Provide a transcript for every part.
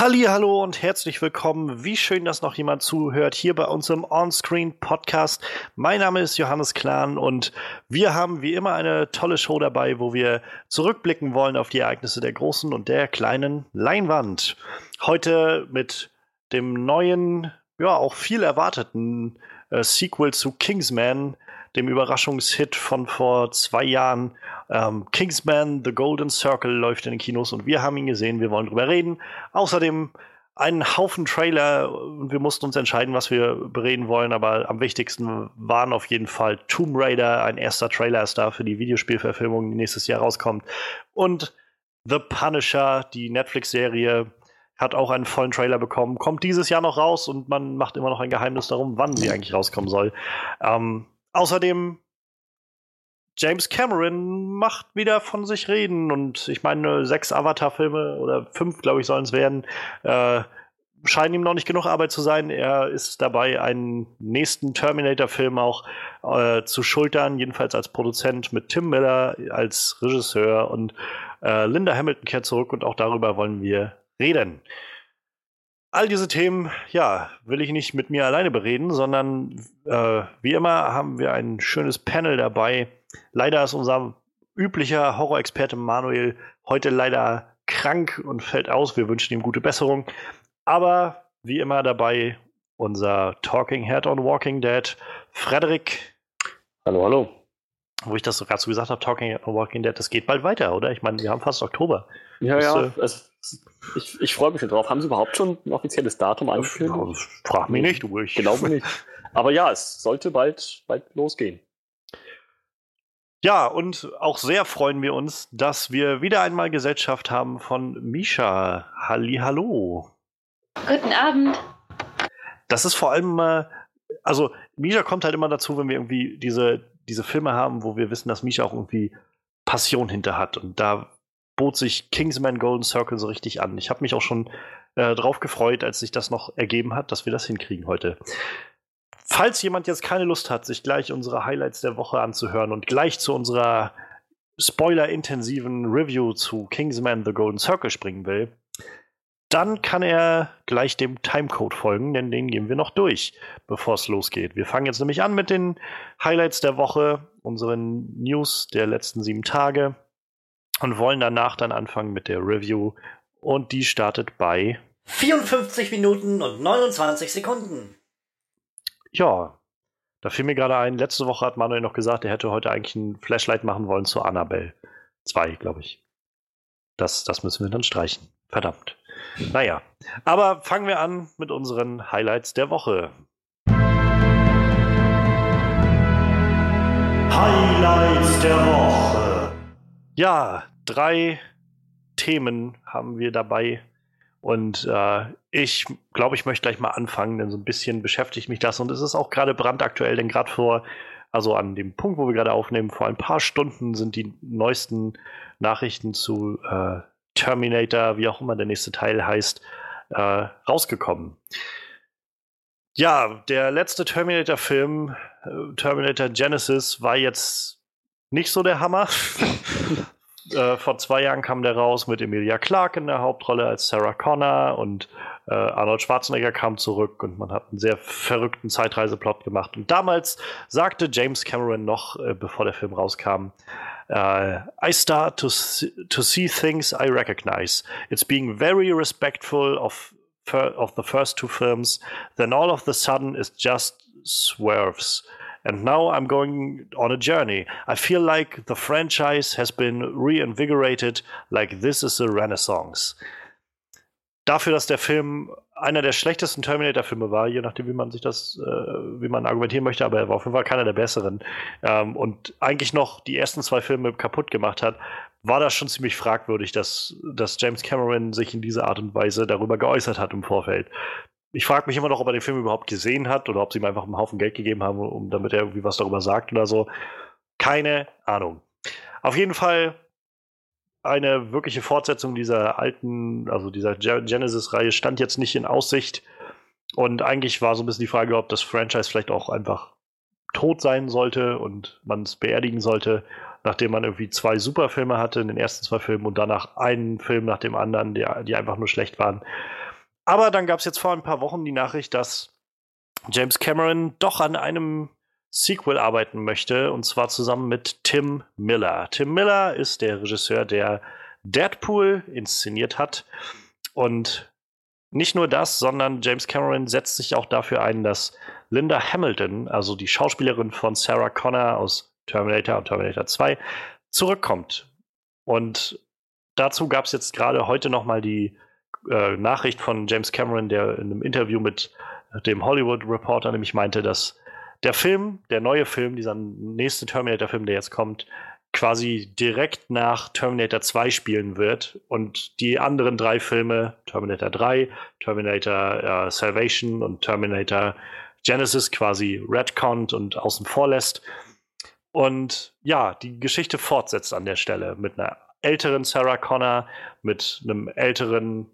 Hallihallo und herzlich willkommen. Wie schön, dass noch jemand zuhört hier bei uns im Onscreen Podcast. Mein Name ist Johannes Klahn und wir haben wie immer eine tolle Show dabei, wo wir zurückblicken wollen auf die Ereignisse der großen und der kleinen Leinwand. Heute mit dem neuen, ja auch viel erwarteten Sequel zu Kingsman, dem Überraschungshit von vor 2 Jahren. Kingsman: The Golden Circle läuft in den Kinos und wir haben ihn gesehen, wir wollen drüber reden. Außerdem einen Haufen Trailer und wir mussten uns entscheiden, was wir bereden wollen, aber am wichtigsten waren auf jeden Fall Tomb Raider, ein erster Trailer ist da für die Videospielverfilmung, die nächstes Jahr rauskommt. Und The Punisher, die Netflix-Serie, hat auch einen vollen Trailer bekommen, kommt dieses Jahr noch raus und man macht immer noch ein Geheimnis darum, wann sie eigentlich rauskommen soll. Außerdem James Cameron macht wieder von sich reden und ich meine, 6 Avatar-Filme oder 5, glaube ich, sollen es werden, scheinen ihm noch nicht genug Arbeit zu sein. Er ist dabei, einen nächsten Terminator-Film auch zu schultern, jedenfalls als Produzent mit Tim Miller als Regisseur und Linda Hamilton kehrt zurück und auch darüber wollen wir reden. All diese Themen, ja, will ich nicht mit mir alleine bereden, sondern wie immer haben wir ein schönes Panel dabei. Leider ist unser üblicher Horrorexperte Manuel heute leider krank und fällt aus. Wir wünschen ihm gute Besserung. Aber wie immer dabei unser Talking Head on Walking Dead, Frederik. Hallo, hallo. Wo ich das gerade so gesagt habe, Talking Head on Walking Dead, das geht bald weiter, oder? Ich meine, wir haben fast Oktober. Ja, ich freue mich schon drauf. Haben Sie überhaupt schon ein offizielles Datum angekündigt? Frag mich nicht, du. Ich glaube nicht. Aber ja, es sollte bald losgehen. Ja, und auch sehr freuen wir uns, dass wir wieder einmal Gesellschaft haben von Misha. Hallihallo. Guten Abend. Das ist vor allem, also Misha kommt halt immer dazu, wenn wir irgendwie diese Filme haben, wo wir wissen, dass Misha auch irgendwie Passion hinter hat. Und da bot sich Kingsman Golden Circle so richtig an. Ich habe mich auch schon drauf gefreut, als sich das noch ergeben hat, dass wir das hinkriegen heute. Falls jemand jetzt keine Lust hat, sich gleich unsere Highlights der Woche anzuhören und gleich zu unserer spoiler-intensiven Review zu Kingsman: The Golden Circle springen will, dann kann er gleich dem Timecode folgen, denn den gehen wir noch durch, bevor es losgeht. Wir fangen jetzt nämlich an mit den Highlights der Woche, unseren News der letzten 7 Tage und wollen danach dann anfangen mit der Review und die startet bei 54 Minuten und 29 Sekunden. Ja, da fiel mir gerade ein, letzte Woche hat Manuel noch gesagt, er hätte heute eigentlich ein Flashlight machen wollen zu Annabelle 2, glaube ich. Das müssen wir dann streichen. Verdammt. Naja, aber fangen wir an mit unseren Highlights der Woche. Highlights der Woche. Ja, 3 Themen haben wir dabei. Und ich glaube, ich möchte gleich mal anfangen, denn so ein bisschen beschäftigt mich das. Und es ist auch gerade brandaktuell, denn gerade also an dem Punkt, wo wir gerade aufnehmen, vor ein paar Stunden sind die neuesten Nachrichten zu Terminator, wie auch immer der nächste Teil heißt, rausgekommen. Ja, der letzte Terminator-Film, Terminator Genesis, war jetzt nicht so der Hammer. Vor 2 Jahren kam der raus mit Emilia Clarke in der Hauptrolle als Sarah Connor und Arnold Schwarzenegger kam zurück und man hat einen sehr verrückten Zeitreiseplot gemacht. Und damals sagte James Cameron noch, bevor der Film rauskam, I start to see things I recognize. It's being very respectful of the first 2 films. Then all of the sudden it just swerves. And now I'm going on a journey. I feel like the franchise has been reinvigorated, like this is a renaissance. Dafür, dass der Film einer der schlechtesten Terminator-Filme war, je nachdem, wie man argumentieren möchte, aber er war auf jeden Fall keiner der besseren, und eigentlich noch die ersten 2 Filme kaputt gemacht hat, war das schon ziemlich fragwürdig, dass James Cameron sich in dieser Art und Weise darüber geäußert hat im Vorfeld. Ich frage mich immer noch, ob er den Film überhaupt gesehen hat oder ob sie ihm einfach einen Haufen Geld gegeben haben, damit er irgendwie was darüber sagt oder so. Keine Ahnung. Auf jeden Fall eine wirkliche Fortsetzung dieser alten, also dieser Genesis-Reihe stand jetzt nicht in Aussicht. Und eigentlich war so ein bisschen die Frage, ob das Franchise vielleicht auch einfach tot sein sollte und man es beerdigen sollte, nachdem man irgendwie 2 Superfilme hatte in den ersten 2 Filmen und danach einen Film nach dem anderen, die einfach nur schlecht waren. Aber dann gab es jetzt vor ein paar Wochen die Nachricht, dass James Cameron doch an einem Sequel arbeiten möchte, und zwar zusammen mit Tim Miller. Tim Miller ist der Regisseur, der Deadpool inszeniert hat. Und nicht nur das, sondern James Cameron setzt sich auch dafür ein, dass Linda Hamilton, also die Schauspielerin von Sarah Connor aus Terminator und Terminator 2, zurückkommt. Und dazu gab es jetzt gerade heute nochmal die Nachricht von James Cameron, der in einem Interview mit dem Hollywood Reporter nämlich meinte, dass der neue Film, dieser nächste Terminator-Film, der jetzt kommt, quasi direkt nach Terminator 2 spielen wird und die anderen 3 Filme, Terminator 3, Terminator Salvation und Terminator Genesis, quasi retconnt und außen vor lässt. Und ja, die Geschichte fortsetzt an der Stelle mit einer älteren Sarah Connor, mit einem älteren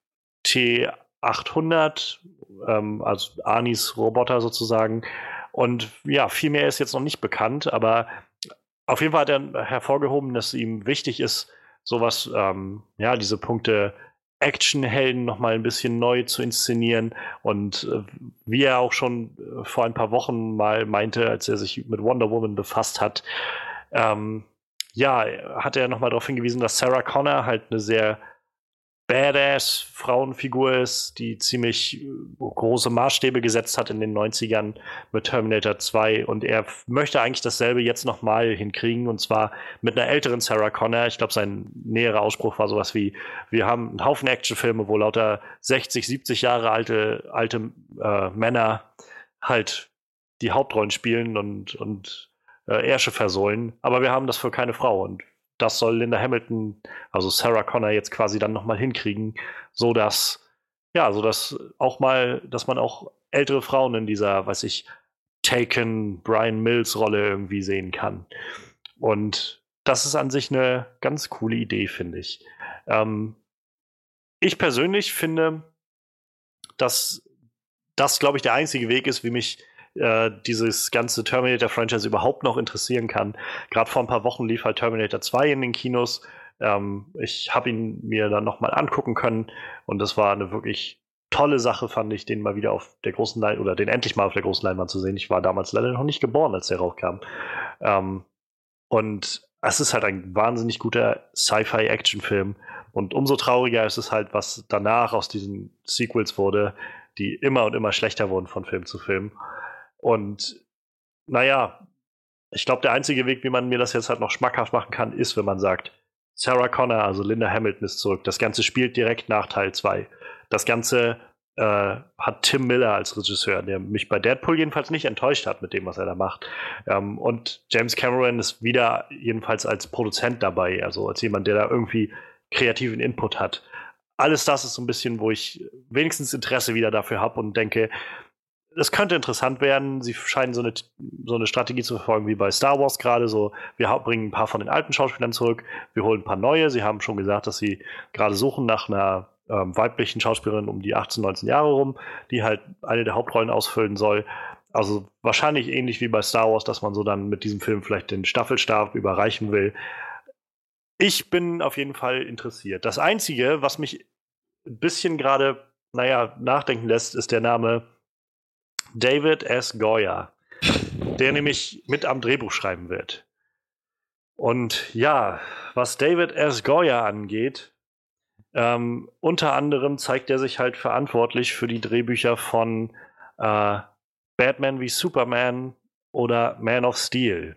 T-800, also Arnis Roboter sozusagen. Und ja, viel mehr ist jetzt noch nicht bekannt, aber auf jeden Fall hat er hervorgehoben, dass ihm wichtig ist, sowas, diese Punkte Actionhelden noch mal ein bisschen neu zu inszenieren. Und wie er auch schon vor ein paar Wochen mal meinte, als er sich mit Wonder Woman befasst hat, hat er noch mal darauf hingewiesen, dass Sarah Connor halt eine sehr badass Frauenfigur ist, die ziemlich große Maßstäbe gesetzt hat in den 90ern mit Terminator 2, und er möchte eigentlich dasselbe jetzt nochmal hinkriegen, und zwar mit einer älteren Sarah Connor. Ich glaube, sein näherer Ausspruch war sowas wie: Wir haben einen Haufen Actionfilme, wo lauter 60, 70 Jahre alte Männer halt die Hauptrollen spielen und Ärsche versohlen, aber wir haben das für keine Frau, und das soll Linda Hamilton, also Sarah Connor, jetzt quasi dann nochmal hinkriegen, dass man auch ältere Frauen in dieser, Taken, Brian Mills Rolle irgendwie sehen kann. Und das ist an sich eine ganz coole Idee, finde ich. Ich persönlich finde, dass das, glaube ich, der einzige Weg ist, wie mich dieses ganze Terminator-Franchise überhaupt noch interessieren kann. Gerade vor ein paar Wochen lief halt Terminator 2 in den Kinos. Ich habe ihn mir dann nochmal angucken können, und das war eine wirklich tolle Sache, fand ich, den mal wieder auf der großen Leinwand, oder den endlich mal auf der großen Leinwand zu sehen. Ich war damals leider noch nicht geboren, als der rauskam. Und es ist halt ein wahnsinnig guter Sci-Fi-Action-Film, und umso trauriger ist es halt, was danach aus diesen Sequels wurde, die immer und immer schlechter wurden von Film zu Film. Und naja, ich glaube, der einzige Weg, wie man mir das jetzt halt noch schmackhaft machen kann, ist, wenn man sagt, Sarah Connor, also Linda Hamilton, ist zurück. Das Ganze spielt direkt nach Teil 2. Das Ganze hat Tim Miller als Regisseur, der mich bei Deadpool jedenfalls nicht enttäuscht hat mit dem, was er da macht. Und James Cameron ist wieder jedenfalls als Produzent dabei, also als jemand, der da irgendwie kreativen Input hat. Alles das ist so ein bisschen, wo ich wenigstens Interesse wieder dafür habe und denke, es könnte interessant werden. Sie scheinen so eine Strategie zu verfolgen wie bei Star Wars gerade. So, wir bringen ein paar von den alten Schauspielern zurück, wir holen ein paar neue. Sie haben schon gesagt, dass sie gerade suchen nach einer weiblichen Schauspielerin um die 18, 19 Jahre rum, die halt eine der Hauptrollen ausfüllen soll. Also wahrscheinlich ähnlich wie bei Star Wars, dass man so dann mit diesem Film vielleicht den Staffelstab überreichen will. Ich bin auf jeden Fall interessiert. Das Einzige, was mich ein bisschen gerade, nachdenken lässt, ist der Name David S. Goyer, der nämlich mit am Drehbuch schreiben wird. Und ja, was David S. Goyer angeht, unter anderem zeigt er sich halt verantwortlich für die Drehbücher von Batman wie Superman oder Man of Steel.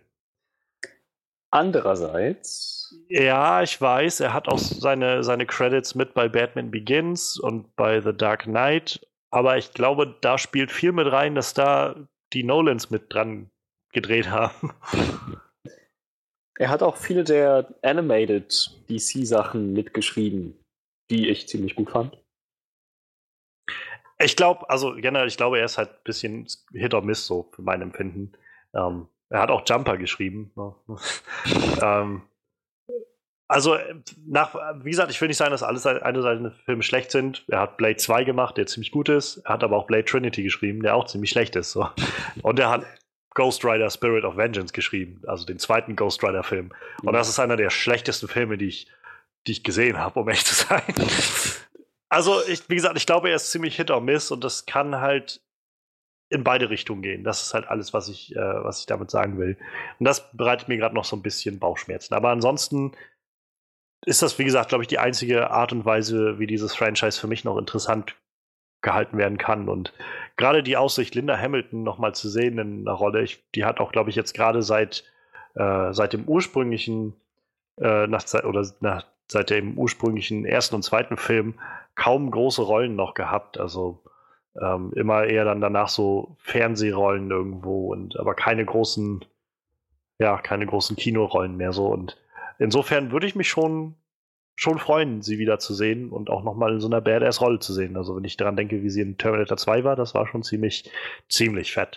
Andererseits... Ja, ich weiß, er hat auch seine Credits mit bei Batman Begins und bei The Dark Knight, aber ich glaube, da spielt viel mit rein, dass da die Nolans mit dran gedreht haben. Er hat auch viele der Animated DC-Sachen mitgeschrieben, die ich ziemlich gut fand. Ich glaube, er ist halt ein bisschen Hit or Miss, so für mein Empfinden. Er hat auch Jumper geschrieben. Wie gesagt, ich will nicht sagen, dass alle seine Filme schlecht sind. Er hat Blade 2 gemacht, der ziemlich gut ist. Er hat aber auch Blade Trinity geschrieben, der auch ziemlich schlecht ist. So. Und er hat Ghost Rider Spirit of Vengeance geschrieben, also den zweiten Ghost Rider Film. Und das ist einer der schlechtesten Filme, die ich gesehen habe, um ehrlich zu sein. Also, wie gesagt, ich glaube, er ist ziemlich Hit or Miss und das kann halt in beide Richtungen gehen. Das ist halt alles, was ich damit sagen will. Und das bereitet mir gerade noch so ein bisschen Bauchschmerzen. Aber ansonsten ist das, wie gesagt, glaube ich, die einzige Art und Weise, wie dieses Franchise für mich noch interessant gehalten werden kann. Und gerade die Aussicht, Linda Hamilton noch mal zu sehen in einer Rolle, die hat auch, glaube ich, jetzt gerade seit dem ursprünglichen seit dem ursprünglichen ersten und zweiten Film kaum große Rollen noch gehabt. Also immer eher dann danach so Fernsehrollen irgendwo aber keine großen Kinorollen mehr so. Und insofern würde ich mich schon freuen, sie wieder zu sehen und auch noch mal in so einer Badass-Rolle zu sehen. Also wenn ich daran denke, wie sie in Terminator 2 war, das war schon ziemlich fett.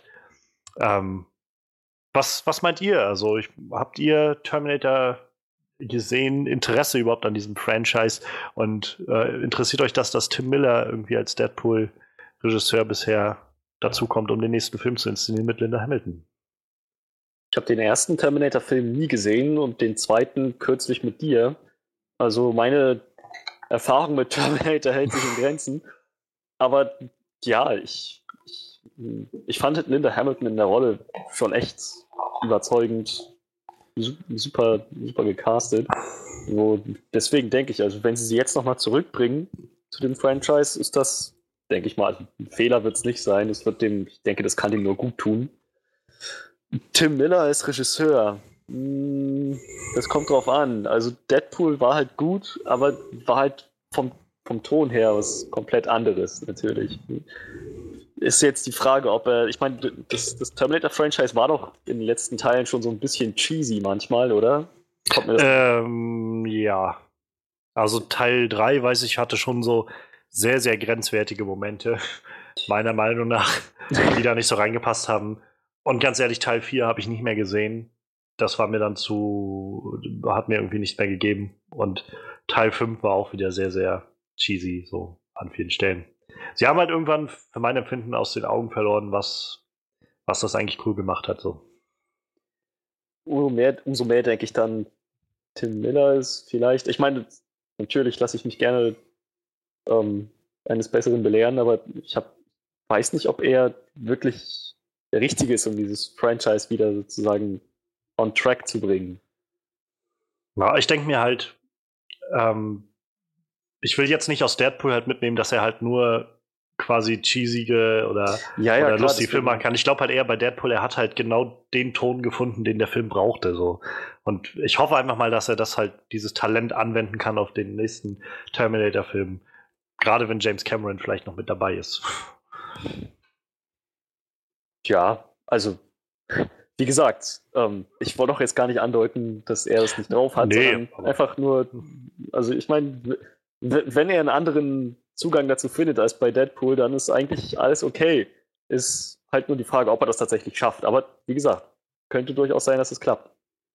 Was meint ihr? Also habt ihr Terminator gesehen, Interesse überhaupt an diesem Franchise und interessiert euch das, dass Tim Miller irgendwie als Deadpool-Regisseur bisher dazu kommt, um den nächsten Film zu inszenieren mit Linda Hamilton? Ich habe den ersten Terminator-Film nie gesehen und den zweiten kürzlich mit dir. Also meine Erfahrung mit Terminator hält sich in Grenzen. Aber ja, ich fand Linda Hamilton in der Rolle schon echt überzeugend, super gecastet. So, deswegen denke ich, also wenn sie jetzt nochmal zurückbringen zu dem Franchise, ist das, denke ich mal, ein Fehler wird es nicht sein. Ich denke, das kann dem nur gut tun. Tim Miller als Regisseur. Das kommt drauf an. Also Deadpool war halt gut, aber war halt vom Ton her was komplett anderes, natürlich. Ist jetzt die Frage, ob ich meine, das Terminator-Franchise war doch in den letzten Teilen schon so ein bisschen cheesy manchmal, oder? Kommt mir das ja. Also Teil 3, weiß ich, hatte schon so sehr, sehr grenzwertige Momente, meiner Meinung nach, die da nicht so reingepasst haben. Und ganz ehrlich, Teil 4 habe ich nicht mehr gesehen. Das war mir dann hat mir irgendwie nicht mehr gegeben. Und Teil 5 war auch wieder sehr, sehr cheesy, so an vielen Stellen. Sie haben halt irgendwann, für mein Empfinden, aus den Augen verloren, was das eigentlich cool gemacht hat. So. Umso mehr denke ich dann, Tim Miller ist vielleicht, ich meine, natürlich lasse ich mich gerne eines Besseren belehren, aber weiß nicht, ob er wirklich der Richtige ist, um dieses Franchise wieder sozusagen on track zu bringen. Na, ich denke mir halt, ich will jetzt nicht aus Deadpool halt mitnehmen, dass er halt nur quasi cheesige oder lustige Filme machen kann. Ich glaube halt eher bei Deadpool, er hat halt genau den Ton gefunden, den der Film brauchte. So. Und ich hoffe einfach mal, dass er dieses Talent anwenden kann auf den nächsten Terminator-Film. Gerade wenn James Cameron vielleicht noch mit dabei ist. Ja, also wie gesagt, ich wollte auch jetzt gar nicht andeuten, dass er das nicht drauf hat, sondern einfach nur, also ich meine, wenn er einen anderen Zugang dazu findet als bei Deadpool, dann ist eigentlich alles okay. Ist halt nur die Frage, ob er das tatsächlich schafft. Aber wie gesagt, könnte durchaus sein, dass es klappt.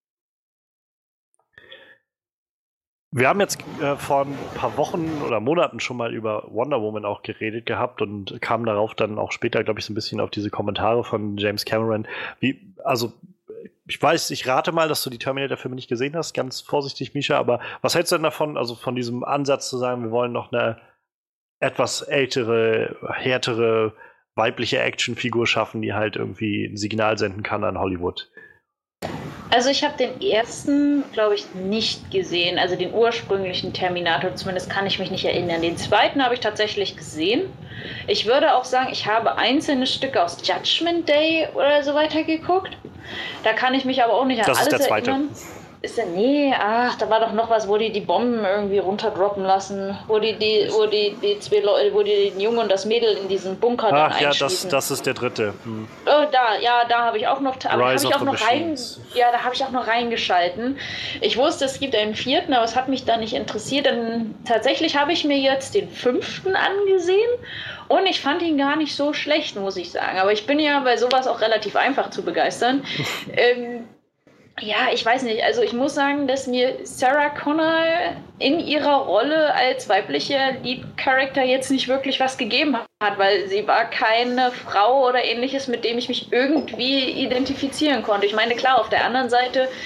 Wir haben jetzt vor ein paar Wochen oder Monaten schon mal über Wonder Woman auch geredet gehabt und kamen darauf dann auch später, glaube ich, so ein bisschen auf diese Kommentare von James Cameron. Ich weiß, ich rate mal, dass du die Terminator-Filme nicht gesehen hast, ganz vorsichtig, Misha, aber was hältst du denn davon, also von diesem Ansatz zu sagen, wir wollen noch eine etwas ältere, härtere, weibliche Actionfigur schaffen, die halt irgendwie ein Signal senden kann an Hollywood? Also ich habe den ersten, glaube ich, nicht gesehen, also den ursprünglichen Terminator, zumindest kann ich mich nicht erinnern. Den zweiten habe ich tatsächlich gesehen. Ich würde auch sagen, ich habe einzelne Stücke aus Judgment Day oder so weiter geguckt. Da kann ich mich aber auch nicht an alles erinnern. Da war doch noch was, wo die Bomben irgendwie runterdroppen lassen, wo die zwei Leute, wo die den Jungen und das Mädel in diesen Bunker dann einschließen. Ja, das ist der dritte. Da habe ich auch noch, da habe ich auch noch reingeschalten. Ich wusste, es gibt einen vierten, aber es hat mich da nicht interessiert. Dann tatsächlich habe ich mir jetzt den 5. angesehen und ich fand ihn gar nicht so schlecht, muss ich sagen. Aber ich bin ja bei sowas auch relativ einfach zu begeistern. Ja, ich weiß nicht. Also ich muss sagen, dass mir Sarah Connor in ihrer Rolle als weiblicher Lead-Character jetzt nicht wirklich was gegeben hat, weil sie war keine Frau oder ähnliches, mit dem ich mich irgendwie identifizieren konnte. Ich meine, klar, auf der anderen Seite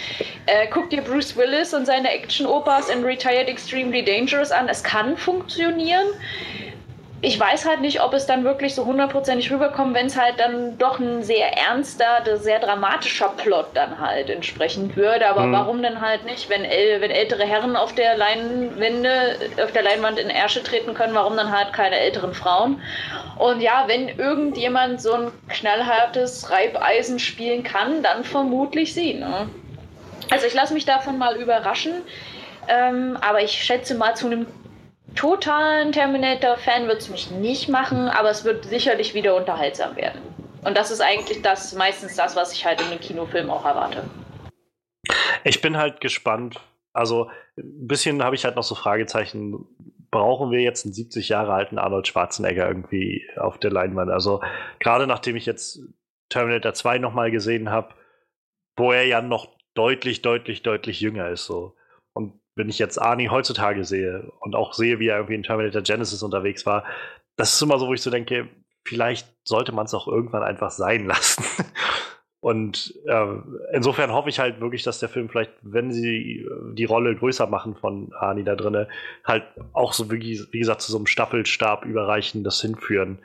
Guck dir Bruce Willis und seine Action-Opas in Retired Extremely Dangerous an. Es kann funktionieren. Ich weiß halt nicht, ob es dann wirklich so hundertprozentig rüberkommt, wenn es halt dann doch ein sehr ernster, sehr dramatischer Plot dann halt entsprechend würde. Aber warum denn halt nicht, wenn ältere Herren auf der Leinwand in Ärsche treten können, warum dann halt keine älteren Frauen? Und ja, wenn irgendjemand so ein knallhartes Reibeisen spielen kann, dann vermutlich sie, ne? Also ich lasse mich davon mal überraschen, aber ich schätze mal, zu einem totalen Terminator-Fan wird es mich nicht machen, aber es wird sicherlich wieder unterhaltsam werden. Und das ist eigentlich meistens das, was ich halt in einem Kinofilm auch erwarte. Ich bin halt gespannt. Also ein bisschen habe ich halt noch so Fragezeichen. Brauchen wir jetzt einen 70 Jahre alten Arnold Schwarzenegger irgendwie auf der Leinwand? Also gerade nachdem ich jetzt Terminator 2 nochmal gesehen habe, wo er ja noch deutlich jünger ist. So. Und wenn ich jetzt Arnie heutzutage sehe und auch sehe, wie er irgendwie in Terminator Genesis unterwegs war, das ist immer so, wo ich so denke, vielleicht sollte man es auch irgendwann einfach sein lassen. Und insofern hoffe ich halt wirklich, dass der Film vielleicht, wenn sie die Rolle größer machen von Arnie da drinne, halt auch so, wie gesagt, zu so einem Staffelstab überreichen, das hinführen.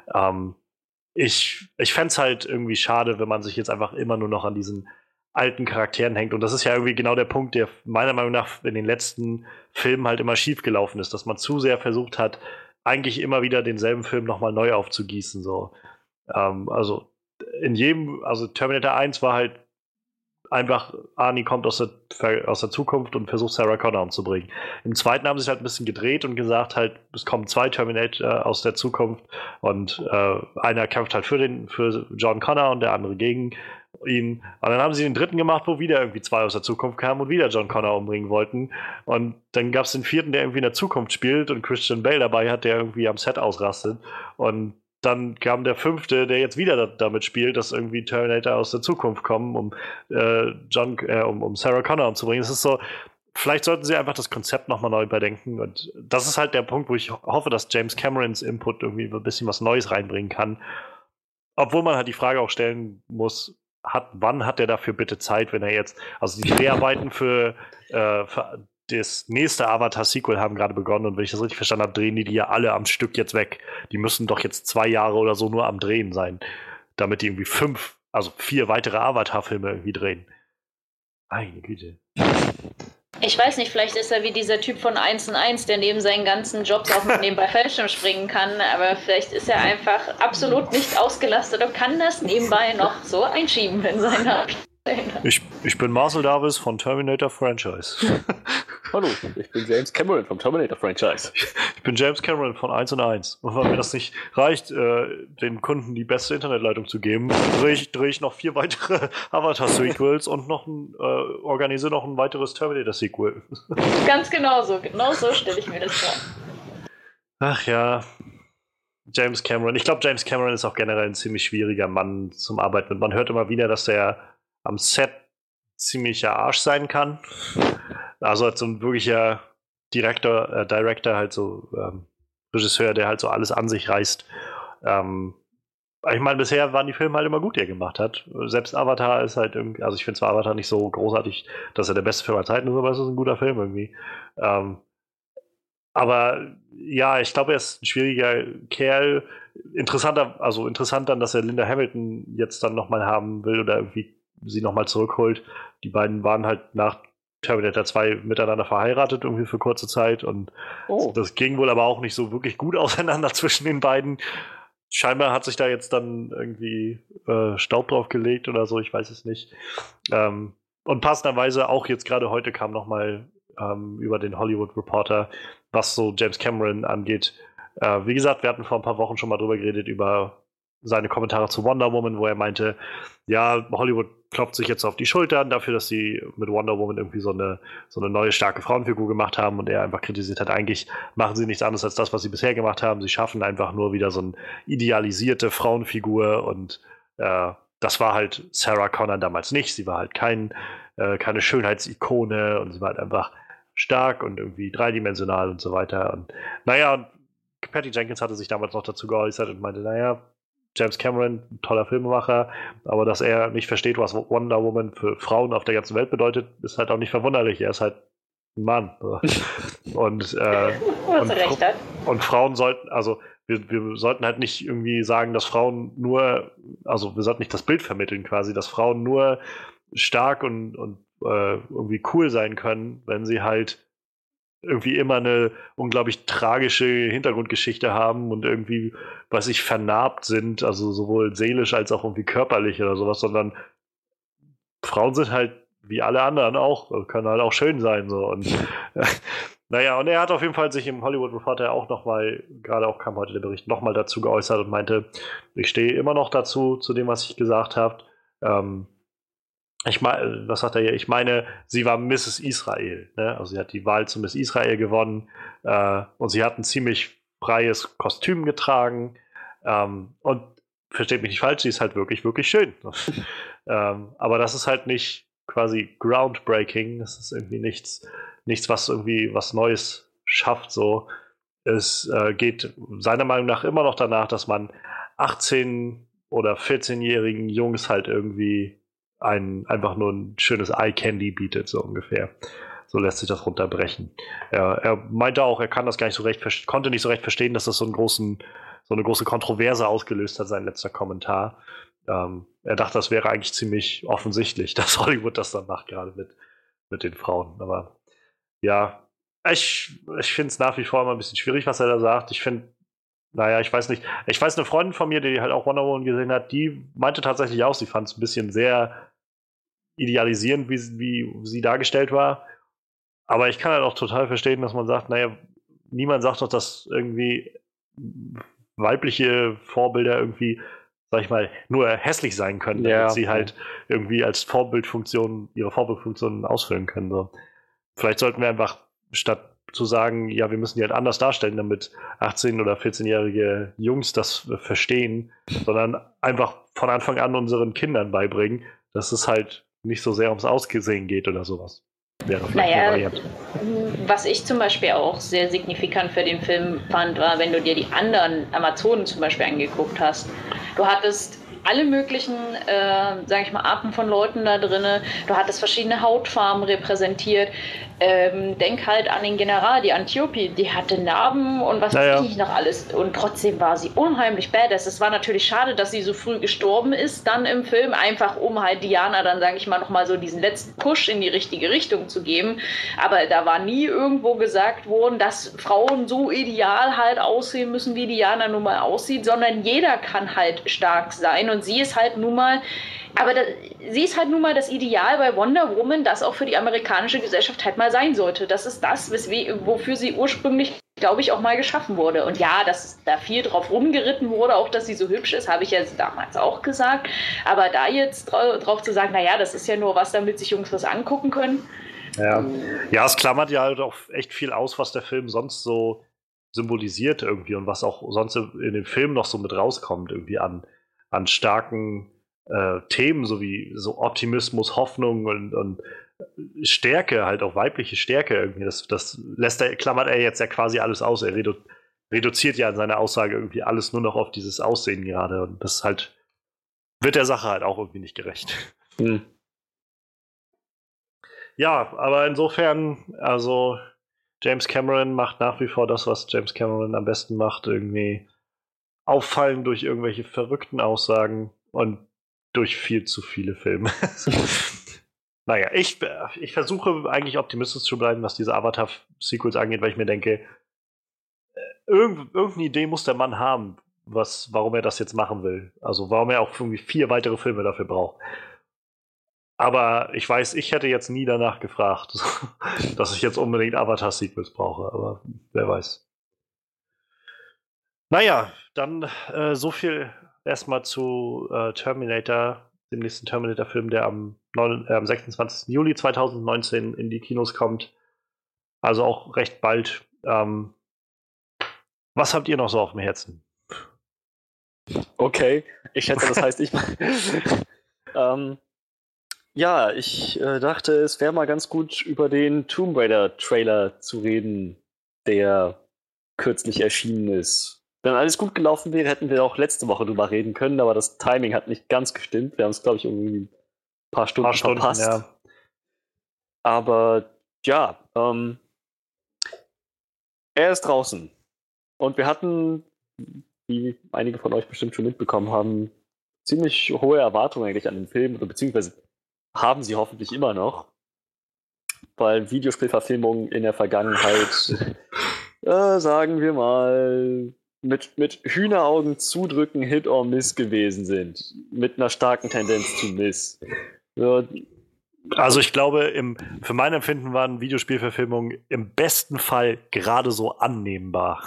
Ich fände es halt irgendwie schade, wenn man sich jetzt einfach immer nur noch an diesen alten Charakteren hängt. Und das ist ja irgendwie genau der Punkt, der meiner Meinung nach in den letzten Filmen halt immer schief gelaufen ist, dass man zu sehr versucht hat, eigentlich immer wieder denselben Film nochmal neu aufzugießen. So. Also Terminator 1 war halt einfach, Arnie kommt aus der Zukunft und versucht Sarah Connor umzubringen. Im zweiten haben sie sich halt ein bisschen gedreht und gesagt halt, es kommen 2 Terminator aus der Zukunft und einer kämpft halt für John Connor und der andere gegen ihn. Und dann haben sie den dritten gemacht, wo wieder irgendwie 2 aus der Zukunft kamen und wieder John Connor umbringen wollten. Und dann gab es den vierten, der irgendwie in der Zukunft spielt und Christian Bale dabei hat, der irgendwie am Set ausrastet. Und dann kam der 5., der jetzt wieder damit spielt, dass irgendwie Terminator aus der Zukunft kommen, um Sarah Connor umzubringen. Es ist so, vielleicht sollten sie einfach das Konzept nochmal neu überdenken. Und das ist halt der Punkt, wo ich hoffe, dass James Camerons Input irgendwie ein bisschen was Neues reinbringen kann. Obwohl man halt die Frage auch stellen muss, wann hat er dafür bitte Zeit, wenn er jetzt, also die Dreharbeiten für das nächste Avatar-Sequel haben gerade begonnen und wenn ich das richtig verstanden habe, drehen die ja alle am Stück jetzt weg. Die müssen doch jetzt 2 Jahre oder so nur am Drehen sein, damit die irgendwie 4 weitere Avatar-Filme irgendwie drehen. Meine Güte. Ich weiß nicht, vielleicht ist er wie dieser Typ von 1&1, der neben seinen ganzen Jobs auch mit nebenbei Fallschirm springen kann, aber vielleicht ist er einfach absolut nicht ausgelastet und kann das nebenbei noch so einschieben in seiner Ich bin Marcel Davis von Terminator Franchise. Hallo, ich bin James Cameron vom Terminator Franchise. Ich bin James Cameron von 1&1. Und wenn mir das nicht reicht, den Kunden die beste Internetleitung zu geben, drehe ich noch 4 weitere Avatar-Sequels und organisiere noch ein weiteres Terminator-Sequel. Ganz genau so stelle ich mir das vor. Ach ja, James Cameron. Ich glaube, James Cameron ist auch generell ein ziemlich schwieriger Mann zum Arbeiten. Und man hört immer wieder, dass der am Set ziemlicher Arsch sein kann. Also als so ein wirklicher Director halt so Regisseur, der halt so alles an sich reißt. Ich meine, bisher waren die Filme halt immer gut, die er gemacht hat. Selbst Avatar ist halt irgendwie, also ich finde zwar Avatar nicht so großartig, dass er der beste Film aller Zeiten ist, aber es ist ein guter Film irgendwie. Aber ja, ich glaube, er ist ein schwieriger Kerl. Interessant dann, dass er Linda Hamilton jetzt dann nochmal haben will oder irgendwie sie nochmal zurückholt. Die beiden waren halt nach Terminator 2 miteinander verheiratet, irgendwie für kurze Zeit. Und das ging wohl aber auch nicht so wirklich gut auseinander zwischen den beiden. Scheinbar hat sich da jetzt dann irgendwie Staub drauf gelegt oder so, ich weiß es nicht. Und passenderweise auch jetzt gerade heute kam nochmal über den Hollywood Reporter, was so James Cameron angeht. Wie gesagt, wir hatten vor ein paar Wochen schon mal drüber geredet, über seine Kommentare zu Wonder Woman, wo er meinte, ja, Hollywood klopft sich jetzt auf die Schultern dafür, dass sie mit Wonder Woman irgendwie so eine neue, starke Frauenfigur gemacht haben und er einfach kritisiert hat, eigentlich machen sie nichts anderes als das, was sie bisher gemacht haben. Sie schaffen einfach nur wieder so eine idealisierte Frauenfigur und das war halt Sarah Connor damals nicht. Sie war halt keine Schönheitsikone und sie war halt einfach stark und irgendwie dreidimensional und so weiter. Und naja, Patty Jenkins hatte sich damals noch dazu geäußert und meinte, naja, James Cameron, ein toller Filmemacher, aber dass er nicht versteht, was Wonder Woman für Frauen auf der ganzen Welt bedeutet, ist halt auch nicht verwunderlich. Er ist halt ein Mann. Und Frauen sollten, also wir sollten halt nicht irgendwie sagen, dass Frauen nur, also wir sollten nicht das Bild vermitteln quasi, dass Frauen nur stark und irgendwie cool sein können, wenn sie halt irgendwie immer eine unglaublich tragische Hintergrundgeschichte haben und irgendwie, weiß ich, vernarbt sind, also sowohl seelisch als auch irgendwie körperlich oder sowas, sondern Frauen sind halt wie alle anderen auch, können halt auch schön sein, so. Und naja, und er hat auf jeden Fall sich im Hollywood Reporter auch nochmal, gerade auch kam heute der Bericht, nochmal dazu geäußert und meinte, ich stehe immer noch dazu, zu dem, was ich gesagt habe. Was sagt er hier? Ich meine, sie war Mrs. Israel. Ne? Also sie hat die Wahl zu Miss Israel gewonnen und sie hat ein ziemlich freies Kostüm getragen. Und versteht mich nicht falsch, sie ist halt wirklich, wirklich schön. Aber das ist halt nicht quasi groundbreaking. Das ist irgendwie nichts, was irgendwie was Neues schafft. So. Es geht seiner Meinung nach immer noch danach, dass man 18- oder 14-jährigen Jungs halt irgendwie einfach nur ein schönes Eye-Candy bietet, so ungefähr. So lässt sich das runterbrechen. Er meinte auch, er kann das gar nicht so recht konnte nicht so recht verstehen, dass das so eine große Kontroverse ausgelöst hat, sein letzter Kommentar. Er dachte, das wäre eigentlich ziemlich offensichtlich, dass Hollywood das dann macht, gerade mit den Frauen. Aber ja, ich finde es nach wie vor immer ein bisschen schwierig, was er da sagt. Ich finde, naja, ich weiß nicht. Ich weiß, eine Freundin von mir, die halt auch Wonder Woman gesehen hat, die meinte tatsächlich auch, sie fand es ein bisschen sehr idealisierend, wie sie dargestellt war. Aber ich kann halt auch total verstehen, dass man sagt, naja, niemand sagt doch, dass irgendwie weibliche Vorbilder irgendwie, sag ich mal, nur hässlich sein können, damit sie halt irgendwie als Vorbildfunktion ihre Vorbildfunktion ausfüllen können. So. Vielleicht sollten wir einfach statt zu sagen, ja, wir müssen die halt anders darstellen, damit 18- oder 14-jährige Jungs das verstehen, sondern einfach von Anfang an unseren Kindern beibringen, dass es halt nicht so sehr ums Aussehen geht oder sowas. Wäre vielleicht eine Variante. Was ich zum Beispiel auch sehr signifikant für den Film fand, war, wenn du dir die anderen Amazonen zum Beispiel angeguckt hast. Du hattest alle möglichen, sage ich mal, Arten von Leuten da drin. Du hattest verschiedene Hautfarben repräsentiert. Denk halt an den General, die Antiope, die hatte Narben und was weiß ich nicht noch alles. Und trotzdem war sie unheimlich badass. Es war natürlich schade, dass sie so früh gestorben ist dann im Film, einfach um halt Diana dann, sage ich mal, nochmal so diesen letzten Push in die richtige Richtung zu geben. Aber da war nie irgendwo gesagt worden, dass Frauen so ideal halt aussehen müssen, wie Diana nun mal aussieht, sondern jeder kann halt stark sein und sie ist halt nun mal sie ist halt nun mal das Ideal bei Wonder Woman, das auch für die amerikanische Gesellschaft halt mal sein sollte. Das ist das, wofür sie ursprünglich, glaube ich, auch mal geschaffen wurde. Und ja, dass da viel drauf rumgeritten wurde, auch dass sie so hübsch ist, habe ich ja damals auch gesagt. Aber da jetzt drauf zu sagen, naja, das ist ja nur was, damit sich Jungs was angucken können. Ja, es klammert ja halt auch echt viel aus, was der Film sonst so symbolisiert irgendwie und was auch sonst in dem Film noch so mit rauskommt, irgendwie an starken Themen, so wie so Optimismus, Hoffnung und Stärke, halt auch weibliche Stärke irgendwie. Das klammert er jetzt ja quasi alles aus. Er reduziert ja in seiner Aussage irgendwie alles nur noch auf dieses Aussehen gerade. Und das halt wird der Sache halt auch irgendwie nicht gerecht. Ja, aber insofern, also James Cameron macht nach wie vor das, was James Cameron am besten macht, irgendwie auffallen durch irgendwelche verrückten Aussagen und durch viel zu viele Filme. Naja, ich versuche eigentlich optimistisch zu bleiben, was diese Avatar-Sequels angeht, weil ich mir denke, irgendeine Idee muss der Mann haben, warum er das jetzt machen will. Also warum er auch irgendwie 4 weitere Filme dafür braucht. Aber ich weiß, ich hätte jetzt nie danach gefragt, dass ich jetzt unbedingt Avatar-Sequels brauche, aber wer weiß. Naja, dann so viel erstmal zu Terminator, dem nächsten Terminator-Film, der am 26. Juli 2019 in die Kinos kommt. Also auch recht bald. Was habt ihr noch so auf dem Herzen? Okay, ich schätze, das heißt, ich ja, ich dachte, es wäre mal ganz gut, über den Tomb Raider Trailer zu reden, der kürzlich erschienen ist. wenn alles gut gelaufen wäre, hätten wir auch letzte Woche drüber reden können, aber das Timing hat nicht ganz gestimmt. Wir haben es, glaube ich, irgendwie ein paar Stunden verpasst. Ja. Aber ja, er ist draußen. Und wir hatten, wie einige von euch bestimmt schon mitbekommen haben, ziemlich hohe Erwartungen eigentlich an den Film, oder beziehungsweise haben sie hoffentlich immer noch, weil Videospielverfilmungen in der Vergangenheit, sagen wir mal, mit Hühneraugen zudrücken Hit or Miss gewesen sind. Mit einer starken Tendenz zu Miss. Also ich glaube, für mein Empfinden waren Videospielverfilmungen im besten Fall gerade so annehmbar.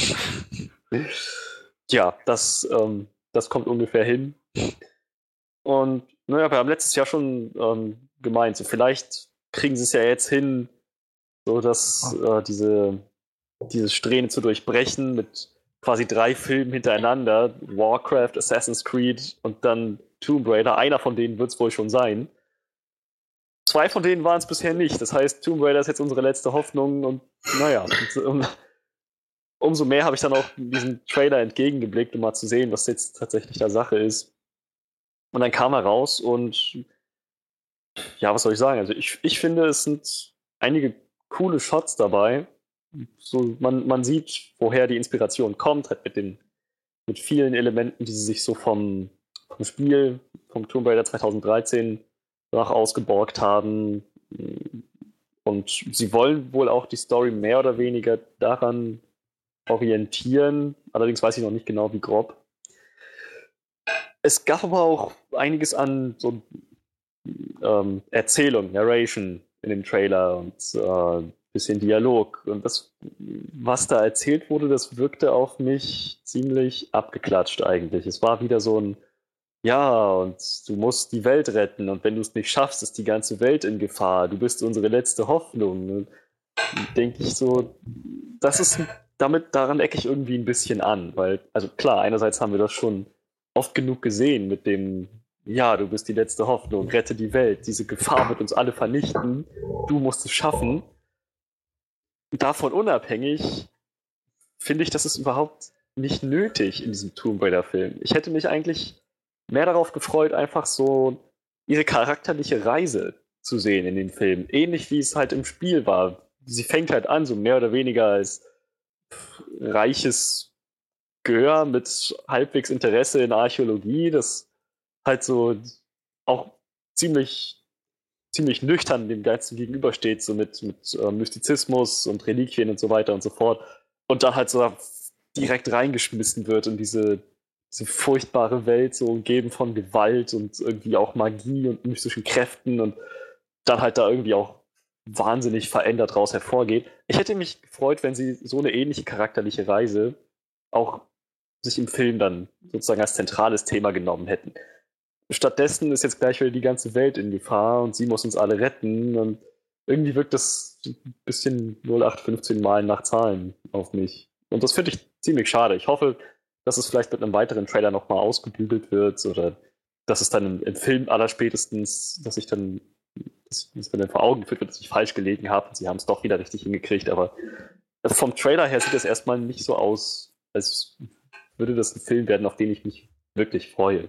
Ja, das kommt ungefähr hin. Und naja, wir haben letztes Jahr schon gemeint, so vielleicht kriegen sie es ja jetzt hin, so dass diese Strähne zu durchbrechen mit quasi 3 Filmen hintereinander, Warcraft, Assassin's Creed und dann Tomb Raider. Einer von denen wird es wohl schon sein. 2 von denen waren es bisher nicht. Das heißt, Tomb Raider ist jetzt unsere letzte Hoffnung und naja, umso mehr habe ich dann auch diesen Trailer entgegengeblickt, um mal zu sehen, was jetzt tatsächlich da Sache ist. Und dann kam er raus und ja, was soll ich sagen? Also ich finde, es sind einige coole Shots dabei. So, man sieht, woher die Inspiration kommt, halt mit vielen Elementen, die sie sich so vom Spiel, vom Tomb Raider 2013 nach ausgeborgt haben. Und sie wollen wohl auch die Story mehr oder weniger daran orientieren. Allerdings weiß ich noch nicht genau, wie grob. Es gab aber auch einiges an so Erzählung, Narration in dem Trailer und bisschen Dialog. Und das, was da erzählt wurde, das wirkte auf mich ziemlich abgeklatscht eigentlich. Es war wieder so ein ja, und du musst die Welt retten und wenn du es nicht schaffst, ist die ganze Welt in Gefahr. Du bist unsere letzte Hoffnung. Und denke ich so, daran ecke ich irgendwie ein bisschen an, weil, also klar, einerseits haben wir das schon oft genug gesehen mit dem, ja, du bist die letzte Hoffnung, rette die Welt, diese Gefahr wird uns alle vernichten, du musst es schaffen. Davon unabhängig finde ich, das ist überhaupt nicht nötig in diesem Tomb Raider-Film. Ich hätte mich eigentlich mehr darauf gefreut, einfach so ihre charakterliche Reise zu sehen in den Film. Ähnlich wie es halt im Spiel war. Sie fängt halt an, so mehr oder weniger als reiches Gehör mit halbwegs Interesse in Archäologie, das halt so auch ziemlich nüchtern dem Ganzen gegenübersteht, so mit Mystizismus und Reliquien und so weiter und so fort. Und dann halt so direkt reingeschmissen wird in diese furchtbare Welt, so umgeben von Gewalt und irgendwie auch Magie und mystischen Kräften und dann halt da irgendwie auch wahnsinnig verändert raus hervorgeht. Ich hätte mich gefreut, wenn sie so eine ähnliche charakterliche Reise auch sich im Film dann sozusagen als zentrales Thema genommen hätten. Stattdessen ist jetzt gleich wieder die ganze Welt in Gefahr und sie muss uns alle retten und irgendwie wirkt das ein bisschen 0815 Mal nach Zahlen auf mich. Und das finde ich ziemlich schade. Ich hoffe, dass es vielleicht mit einem weiteren Trailer nochmal ausgebügelt wird oder dass es dann im Film allerspätestens, dass mir dann vor Augen geführt wird, dass ich falsch gelegen habe und sie haben es doch wieder richtig hingekriegt. Aber vom Trailer her sieht es erstmal nicht so aus, als würde das ein Film werden, auf den ich mich wirklich freue.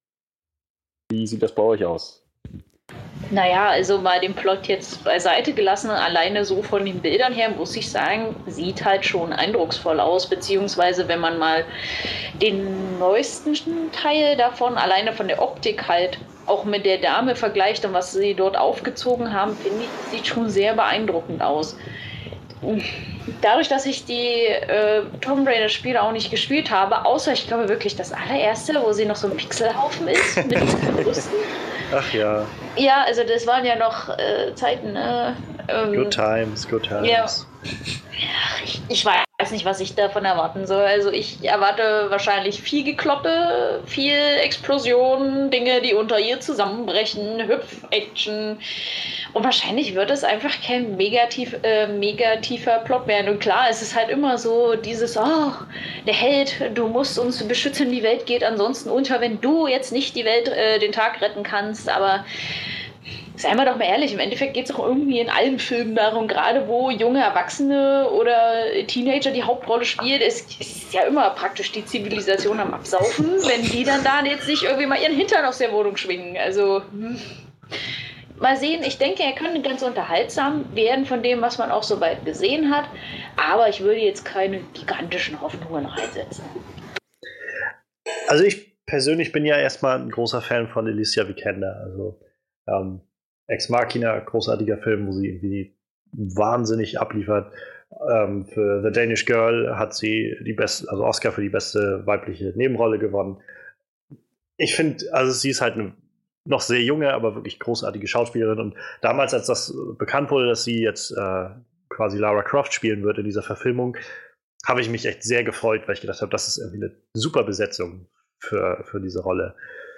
Wie sieht das bei euch aus? Naja, also mal den Plot jetzt beiseite gelassen, alleine so von den Bildern her, muss ich sagen, sieht halt schon eindrucksvoll aus, beziehungsweise wenn man mal den neuesten Teil davon, alleine von der Optik halt, auch mit der Dame vergleicht und was sie dort aufgezogen haben, finde ich, sieht schon sehr beeindruckend aus. Dadurch, dass ich die Tomb Raider-Spiele auch nicht gespielt habe, außer ich glaube wirklich das allererste, wo sie noch so ein Pixelhaufen ist mit Brüsten. Ach ja. Ja, also das waren ja noch Zeiten. Good times. Ja. Ich weiß nicht, was ich davon erwarten soll. Also ich erwarte wahrscheinlich viel Gekloppe, viel Explosionen, Dinge, die unter ihr zusammenbrechen, Hüpf-Action. Und wahrscheinlich wird es einfach kein mega tiefer Plot werden. Und klar, es ist halt immer so dieses, oh, der Held, du musst uns beschützen, die Welt geht ansonsten unter, wenn du jetzt nicht die Welt, den Tag retten kannst. Aber Seien wir doch mal ehrlich, im Endeffekt geht es auch irgendwie in allen Filmen darum, gerade wo junge Erwachsene oder Teenager die Hauptrolle spielen, ist ja immer praktisch die Zivilisation am Absaufen, wenn die dann da jetzt nicht irgendwie mal ihren Hintern aus der Wohnung schwingen. Also, mal sehen, ich denke, er könnte ganz unterhaltsam werden von dem, was man auch soweit gesehen hat, aber ich würde jetzt keine gigantischen Hoffnungen reinsetzen. Also ich persönlich bin ja erstmal ein großer Fan von Alicia Vikander, also Ex Machina, großartiger Film, wo sie irgendwie wahnsinnig abliefert. Für The Danish Girl hat sie also Oscar für die beste weibliche Nebenrolle gewonnen. Ich finde, also sie ist halt eine noch sehr junge, aber wirklich großartige Schauspielerin. Und damals, als das bekannt wurde, dass sie jetzt quasi Lara Croft spielen wird in dieser Verfilmung, habe ich mich echt sehr gefreut, weil ich gedacht habe, das ist irgendwie eine super Besetzung für diese Rolle.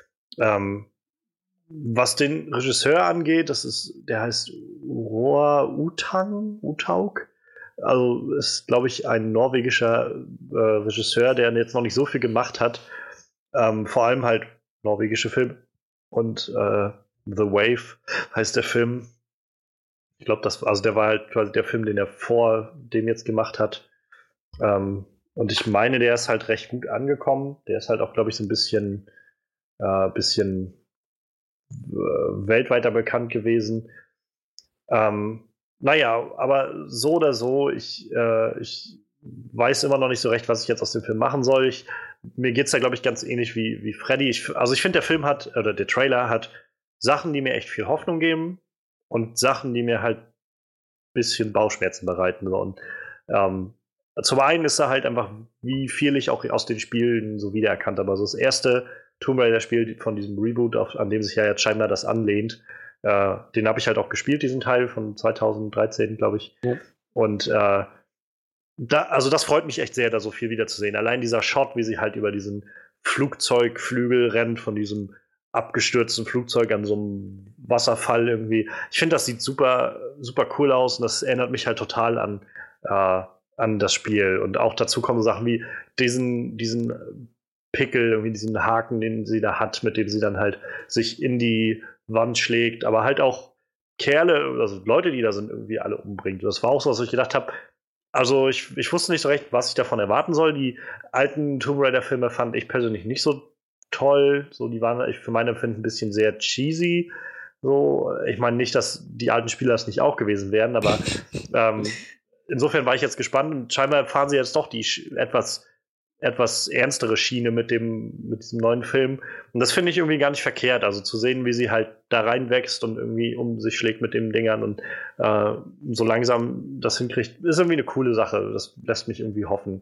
Was den Regisseur angeht, der heißt Roar Utaug. Also ist, glaube ich, ein norwegischer Regisseur, der jetzt noch nicht so viel gemacht hat. Vor allem halt norwegische Filme. Und The Wave heißt der Film. Ich glaube, der war halt quasi der Film, den er vor dem jetzt gemacht hat. Und ich meine, der ist halt recht gut angekommen. Der ist halt auch, glaube ich, so ein bisschen weltweiter bekannt gewesen. Naja, aber so oder so, ich weiß immer noch nicht so recht, was ich jetzt aus dem Film machen soll. Mir geht es da, glaube ich, ganz ähnlich wie Freddy. Ich finde, der Trailer hat Sachen, die mir echt viel Hoffnung geben und Sachen, die mir halt ein bisschen Bauchschmerzen bereiten. Und zum einen ist da halt einfach, wie viel ich auch aus den Spielen so wiedererkannt habe. Also das erste Tomb Raider-Spiel von diesem Reboot, an dem sich ja jetzt scheinbar das anlehnt, den habe ich halt auch gespielt, diesen Teil von 2013, glaube ich. Ja. Und also das freut mich echt sehr, da so viel wiederzusehen. Allein dieser Shot, wie sie halt über diesen Flugzeugflügel rennt, von diesem abgestürzten Flugzeug an so einem Wasserfall irgendwie. Ich finde, das sieht super, super cool aus und das erinnert mich halt total an das Spiel. Und auch dazu kommen Sachen wie diesen Pickel, irgendwie diesen Haken, den sie da hat, mit dem sie dann halt sich in die Wand schlägt, aber halt auch Kerle, also Leute, die da sind, irgendwie alle umbringt. Das war auch so, was ich gedacht habe. Also ich wusste nicht so recht, was ich davon erwarten soll. Die alten Tomb Raider-Filme fand ich persönlich nicht so toll. So, die waren für mein Empfinden ein bisschen sehr cheesy. So, ich meine nicht, dass die alten Spieler das nicht auch gewesen wären, aber insofern war ich jetzt gespannt und scheinbar fahren sie jetzt doch die etwas ernstere Schiene mit diesem neuen Film. Und das finde ich irgendwie gar nicht verkehrt. Also zu sehen, wie sie halt da reinwächst und irgendwie um sich schlägt mit den Dingern und so langsam das hinkriegt, ist irgendwie eine coole Sache. Das lässt mich irgendwie hoffen.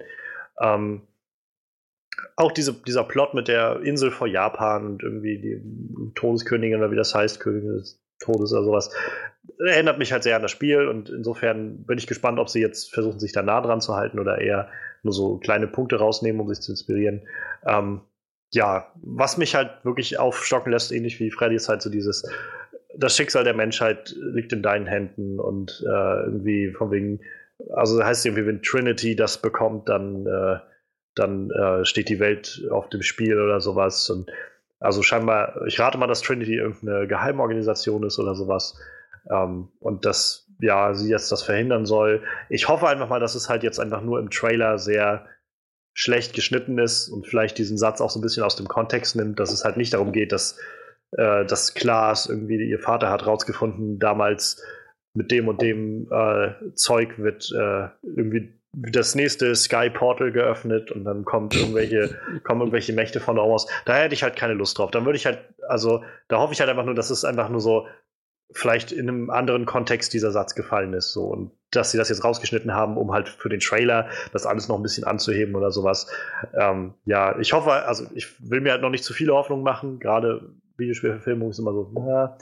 Auch dieser Plot mit der Insel vor Japan und irgendwie die Todeskönigin oder wie das heißt, Königin des Todes oder sowas, erinnert mich halt sehr an das Spiel und insofern bin ich gespannt, ob sie jetzt versuchen, sich da nah dran zu halten oder eher nur so kleine Punkte rausnehmen, um sich zu inspirieren. Ja, was mich halt wirklich aufstocken lässt, ähnlich wie Freddy, ist halt so das Schicksal der Menschheit liegt in deinen Händen und irgendwie von wegen, also heißt irgendwie, wenn Trinity das bekommt, dann steht die Welt auf dem Spiel oder sowas und also scheinbar, ich rate mal, dass Trinity irgendeine Geheimorganisation ist oder sowas. Und dass sie jetzt das verhindern soll. Ich hoffe einfach mal, dass es halt jetzt einfach nur im Trailer sehr schlecht geschnitten ist und vielleicht diesen Satz auch so ein bisschen aus dem Kontext nimmt, dass es halt nicht darum geht, dass das Klaas irgendwie ihr Vater hat rausgefunden, damals mit dem und dem Zeug wird irgendwie das nächste Sky Portal geöffnet und dann kommen irgendwelche Mächte von da aus. Da hätte ich halt keine Lust drauf. Dann würde ich halt, also da hoffe ich halt einfach nur, dass es einfach nur so vielleicht in einem anderen Kontext dieser Satz gefallen ist. So. Und dass sie das jetzt rausgeschnitten haben, um halt für den Trailer das alles noch ein bisschen anzuheben oder sowas. Ja, ich hoffe, also ich will mir halt noch nicht zu viele Hoffnungen machen. Gerade Videospielverfilmung ist immer so,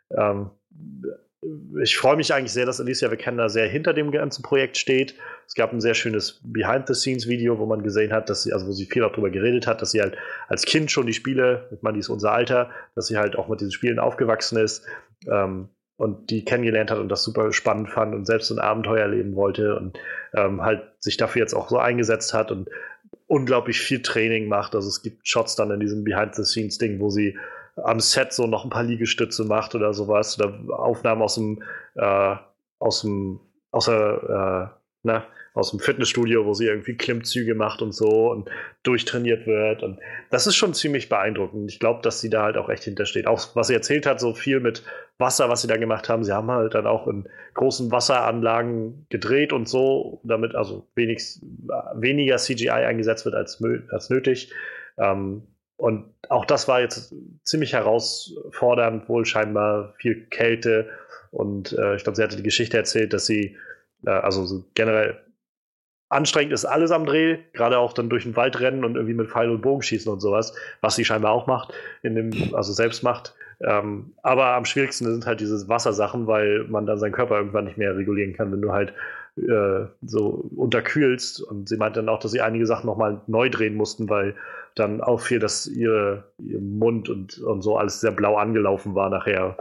ich freue mich eigentlich sehr, dass Alicia Vikander sehr hinter dem ganzen Projekt steht. Es gab ein sehr schönes Behind-the-Scenes-Video, wo man gesehen hat, wo sie viel auch darüber geredet hat, dass sie halt als Kind schon die Spiele, ich meine, die ist unser Alter, dass sie halt auch mit diesen Spielen aufgewachsen ist und die kennengelernt hat und das super spannend fand und selbst so ein Abenteuer leben wollte und halt sich dafür jetzt auch so eingesetzt hat und unglaublich viel Training macht. Also es gibt Shots dann in diesem Behind-the-Scenes-Ding, wo sie am Set so noch ein paar Liegestütze macht oder sowas, oder Aufnahmen aus dem Fitnessstudio, wo sie irgendwie Klimmzüge macht und so und durchtrainiert wird. Und das ist schon ziemlich beeindruckend. Ich glaube, dass sie da halt auch echt hintersteht. Auch was sie erzählt hat, so viel mit Wasser, was sie da gemacht haben. Sie haben halt dann auch in großen Wasseranlagen gedreht und so, damit also weniger CGI eingesetzt wird als nötig. Und auch das war jetzt ziemlich herausfordernd, wohl scheinbar viel Kälte. Und ich glaube, sie hatte die Geschichte erzählt, dass sie also so generell anstrengend ist alles am Dreh, gerade auch dann durch den Wald rennen und irgendwie mit Pfeil und Bogen schießen und sowas, was sie scheinbar auch macht, also selbst macht. Aber am schwierigsten sind halt diese Wassersachen, weil man dann seinen Körper irgendwann nicht mehr regulieren kann, wenn du halt so unterkühlst. Und sie meint dann auch, dass sie einige Sachen nochmal neu drehen mussten, weil dann auffiel, dass ihr Mund und so alles sehr blau angelaufen war nachher.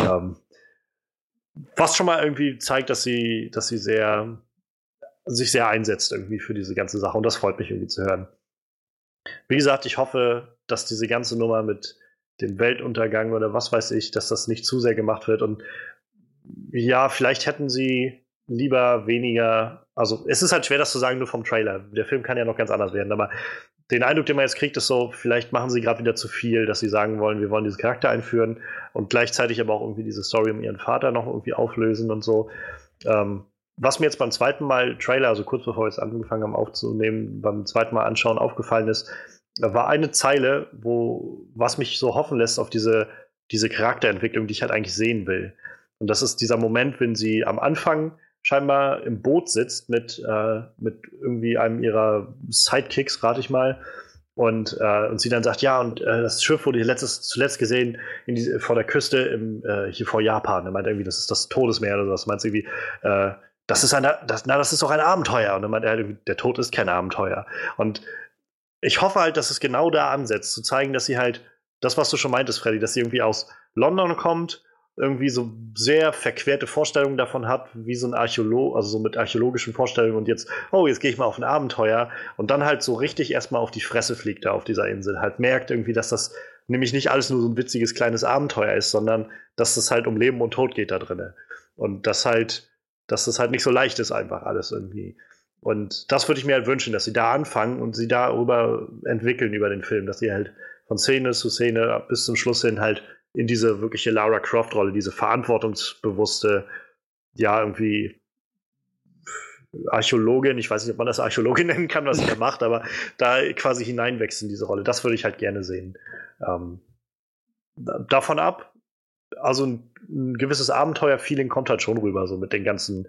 Was schon mal irgendwie zeigt, dass sie sich sehr einsetzt irgendwie für diese ganze Sache. Und das freut mich irgendwie zu hören. Wie gesagt, ich hoffe, dass diese ganze Nummer mit dem Weltuntergang oder was weiß ich, dass das nicht zu sehr gemacht wird. Und ja, vielleicht hätten sie lieber weniger, also es ist halt schwer, das zu sagen, nur vom Trailer. Der Film kann ja noch ganz anders werden, aber den Eindruck, den man jetzt kriegt, ist so, vielleicht machen sie gerade wieder zu viel, dass sie sagen wollen, wir wollen diesen Charakter einführen und gleichzeitig aber auch irgendwie diese Story um ihren Vater noch irgendwie auflösen und so. Was mir jetzt beim zweiten Mal Trailer, also kurz bevor wir jetzt angefangen haben aufzunehmen, beim zweiten Mal anschauen aufgefallen ist, war eine Zeile, was mich so hoffen lässt auf diese Charakterentwicklung, die ich halt eigentlich sehen will. Und das ist dieser Moment, wenn sie am Anfang scheinbar im Boot sitzt mit irgendwie einem ihrer Sidekicks, rate ich mal, und sie dann sagt, ja, und das Schiff wurde zuletzt gesehen vor der Küste hier vor Japan. Er meint irgendwie, das ist das Todesmeer oder sowas. Meint irgendwie, das ist doch ein Abenteuer. Und dann meint er halt, der Tod ist kein Abenteuer. Und ich hoffe halt, dass es genau da ansetzt, zu zeigen, dass sie halt, das, was du schon meintest, Freddy, dass sie irgendwie aus London kommt, irgendwie so sehr verquerte Vorstellungen davon hat, wie so ein Archäolog, also so mit archäologischen Vorstellungen und jetzt gehe ich mal auf ein Abenteuer und dann halt so richtig erstmal auf die Fresse fliegt da auf dieser Insel. Halt merkt irgendwie, dass das nämlich nicht alles nur so ein witziges kleines Abenteuer ist, sondern dass es halt um Leben und Tod geht da drin. Und dass das halt nicht so leicht ist einfach alles irgendwie. Und das würde ich mir halt wünschen, dass sie da anfangen und sie darüber entwickeln über den Film, dass sie halt von Szene zu Szene bis zum Schluss hin halt in diese wirkliche Lara Croft-Rolle, diese verantwortungsbewusste, ja, irgendwie Archäologin, ich weiß nicht, ob man das Archäologin nennen kann, was sie da macht, aber da quasi hineinwächst in diese Rolle. Das würde ich halt gerne sehen. Davon ab, also ein gewisses Abenteuer-Feeling kommt halt schon rüber, so mit den ganzen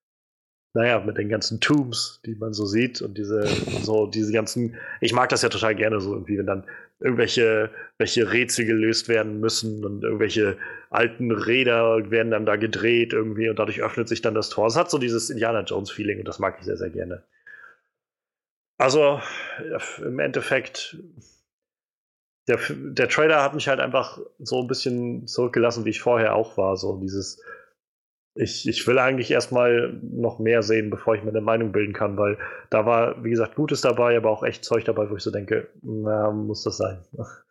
Tombs, die man so sieht und diese ganzen, ich mag das ja total gerne so irgendwie, wenn dann welche Rätsel gelöst werden müssen und irgendwelche alten Räder werden dann da gedreht irgendwie und dadurch öffnet sich dann das Tor. Es hat so dieses Indiana Jones Feeling und das mag ich sehr, sehr gerne. Also im Endeffekt, der Trailer hat mich halt einfach so ein bisschen zurückgelassen, wie ich vorher auch war, so dieses Ich will eigentlich erstmal noch mehr sehen, bevor ich mir eine Meinung bilden kann, weil da war, wie gesagt, Gutes dabei, aber auch echt Zeug dabei, wo ich so denke, na, muss das sein.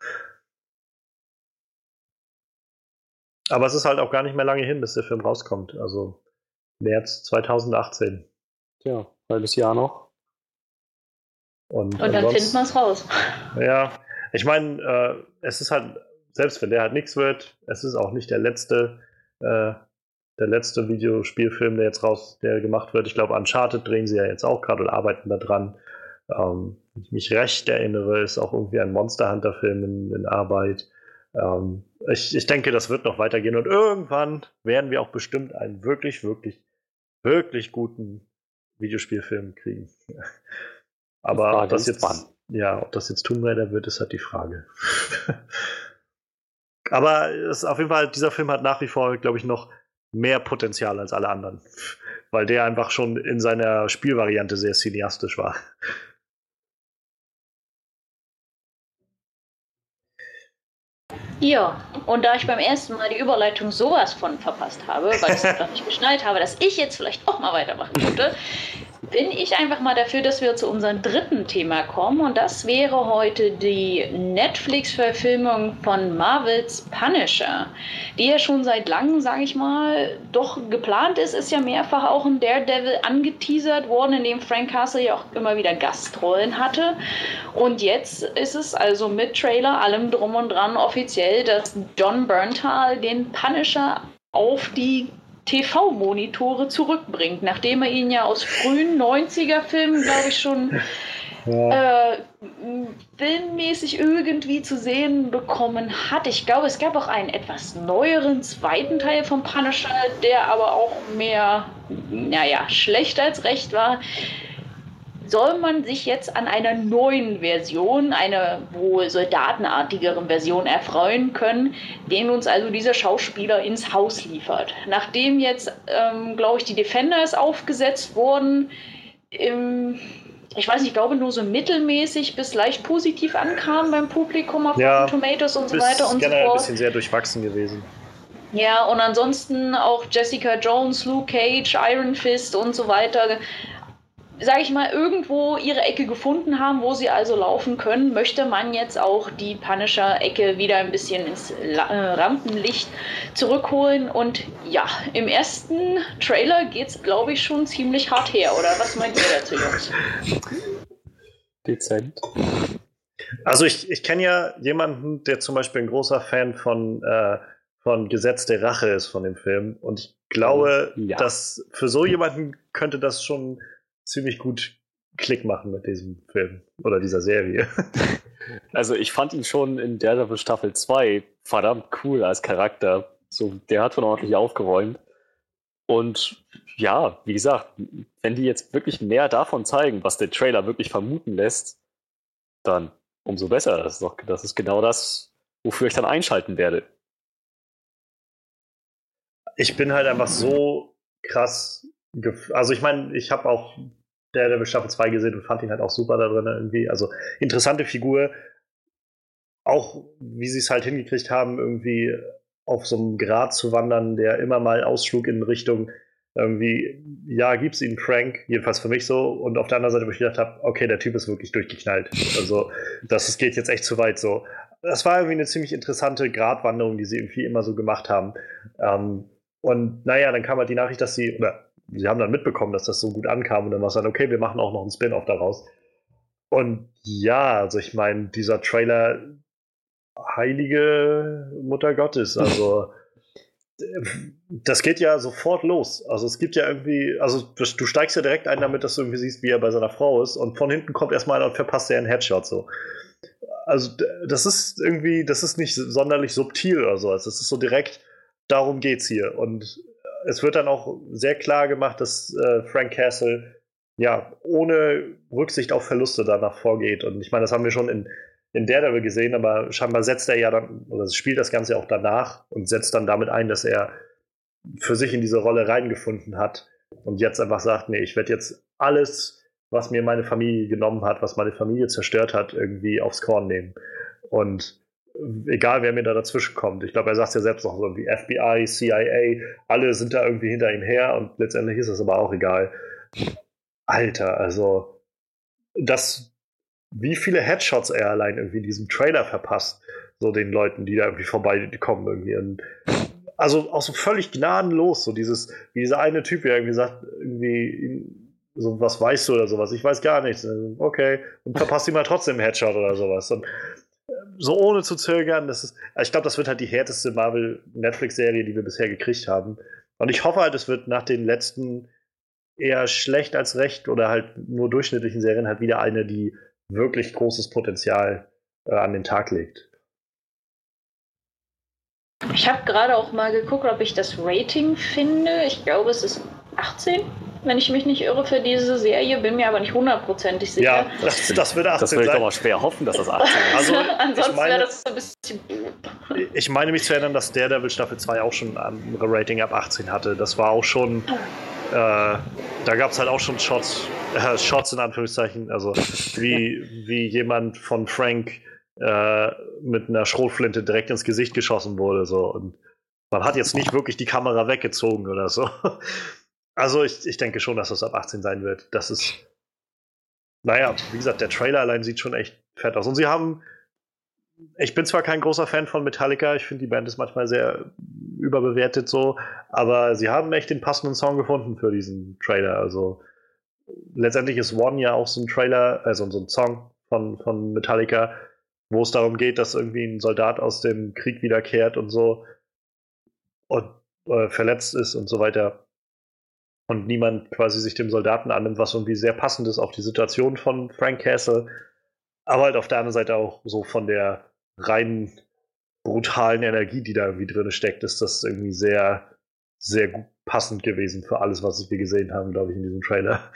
Aber es ist halt auch gar nicht mehr lange hin, bis der Film rauskommt. Also März 2018. Ja, halbes Jahr noch. Und dann finden wir es raus. Ja, ich meine, es ist halt, selbst wenn der halt nichts wird, es ist auch nicht der letzte Videospielfilm, der gemacht wird. Ich glaube, Uncharted drehen sie ja jetzt auch gerade oder arbeiten da dran. Wenn ich mich recht erinnere, ist auch irgendwie ein Monster Hunter-Film in Arbeit. Ich denke, das wird noch weitergehen und irgendwann werden wir auch bestimmt einen wirklich, wirklich, wirklich guten Videospielfilm kriegen. Aber ob das jetzt Tomb Raider wird, ist halt die Frage. Aber auf jeden Fall, dieser Film hat nach wie vor, glaube ich, noch mehr Potenzial als alle anderen. Weil der einfach schon in seiner Spielvariante sehr cineastisch war. Ja, und da ich beim ersten Mal die Überleitung sowas von verpasst habe, weil ich es noch nicht geschnallt habe, dass ich jetzt vielleicht auch mal weitermachen könnte, bin ich einfach mal dafür, dass wir zu unserem dritten Thema kommen. Und das wäre heute die Netflix-Verfilmung von Marvels Punisher, die ja schon seit langem, sage ich mal, doch geplant ist ja mehrfach auch in Daredevil angeteasert worden, in dem Frank Castle ja auch immer wieder Gastrollen hatte. Und jetzt ist es also mit Trailer, allem drum und dran offiziell, dass Jon Bernthal den Punisher auf die TV-Monitore zurückbringt, nachdem er ihn ja aus frühen 90er-Filmen, glaube ich, schon filmmäßig irgendwie zu sehen bekommen hat. Ich glaube, es gab auch einen etwas neueren zweiten Teil von Punisher, der aber auch mehr, schlecht als recht war. Soll man sich jetzt an einer neuen Version, einer wohl soldatenartigeren Version erfreuen können, den uns also dieser Schauspieler ins Haus liefert. Nachdem jetzt, glaube ich, die Defenders aufgesetzt wurden, ich weiß nicht, ich glaube nur so mittelmäßig bis leicht positiv ankamen beim Publikum auf Rotten Tomatoes und so weiter und so fort. Ein bisschen sehr durchwachsen gewesen. Ja, und ansonsten auch Jessica Jones, Luke Cage, Iron Fist und so weiter, sage ich mal, irgendwo ihre Ecke gefunden haben, wo sie also laufen können, möchte man jetzt auch die Punisher-Ecke wieder ein bisschen ins Rampenlicht zurückholen. Und ja, im ersten Trailer geht's, glaube ich, schon ziemlich hart her, oder? Was meint ihr dazu, Jungs? Dezent. Also ich kenne ja jemanden, der zum Beispiel ein großer Fan von Gesetz der Rache ist, von dem Film. Und ich glaube, dass für so jemanden könnte das schon ziemlich gut Klick machen mit diesem Film oder dieser Serie. Also ich fand ihn schon in Daredevil Staffel 2 verdammt cool als Charakter. So, der hat schon ordentlich aufgeräumt. Und ja, wie gesagt, wenn die jetzt wirklich mehr davon zeigen, was der Trailer wirklich vermuten lässt, dann umso besser. Das ist genau das, wofür ich dann einschalten werde. Ich bin halt einfach so krass. Also ich meine, ich habe auch Daredevil Staffel 2 gesehen und fand ihn halt auch super da drin irgendwie. Also interessante Figur. Auch wie sie es halt hingekriegt haben, irgendwie auf so einem Grat zu wandern, der immer mal ausschlug in Richtung irgendwie, ja, gib's ihm Frank, jedenfalls für mich so. Und auf der anderen Seite, wo ich gedacht habe, okay, der Typ ist wirklich durchgeknallt. Also das geht jetzt echt zu weit so. Das war irgendwie eine ziemlich interessante Gratwanderung, die sie irgendwie immer so gemacht haben. Und naja, dann kam halt die Nachricht, dass sie haben dann mitbekommen, dass das so gut ankam und dann war es dann, okay, wir machen auch noch einen Spin-Off daraus. Und ja, also ich meine, dieser Trailer, heilige Mutter Gottes, also das geht ja sofort los. Also es gibt ja irgendwie, also du steigst ja direkt ein damit, dass du irgendwie siehst, wie er bei seiner Frau ist und von hinten kommt erstmal einer und verpasst dir einen Headshot so. Also das ist irgendwie, das ist nicht sonderlich subtil oder so. Also es ist so direkt, darum geht's hier. Und es wird dann auch sehr klar gemacht, dass Frank Castle ja ohne Rücksicht auf Verluste danach vorgeht. Und ich meine, das haben wir schon in Daredevil gesehen, aber scheinbar setzt er ja dann, oder spielt das Ganze auch danach und setzt dann damit ein, dass er für sich in diese Rolle reingefunden hat und jetzt einfach sagt, nee, ich werde jetzt alles, was mir meine Familie genommen hat, was meine Familie zerstört hat, irgendwie aufs Korn nehmen. Und egal, wer mir da dazwischen kommt. Ich glaube, er sagt ja selbst noch so irgendwie FBI, CIA, alle sind da irgendwie hinter ihm her und letztendlich ist es aber auch egal. Alter, also wie viele Headshots er allein irgendwie diesem Trailer verpasst, so den Leuten, die da irgendwie vorbeikommen irgendwie. Und also auch so völlig gnadenlos, so wie dieser eine Typ, der irgendwie sagt, irgendwie so, was weißt du oder sowas, ich weiß gar nichts. Okay, und verpasst ihm mal trotzdem einen Headshot oder sowas. Und so ohne zu zögern, ich glaube, das wird halt die härteste Marvel-Netflix-Serie, die wir bisher gekriegt haben. Und ich hoffe halt, es wird nach den letzten eher schlecht als recht oder halt nur durchschnittlichen Serien halt wieder eine, die wirklich großes Potenzial an den Tag legt. Ich habe gerade auch mal geguckt, ob ich das Rating finde. Ich glaube, es ist 18, wenn ich mich nicht irre, für diese Serie. Bin mir aber nicht hundertprozentig sicher. Ja, das wird 18 das will ich doch mal schwer hoffen, dass das 18 ist. Also, ansonsten wäre das so ein bisschen... Ich meine mich zu erinnern, dass Daredevil Staffel 2 auch schon ein Rating ab 18 hatte. Das war auch schon... da gab es halt auch schon Shots in Anführungszeichen, also wie jemand von Frank mit einer Schrotflinte direkt ins Gesicht geschossen wurde. So. Und man hat jetzt nicht wirklich die Kamera weggezogen oder so. Also ich denke schon, dass das ab 18 sein wird. Das ist, naja, wie gesagt, der Trailer allein sieht schon echt fett aus. Und sie haben, ich bin zwar kein großer Fan von Metallica, ich finde die Band ist manchmal sehr überbewertet so, aber sie haben echt den passenden Song gefunden für diesen Trailer. Also letztendlich ist One ja auch so ein Trailer, also so ein Song von Metallica, wo es darum geht, dass irgendwie ein Soldat aus dem Krieg wiederkehrt und so und verletzt ist und so weiter. Und niemand quasi sich dem Soldaten annimmt, was irgendwie sehr passend ist auf die Situation von Frank Castle. Aber halt auf der anderen Seite auch so von der rein brutalen Energie, die da irgendwie drin steckt, ist das irgendwie sehr, sehr gut passend gewesen für alles, was wir gesehen haben, glaube ich, in diesem Trailer.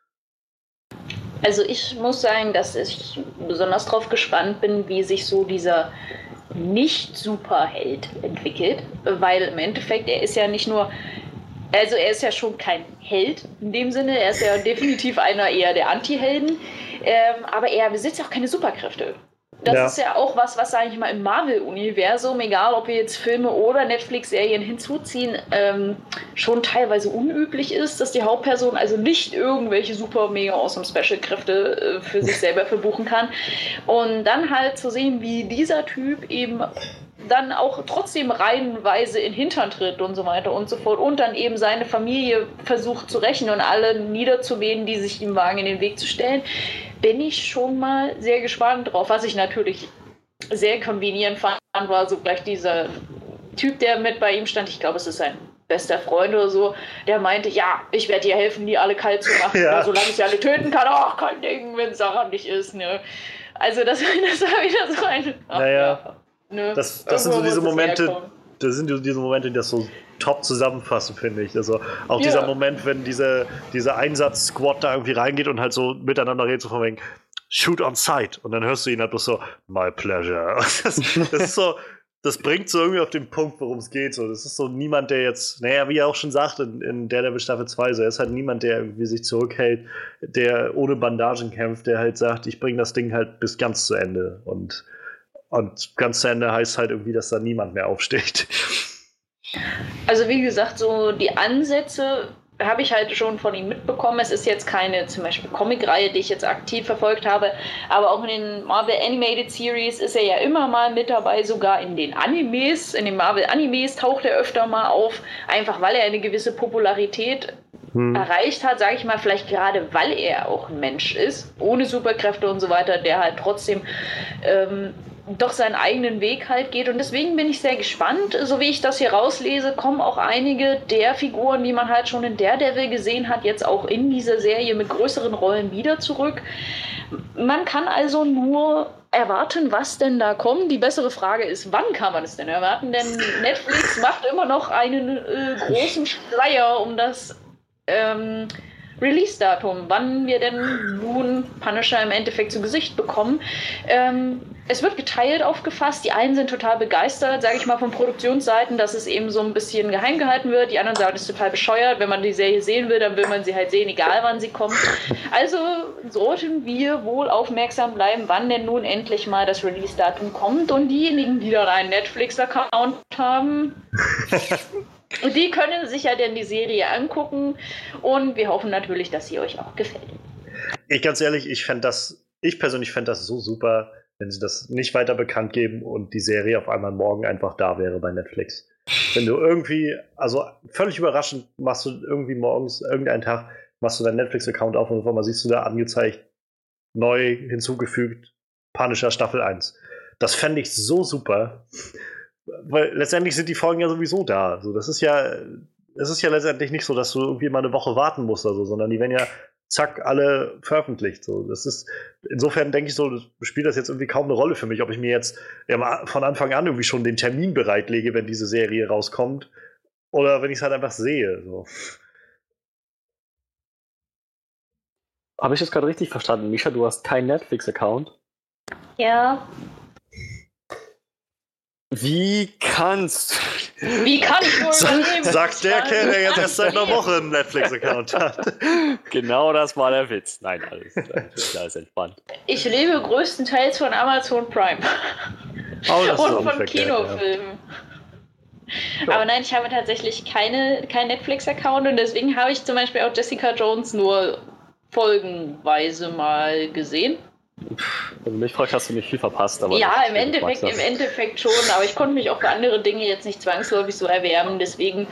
Also ich muss sagen, dass ich besonders drauf gespannt bin, wie sich so dieser Nicht-Superheld entwickelt, weil im Endeffekt er ist ja nicht nur, also er ist ja schon kein Held in dem Sinne, er ist ja definitiv einer eher der Anti-Helden, aber er besitzt ja auch keine Superkräfte. Das ist ja auch was sage ich mal, im Marvel-Universum, egal ob wir jetzt Filme oder Netflix-Serien hinzuziehen, schon teilweise unüblich ist, dass die Hauptperson also nicht irgendwelche super mega awesome Special-Kräfte für sich selber verbuchen kann. Und dann halt zu sehen, wie dieser Typ eben dann auch trotzdem reihenweise in den Hintern tritt und so weiter und so fort und dann eben seine Familie versucht zu rächen und alle niederzumähen, die sich ihm wagen, in den Weg zu stellen, bin ich schon mal sehr gespannt drauf. Was ich natürlich sehr konvenient fand, war so gleich dieser Typ, der mit bei ihm stand, ich glaube, es ist sein bester Freund oder so, der meinte, ja, ich werde dir helfen, die alle kalt zu machen, solange ich sie alle töten kann, ach, kein Ding, wenn es daran nicht ist, ne. Also das war wieder so ein... Ne? Das sind so diese Momente, die das so top zusammenfassen, finde ich. Also auch dieser Moment, wenn dieser Einsatz-Squad da irgendwie reingeht und halt so miteinander redet, so von wegen Shoot on sight. Und dann hörst du ihn halt bloß so, my pleasure. Das ist so, das bringt so irgendwie auf den Punkt, worum es geht. So. Das ist so niemand, der jetzt, naja, wie er auch schon sagt in Daredevil Staffel 2, so, er ist halt niemand, der irgendwie sich zurückhält, der ohne Bandagen kämpft, der halt sagt, ich bringe das Ding halt bis ganz zu Ende. Und ganz zu Ende heißt halt irgendwie, dass da niemand mehr aufsteht. Also wie gesagt, so die Ansätze habe ich halt schon von ihm mitbekommen. Es ist jetzt keine zum Beispiel Comicreihe, die ich jetzt aktiv verfolgt habe, aber auch in den Marvel Animated Series ist er ja immer mal mit dabei, sogar in den Animes, in den Marvel Animes taucht er öfter mal auf, einfach weil er eine gewisse Popularität erreicht hat, sage ich mal, vielleicht gerade weil er auch ein Mensch ist, ohne Superkräfte und so weiter, der halt trotzdem doch seinen eigenen Weg halt geht. Und deswegen bin ich sehr gespannt. So wie ich das hier rauslese, kommen auch einige der Figuren, die man halt schon in Daredevil gesehen hat, jetzt auch in dieser Serie mit größeren Rollen wieder zurück. Man kann also nur erwarten, was denn da kommt. Die bessere Frage ist, wann kann man es denn erwarten? Denn Netflix macht immer noch einen großen Schleier um das Release-Datum, wann wir denn nun Punisher im Endeffekt zu Gesicht bekommen. Es wird geteilt aufgefasst. Die einen sind total begeistert, sage ich mal, von Produktionsseiten, dass es eben so ein bisschen geheim gehalten wird. Die anderen sagen, es ist total bescheuert. Wenn man die Serie sehen will, dann will man sie halt sehen, egal wann sie kommt. Also sollten wir wohl aufmerksam bleiben, wann denn nun endlich mal das Release-Datum kommt. Und diejenigen, die dann einen Netflix-Account haben... Und die können sich ja dann die Serie angucken und wir hoffen natürlich, dass sie euch auch gefällt. Ganz ehrlich, ich persönlich fände das so super, wenn sie das nicht weiter bekannt geben und die Serie auf einmal morgen einfach da wäre bei Netflix. Wenn du irgendwie, also völlig überraschend, machst du irgendwie morgens, irgendeinen Tag, machst du deinen Netflix-Account auf und auf einmal siehst du da angezeigt, neu hinzugefügt, Punisher Staffel 1. Das fände ich so super. Weil letztendlich sind die Folgen ja sowieso da. Also das ist ja letztendlich nicht so, dass du irgendwie mal eine Woche warten musst oder so, sondern die werden ja zack alle veröffentlicht. So, das ist insofern denke ich so, das spielt das jetzt irgendwie kaum eine Rolle für mich, ob ich mir jetzt von Anfang an irgendwie schon den Termin bereitlege, wenn diese Serie rauskommt, oder wenn ich es halt einfach sehe. So. Habe ich das gerade richtig verstanden? Misha, du hast keinen Netflix-Account? Ja. Wie kannst du? Wie kann ich nur überleben? Sagt der Kerl, der jetzt erst seit einer Woche einen Netflix-Account hat. Genau das war der Witz. Nein, alles entspannt. Ich lebe größtenteils von Amazon Prime. Oh, das und von Kinofilmen. Ja. Aber nein, ich habe tatsächlich keinen Netflix-Account und deswegen habe ich zum Beispiel auch Jessica Jones nur folgenweise mal gesehen. Also mich fragt, hast du nicht viel verpasst. Aber ja, im Endeffekt schon, aber ich konnte mich auch für andere Dinge jetzt nicht zwangsläufig so erwärmen, deswegen,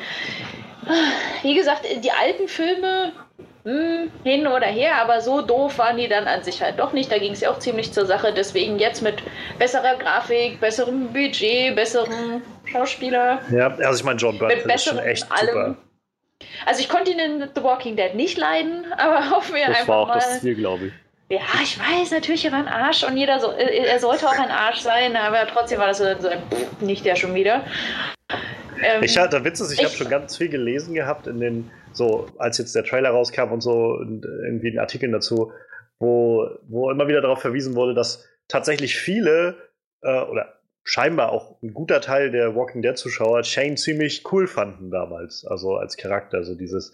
wie gesagt, die alten Filme, hin oder her, aber so doof waren die dann an sich halt doch nicht, da ging es ja auch ziemlich zur Sache, deswegen jetzt mit besserer Grafik, besserem Budget, besseren Schauspieler. Ja, also ich meine, John Bernthal ist schon echt super. Also ich konnte ihn in The Walking Dead nicht leiden, aber hoffen wir einfach mal. Das war auch das Ziel, glaube ich. Ja, ich weiß, natürlich, er war ein Arsch und er sollte auch ein Arsch sein, aber trotzdem war das so ein nicht der schon wieder. Ich habe schon ganz viel gelesen gehabt in den, so als jetzt der Trailer rauskam und so und irgendwie einen Artikel dazu, wo immer wieder darauf verwiesen wurde, dass tatsächlich viele oder scheinbar auch ein guter Teil der Walking Dead Zuschauer Shane ziemlich cool fanden damals, also als Charakter, so dieses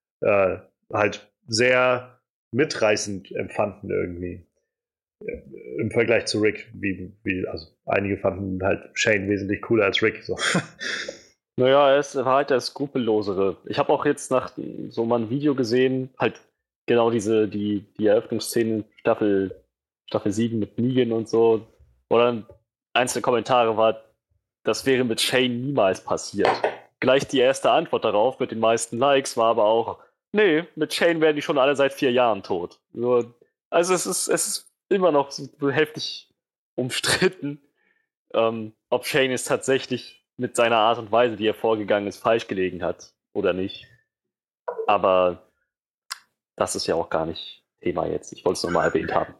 halt sehr mitreißend empfanden irgendwie. Im Vergleich zu Rick, also einige fanden halt Shane wesentlich cooler als Rick. So. Naja, er war halt der Skrupellosere. Ich habe auch jetzt nach so mal ein Video gesehen, halt genau die Eröffnungsszene Staffel 7 mit Negan und so, wo dann eins der Kommentare war, das wäre mit Shane niemals passiert. Gleich die erste Antwort darauf mit den meisten Likes war aber auch, nee, mit Shane werden die schon alle seit 4 Jahren tot. Also es ist immer noch so heftig umstritten, ob Shane es tatsächlich mit seiner Art und Weise, wie er vorgegangen ist, falsch gelegen hat oder nicht. Aber das ist ja auch gar nicht Thema jetzt. Ich wollte es nochmal erwähnt haben.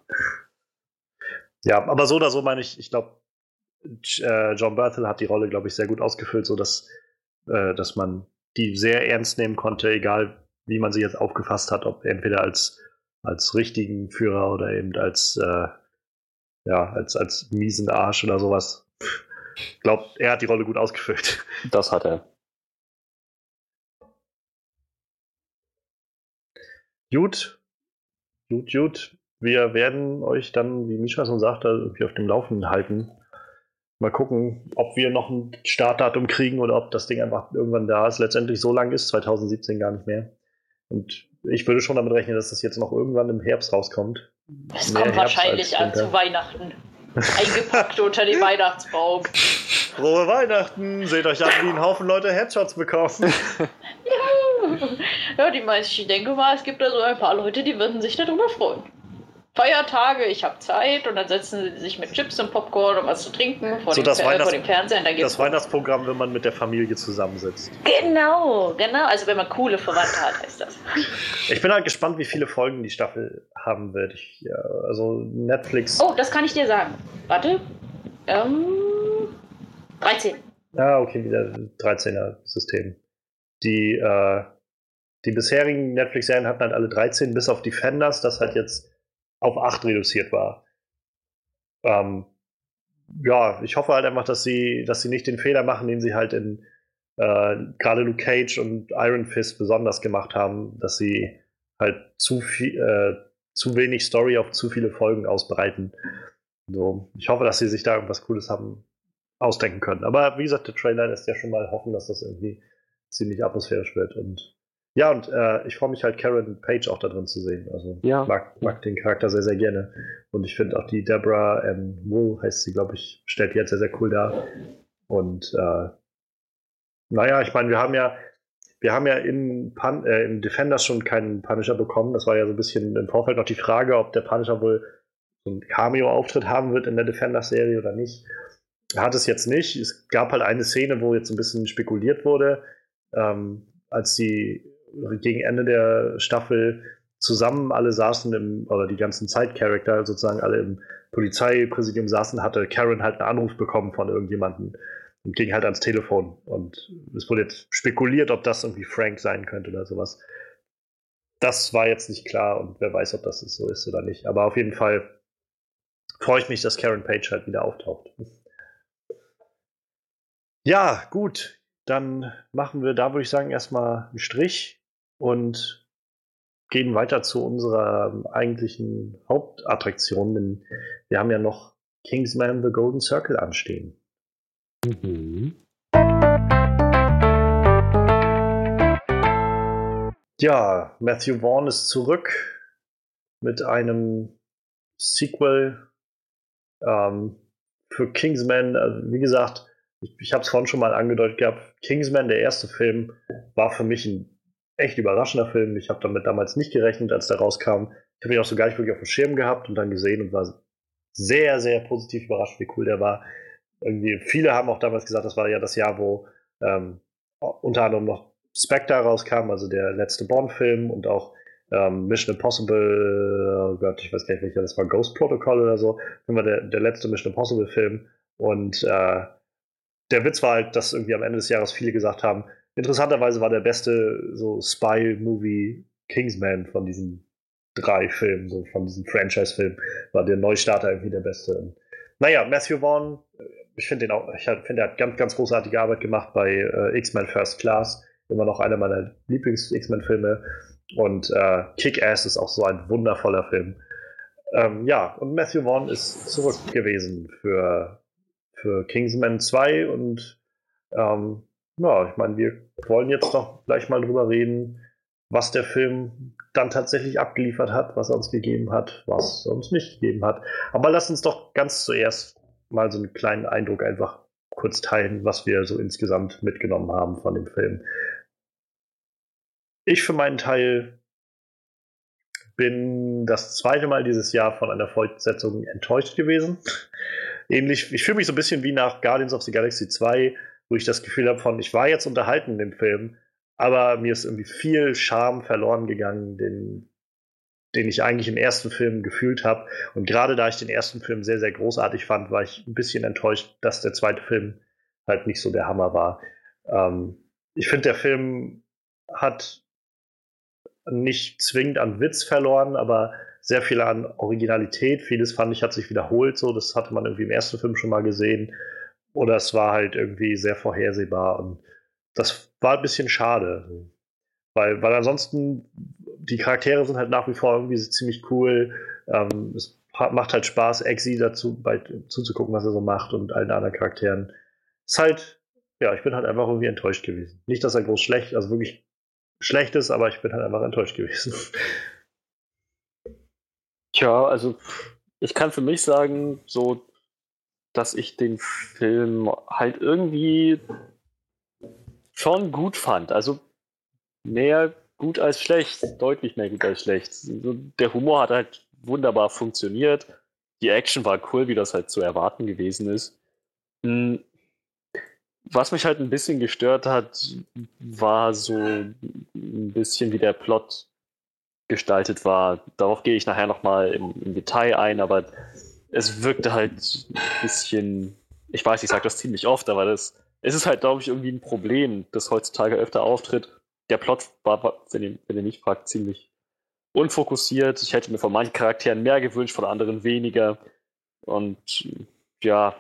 Ja, aber so oder so meine ich glaube, John Bernthal hat die Rolle, glaube ich, sehr gut ausgefüllt, sodass dass man die sehr ernst nehmen konnte, egal wie man sie jetzt aufgefasst hat, ob entweder als richtigen Führer oder eben als miesen Arsch oder sowas. Ich glaube, er hat die Rolle gut ausgefüllt. Das hat er. Gut. Wir werden euch dann, wie Mischa schon sagte, irgendwie auf dem Laufenden halten. Mal gucken, ob wir noch ein Startdatum kriegen oder ob das Ding einfach irgendwann da ist. Letztendlich so lang ist 2017 gar nicht mehr. Und ich würde schon damit rechnen, dass das jetzt noch irgendwann im Herbst rauskommt. Es kommt wahrscheinlich zu Weihnachten. Eingepackt unter dem Weihnachtsbaum. Frohe Weihnachten! Seht euch an, wie ein Haufen Leute Headshots bekommen. Ja, ich denke mal, es gibt da so ein paar Leute, die würden sich darüber freuen. Feiertage, ich habe Zeit und dann setzen sie sich mit Chips und Popcorn und was zu trinken vor dem Fernseher. Das Weihnachtsprogramm, wenn man mit der Familie zusammensitzt. Genau. Also wenn man coole Verwandte hat, heißt das. Ich bin halt gespannt, wie viele Folgen die Staffel haben wird. Also Netflix... Oh, das kann ich dir sagen. Warte. 13. Ah, okay, wieder 13er-System. Die bisherigen Netflix-Serien hatten halt alle 13, bis auf Defenders, das halt jetzt auf 8 reduziert war. Ich hoffe halt einfach, dass sie nicht den Fehler machen, den sie halt in gerade Luke Cage und Iron Fist besonders gemacht haben, dass sie halt zu wenig Story auf zu viele Folgen ausbreiten. So, ich hoffe, dass sie sich da irgendwas Cooles haben ausdenken können. Aber wie gesagt, der Trailer lässt ja schon mal hoffen, dass das irgendwie ziemlich atmosphärisch wird. Und ich freue mich halt, Karen Page auch da drin zu sehen. Also mag den Charakter sehr, sehr gerne. Und ich finde auch die Deborah Wool, heißt sie, glaube ich, stellt die jetzt sehr, sehr cool dar. Und ich meine, wir haben ja in Defenders schon keinen Punisher bekommen. Das war ja so ein bisschen im Vorfeld noch die Frage, ob der Punisher wohl so einen Cameo-Auftritt haben wird in der Defenders-Serie oder nicht. Er hat es jetzt nicht. Es gab halt eine Szene, wo jetzt ein bisschen spekuliert wurde, als sie gegen Ende der Staffel zusammen alle saßen, oder die ganzen Side-Character sozusagen alle im Polizeipräsidium saßen, hatte Karen halt einen Anruf bekommen von irgendjemandem und ging halt ans Telefon. Und es wurde jetzt spekuliert, ob das irgendwie Frank sein könnte oder sowas. Das war jetzt nicht klar und wer weiß, ob das so ist oder nicht. Aber auf jeden Fall freue ich mich, dass Karen Page halt wieder auftaucht. Ja, gut. Dann machen wir da, würde ich sagen, erstmal einen Strich und gehen weiter zu unserer eigentlichen Hauptattraktion, denn wir haben ja noch Kingsman The Golden Circle anstehen. Mhm. Ja, Matthew Vaughn ist zurück mit einem Sequel für Kingsman. Also, wie gesagt, ich habe es vorhin schon mal angedeutet gehabt, Kingsman, der erste Film, war für mich ein echt überraschender Film. Ich habe damit damals nicht gerechnet, als der rauskam. Ich habe ihn auch so gar nicht wirklich auf dem Schirm gehabt und dann gesehen und war sehr, sehr positiv überrascht, wie cool der war. Irgendwie, viele haben auch damals gesagt, das war ja das Jahr, wo unter anderem noch Spectre rauskam, also der letzte Bond-Film, und auch Mission Impossible, oh Gott, ich weiß gar nicht welcher, das war Ghost Protocol oder so, das war der letzte Mission Impossible-Film. Und der Witz war halt, dass irgendwie am Ende des Jahres viele gesagt haben, interessanterweise war der beste so Spy-Movie Kingsman von diesen 3 Filmen, so von diesen Franchise-Filmen, war der Neustarter irgendwie der beste. Und, naja, Matthew Vaughn, ich finde er hat ganz, ganz großartige Arbeit gemacht bei X-Men First Class, immer noch einer meiner Lieblings-X-Men-Filme, und Kick-Ass ist auch so ein wundervoller Film. Ja, und Matthew Vaughn ist zurück gewesen für Kingsman 2 und ja, ich meine, wir wollen jetzt doch gleich mal drüber reden, was der Film dann tatsächlich abgeliefert hat, was er uns gegeben hat, was er uns nicht gegeben hat. Aber lass uns doch ganz zuerst mal so einen kleinen Eindruck einfach kurz teilen, was wir so insgesamt mitgenommen haben von dem Film. Ich für meinen Teil bin das zweite Mal dieses Jahr von einer Fortsetzung enttäuscht gewesen. Ähnlich, ich fühle mich so ein bisschen wie nach Guardians of the Galaxy 2, wo ich das Gefühl habe ich war jetzt unterhalten in dem Film, aber mir ist irgendwie viel Charme verloren gegangen, den ich eigentlich im ersten Film gefühlt habe. Und gerade da ich den ersten Film sehr, sehr großartig fand, war ich ein bisschen enttäuscht, dass der zweite Film halt nicht so der Hammer war. Ich finde, der Film hat nicht zwingend an Witz verloren, aber sehr viel an Originalität. Vieles, fand ich, hat sich wiederholt. So, das hatte man irgendwie im ersten Film schon mal gesehen. Oder es war halt irgendwie sehr vorhersehbar. Und das war ein bisschen schade. Weil ansonsten, die Charaktere sind halt nach wie vor irgendwie ziemlich cool. Es macht halt Spaß, Eggsy dazu zuzugucken, was er so macht, und allen anderen Charakteren. Ist halt, ja, ich bin halt einfach irgendwie enttäuscht gewesen. Nicht, dass er also wirklich schlecht ist, aber ich bin halt einfach enttäuscht gewesen. Tja, also ich kann für mich sagen, so, dass ich den Film halt irgendwie schon gut fand. Also mehr gut als schlecht, deutlich mehr gut als schlecht. Der Humor hat halt wunderbar funktioniert. Die Action war cool, wie das halt zu erwarten gewesen ist. Was mich halt ein bisschen gestört hat, war so ein bisschen, wie der Plot gestaltet war. Darauf gehe ich nachher nochmal im Detail ein, aber es wirkte halt ein bisschen, ich weiß, ich sage das ziemlich oft, aber es ist halt, glaube ich, irgendwie ein Problem, das heutzutage öfter auftritt. Der Plot war, wenn ihr mich fragt, ziemlich unfokussiert. Ich hätte mir von manchen Charakteren mehr gewünscht, von anderen weniger. Und ja,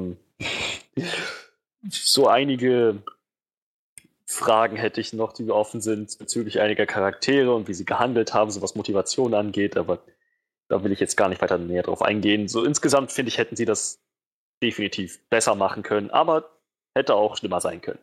so einige Fragen hätte ich noch, die offen sind bezüglich einiger Charaktere und wie sie gehandelt haben, so was Motivation angeht, aber da will ich jetzt gar nicht weiter näher drauf eingehen. So insgesamt, finde ich, hätten sie das definitiv besser machen können, aber hätte auch schlimmer sein können.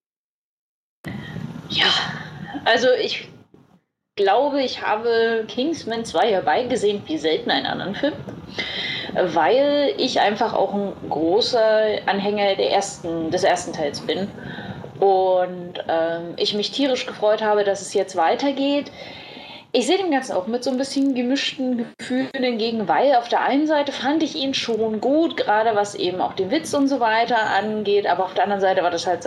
Ja, also ich glaube, ich habe Kingsman 2 herbeigesehen wie selten einen anderen Film, weil ich einfach auch ein großer Anhänger des ersten Teils bin und ich mich tierisch gefreut habe, dass es jetzt weitergeht. Ich sehe dem Ganzen auch mit so ein bisschen gemischten Gefühlen entgegen, weil auf der einen Seite fand ich ihn schon gut, gerade was eben auch den Witz und so weiter angeht, aber auf der anderen Seite war das halt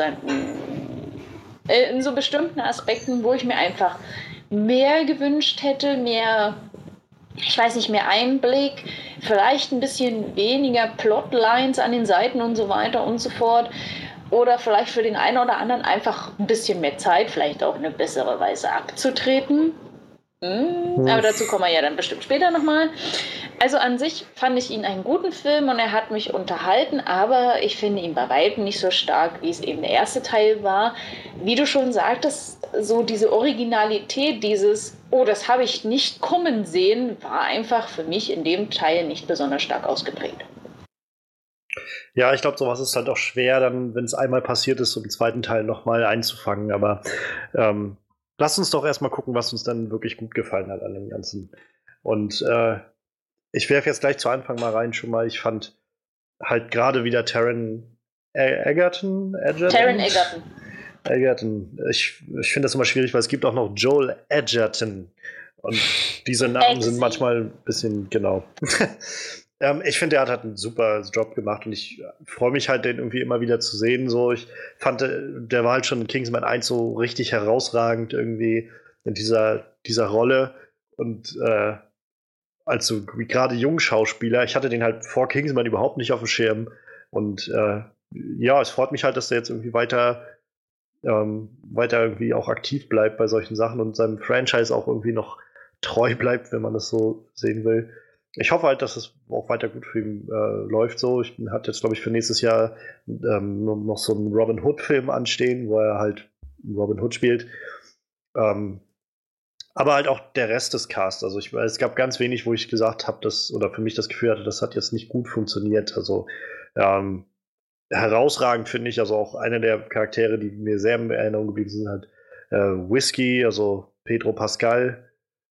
in so bestimmten Aspekten, wo ich mir einfach mehr gewünscht hätte, mehr Einblick, vielleicht ein bisschen weniger Plotlines an den Seiten und so weiter und so fort. Oder vielleicht für den einen oder anderen einfach ein bisschen mehr Zeit, vielleicht auch eine bessere Weise abzutreten. Aber dazu kommen wir ja dann bestimmt später nochmal. Also an sich fand ich ihn einen guten Film und er hat mich unterhalten, aber ich finde ihn bei weitem nicht so stark, wie es eben der erste Teil war. Wie du schon sagtest, so diese Originalität, das habe ich nicht kommen sehen, war einfach für mich in dem Teil nicht besonders stark ausgeprägt. Ja, ich glaube, sowas ist halt auch schwer, dann, wenn es einmal passiert ist, so im zweiten Teil nochmal einzufangen. Aber lass uns doch erstmal gucken, was uns dann wirklich gut gefallen hat an dem Ganzen. Und ich werfe jetzt gleich zu Anfang mal rein schon mal. Ich fand halt gerade wieder Taron Egerton. Ich finde das immer schwierig, weil es gibt auch noch Joel Edgerton. Und diese Namen sind manchmal ein bisschen, genau. Ich finde, er hat halt einen super Job gemacht und ich freue mich halt, den irgendwie immer wieder zu sehen. So, ich fand, der war halt schon in Kingsman 1 so richtig herausragend irgendwie in dieser Rolle. Und als so gerade Jungschauspieler, ich hatte den halt vor Kingsman überhaupt nicht auf dem Schirm. Und ja, es freut mich halt, dass der jetzt irgendwie weiter irgendwie auch aktiv bleibt bei solchen Sachen und seinem Franchise auch irgendwie noch treu bleibt, wenn man das so sehen will. Ich hoffe halt, dass es auch weiter gut für ihn läuft so. Ich hatte jetzt, glaube ich, für nächstes Jahr noch so einen Robin Hood-Film anstehen, wo er halt Robin Hood spielt. Aber halt auch der Rest des Casts. Also es gab ganz wenig, wo ich gesagt habe, oder für mich das Gefühl hatte, das hat jetzt nicht gut funktioniert. Also herausragend finde ich, also auch einer der Charaktere, die mir sehr in Erinnerung geblieben sind, halt Whiskey, also Pedro Pascal,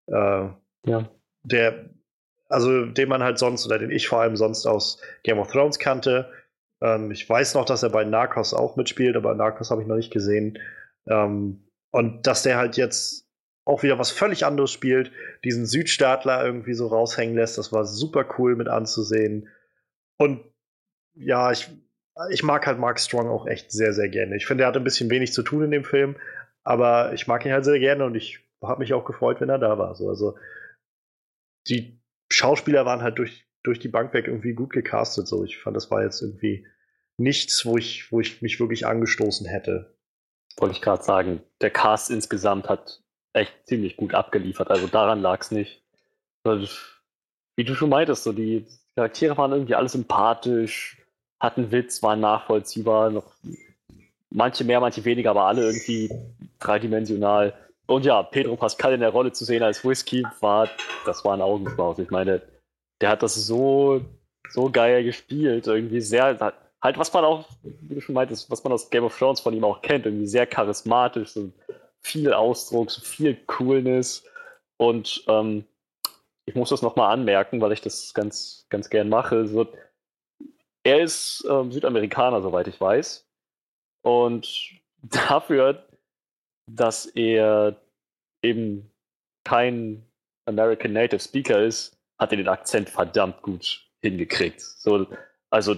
den man halt sonst, oder den ich vor allem sonst aus Game of Thrones kannte. Ich weiß noch, dass er bei Narcos auch mitspielt, aber Narcos habe ich noch nicht gesehen. Und dass der halt jetzt auch wieder was völlig anderes spielt, diesen Südstaatler irgendwie so raushängen lässt, das war super cool mit anzusehen. Und ja, ich mag halt Mark Strong auch echt sehr, sehr gerne. Ich finde, er hatte ein bisschen wenig zu tun in dem Film, aber ich mag ihn halt sehr gerne und ich habe mich auch gefreut, wenn er da war. So, also die Schauspieler waren halt durch die Bank weg irgendwie gut gecastet. So. Ich fand, das war jetzt irgendwie nichts, wo ich mich wirklich angestoßen hätte. Wollte ich gerade sagen, der Cast insgesamt hat echt ziemlich gut abgeliefert. Also daran lag es nicht. Wie du schon meintest, so die Charaktere waren irgendwie alle sympathisch, hatten Witz, waren nachvollziehbar, noch manche mehr, manche weniger, aber alle irgendwie dreidimensional. Und ja, Pedro Pascal in der Rolle zu sehen als Whiskey, das war ein Augenschmaus. Ich meine, der hat das so geil gespielt, irgendwie sehr, halt was man auch, wie du schon meintest, was man aus Game of Thrones von ihm auch kennt, irgendwie sehr charismatisch, so viel Ausdruck, so viel Coolness und ich muss das nochmal anmerken, weil ich das ganz, ganz gern mache. So, er ist Südamerikaner, soweit ich weiß. Und dafür, dass er eben kein American Native Speaker ist, hat er den Akzent verdammt gut hingekriegt. So, also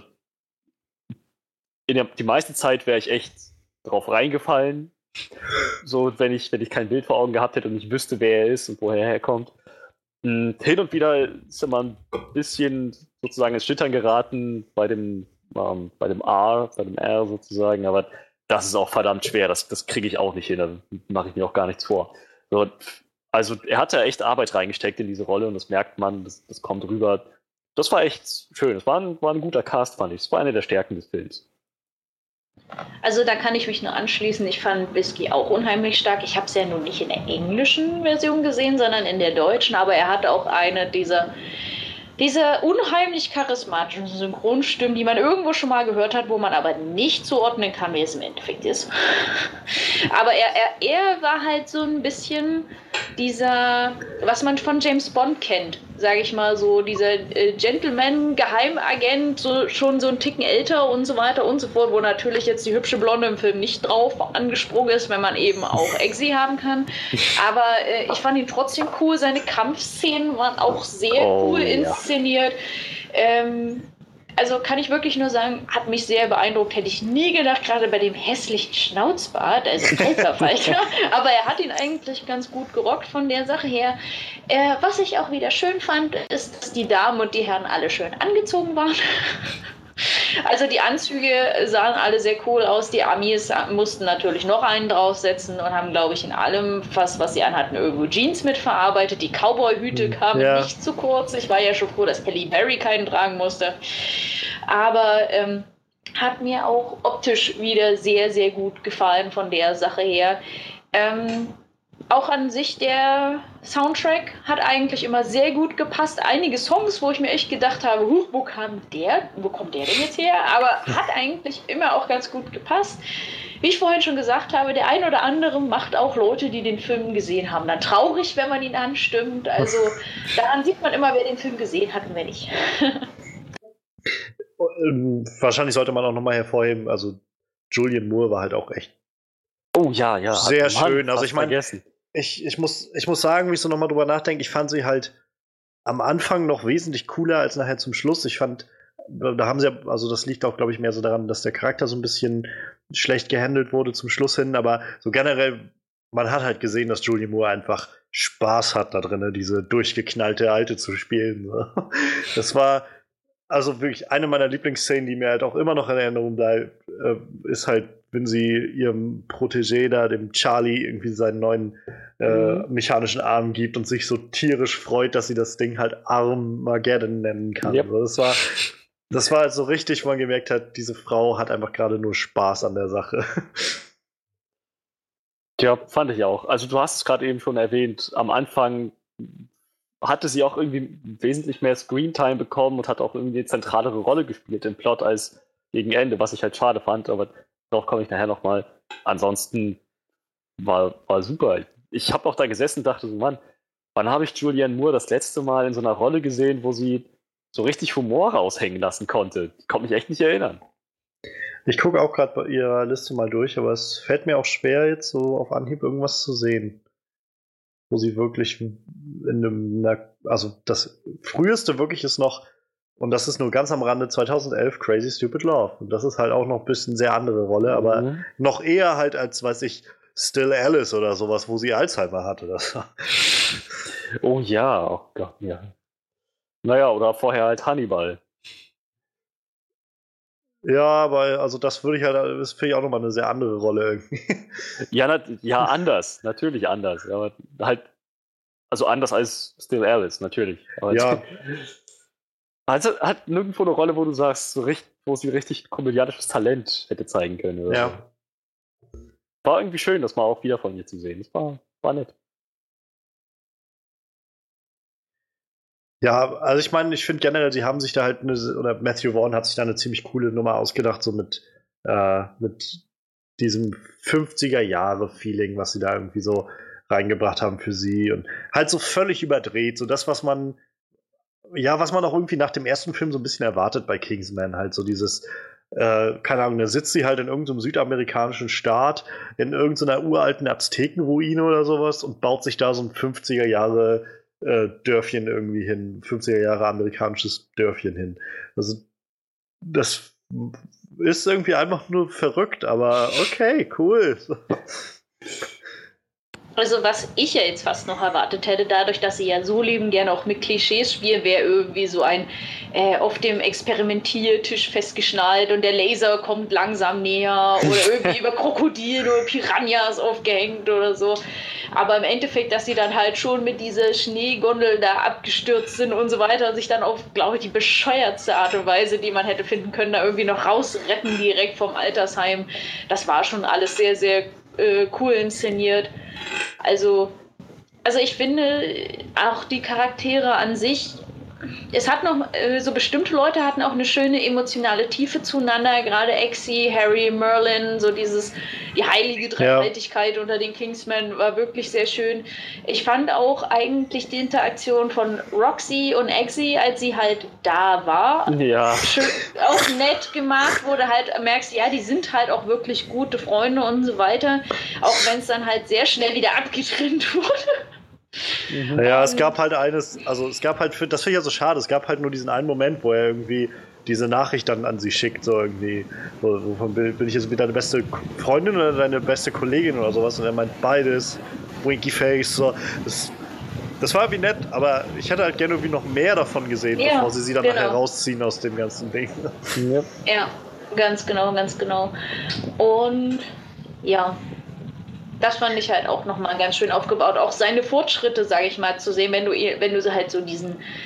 die meiste Zeit wäre ich echt drauf reingefallen. So, wenn ich kein Bild vor Augen gehabt hätte und ich wüsste, wer er ist und woher er herkommt. Hin und wieder ist er mal ein bisschen sozusagen ins Schlittern geraten bei dem R sozusagen, aber das ist auch verdammt schwer, das kriege ich auch nicht hin, da mache ich mir auch gar nichts vor. So, also er hat ja echt Arbeit reingesteckt in diese Rolle und das merkt man, das kommt rüber. Das war echt schön, es war ein guter Cast, fand ich. Es war eine der Stärken des Films. Also da kann ich mich nur anschließen. Ich fand Whiskey auch unheimlich stark. Ich habe es ja nun nicht in der englischen Version gesehen, sondern in der deutschen. Aber er hatte auch eine dieser unheimlich charismatischen Synchronstimmen, die man irgendwo schon mal gehört hat, wo man aber nicht zuordnen kann, wer es im Endeffekt ist. Aber er war halt so ein bisschen dieser, was man von James Bond kennt, sage ich mal so, dieser Gentleman-Geheimagent, so, schon so ein Ticken älter und so weiter und so fort, wo natürlich jetzt die hübsche Blonde im Film nicht drauf angesprungen ist, wenn man eben auch Exi haben kann. Aber ich fand ihn trotzdem cool, seine Kampfszenen waren auch sehr cool inszeniert. Also kann ich wirklich nur sagen, hat mich sehr beeindruckt. Hätte ich nie gedacht, gerade bei dem hässlichen Schnauzbart, also alter Falter, aber er hat ihn eigentlich ganz gut gerockt von der Sache her. Was ich auch wieder schön fand, ist, dass die Damen und die Herren alle schön angezogen waren. Also die Anzüge sahen alle sehr cool aus. Die Amis mussten natürlich noch einen draufsetzen und haben, glaube ich, in allem, fast was sie anhatten, irgendwo Jeans mitverarbeitet. Die Cowboy-Hüte kamen nicht zu kurz. Ich war ja schon froh, dass Halle Berry keinen tragen musste. Aber hat mir auch optisch wieder sehr, sehr gut gefallen von der Sache her. auch an sich der Soundtrack hat eigentlich immer sehr gut gepasst. Einige Songs, wo ich mir echt gedacht habe, wo kommt der denn jetzt her? Aber hat eigentlich immer auch ganz gut gepasst. Wie ich vorhin schon gesagt habe, der ein oder andere macht auch Leute, die den Film gesehen haben, dann traurig, wenn man ihn anstimmt. Also daran sieht man immer, wer den Film gesehen hat und wer nicht. Wahrscheinlich sollte man auch nochmal hervorheben, also Julianne Moore war halt auch echt sehr schön. Also ich meine, ich muss sagen, wie ich so nochmal drüber nachdenke, ich fand sie halt am Anfang noch wesentlich cooler als nachher zum Schluss. Ich fand, da haben sie ja, also das liegt auch, glaube ich, mehr so daran, dass der Charakter so ein bisschen schlecht gehandelt wurde zum Schluss hin, aber so generell, man hat halt gesehen, dass Julianne Moore einfach Spaß hat da drin, diese durchgeknallte Alte zu spielen. Das war also wirklich eine meiner Lieblingsszenen, die mir halt auch immer noch in Erinnerung bleibt, ist halt, wenn sie ihrem Protégé da, dem Charlie, irgendwie seinen neuen mechanischen Arm gibt und sich so tierisch freut, dass sie das Ding halt Armageddon nennen kann. Yep. Also das war halt so richtig, wo man gemerkt hat, diese Frau hat einfach gerade nur Spaß an der Sache. Ja, fand ich auch. Also du hast es gerade eben schon erwähnt, am Anfang hatte sie auch irgendwie wesentlich mehr Screentime bekommen und hat auch irgendwie eine zentralere Rolle gespielt im Plot als gegen Ende, was ich halt schade fand, aber darauf komme ich nachher nochmal. Ansonsten war super. Ich habe auch da gesessen und dachte so, Mann, wann habe ich Julianne Moore das letzte Mal in so einer Rolle gesehen, wo sie so richtig Humor raushängen lassen konnte? Ich konnte mich echt nicht erinnern. Ich gucke auch gerade bei ihrer Liste mal durch, aber es fällt mir auch schwer, jetzt so auf Anhieb irgendwas zu sehen, wo sie wirklich also das früheste wirklich ist noch, und das ist nur ganz am Rande, 2011 Crazy Stupid Love. Und das ist halt auch noch ein bisschen sehr andere Rolle, aber noch eher halt als, weiß ich, Still Alice oder sowas, wo sie Alzheimer hatte. Das oh ja, oh Gott, ja. Naja, oder vorher halt Hannibal. Ja, aber also das würde ich halt, das finde ich auch nochmal eine sehr andere Rolle irgendwie. Ja, anders, natürlich anders, aber halt, also anders als Still Alice, natürlich. Aber ja. Also hat nirgendwo eine Rolle, wo du sagst, wo sie richtig komödiantisches Talent hätte zeigen können. Oder ja. So. War irgendwie schön, das mal auch wieder von ihr zu sehen. Das war nett. Ja, also ich meine, ich finde generell, sie haben sich da halt oder Matthew Vaughn hat sich da eine ziemlich coole Nummer ausgedacht, so mit diesem 50er-Jahre-Feeling, was sie da irgendwie so reingebracht haben für sie und halt so völlig überdreht, so das, was man auch irgendwie nach dem ersten Film so ein bisschen erwartet bei Kingsman, halt so dieses, keine Ahnung, da sitzt sie halt in irgendeinem südamerikanischen Staat, in irgendeiner uralten Aztekenruine oder sowas und baut sich da so ein 50er-Jahre Dörfchen irgendwie hin, 50er Jahre amerikanisches Dörfchen hin. Also das ist irgendwie einfach nur verrückt, aber okay, cool. Also was ich ja jetzt fast noch erwartet hätte, dadurch, dass sie ja so lieben gerne auch mit Klischees spielen, wäre irgendwie so ein auf dem Experimentiertisch festgeschnallt und der Laser kommt langsam näher oder irgendwie über Krokodile oder Piranhas aufgehängt oder so. Aber im Endeffekt, dass sie dann halt schon mit dieser Schneegondel da abgestürzt sind und so weiter und sich dann auf, glaube ich, die bescheuertste Art und Weise, die man hätte finden können, da irgendwie noch rausretten direkt vom Altersheim. Das war schon alles sehr, sehr cool inszeniert. Also ich finde auch die Charaktere an sich, es hat noch, so bestimmte Leute hatten auch eine schöne emotionale Tiefe zueinander, gerade Exy, Harry, Merlin, so die heilige Dreifaltigkeit unter den Kingsmen war wirklich sehr schön. Ich fand auch eigentlich die Interaktion von Roxy und Exy, als sie halt da war, schön, auch nett gemacht, wo du halt merkst, ja, die sind halt auch wirklich gute Freunde und so weiter, auch wenn es dann halt sehr schnell wieder abgetrennt wurde. Ja, es gab halt das finde ich ja so schade, es gab halt nur diesen einen Moment, wo er irgendwie diese Nachricht dann an sie schickt, so irgendwie, wovon bin ich jetzt wieder deine beste Freundin oder deine beste Kollegin oder sowas, und er meint beides, Winky Face, so, das war irgendwie nett, aber ich hätte halt gerne irgendwie noch mehr davon gesehen, bevor sie dann nachher rausziehen aus dem ganzen Ding. Ja, ganz genau. Und ja, das fand ich halt auch nochmal ganz schön aufgebaut. Auch seine Fortschritte, sage ich mal, zu sehen, wenn du halt so diesen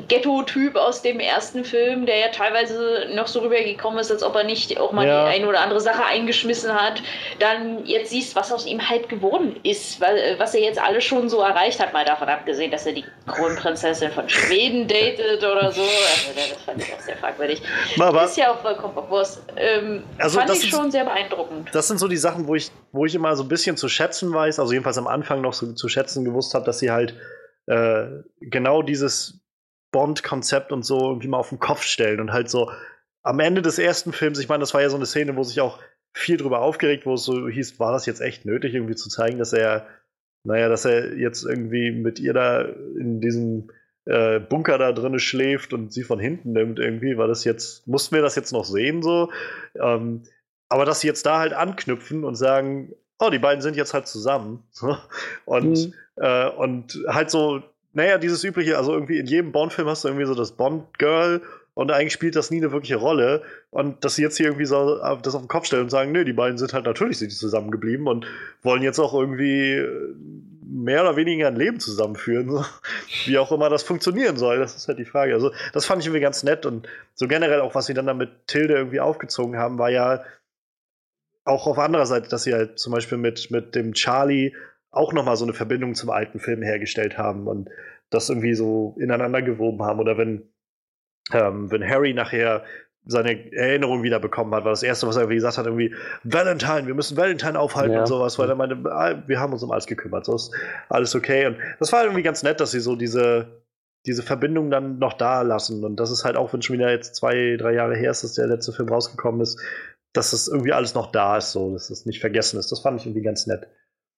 Ghetto-Typ aus dem ersten Film, der ja teilweise noch so rübergekommen ist, als ob er nicht auch mal die eine oder andere Sache eingeschmissen hat, dann jetzt siehst, was aus ihm halt geworden ist, was er jetzt alles schon so erreicht hat, mal davon abgesehen, dass er die Kronprinzessin von Schweden datet oder so. Also das fand ich auch sehr fragwürdig. Aber ist ja auch vollkommen bewusst. Also fand ich schon sehr beeindruckend. Das sind so die Sachen, wo ich immer so ein bisschen zu schätzen weiß, also jedenfalls am Anfang noch so zu schätzen gewusst habe, dass sie halt genau dieses Bond-Konzept und so irgendwie mal auf den Kopf stellen und halt so am Ende des ersten Films, ich meine, das war ja so eine Szene, wo sich auch viel drüber aufgeregt, wo es so hieß, war das jetzt echt nötig, irgendwie zu zeigen, dass er jetzt irgendwie mit ihr da in diesem Bunker da drinne schläft und sie von hinten nimmt irgendwie, mussten wir das jetzt noch sehen so? Aber dass sie jetzt da halt anknüpfen und sagen, oh, die beiden sind jetzt halt zusammen. Und halt so, naja, dieses übliche, also irgendwie in jedem Bond-Film hast du irgendwie so das Bond-Girl und eigentlich spielt das nie eine wirkliche Rolle. Und dass sie jetzt hier irgendwie so das auf den Kopf stellen und sagen, nö, die beiden sind halt natürlich zusammengeblieben und wollen jetzt auch irgendwie mehr oder weniger ein Leben zusammenführen. So. Wie auch immer das funktionieren soll, das ist halt die Frage. Also das fand ich irgendwie ganz nett und so generell auch, was sie dann da mit Tilde irgendwie aufgezogen haben, war ja auch auf anderer Seite, dass sie halt zum Beispiel mit dem Charlie auch nochmal so eine Verbindung zum alten Film hergestellt haben und das irgendwie so ineinander gewoben haben. Oder wenn Harry nachher seine Erinnerung wieder bekommen hat, war das Erste, was er irgendwie gesagt hat, irgendwie Valentine, wir müssen Valentine aufhalten und sowas, weil er meinte, wir haben uns um alles gekümmert, so ist alles okay. Und das war irgendwie ganz nett, dass sie so diese Verbindung dann noch da lassen. Und das ist halt auch, wenn schon wieder jetzt 2-3 Jahre her ist, dass der letzte Film rausgekommen ist, dass das irgendwie alles noch da ist, so, dass es nicht vergessen ist. Das fand ich irgendwie ganz nett.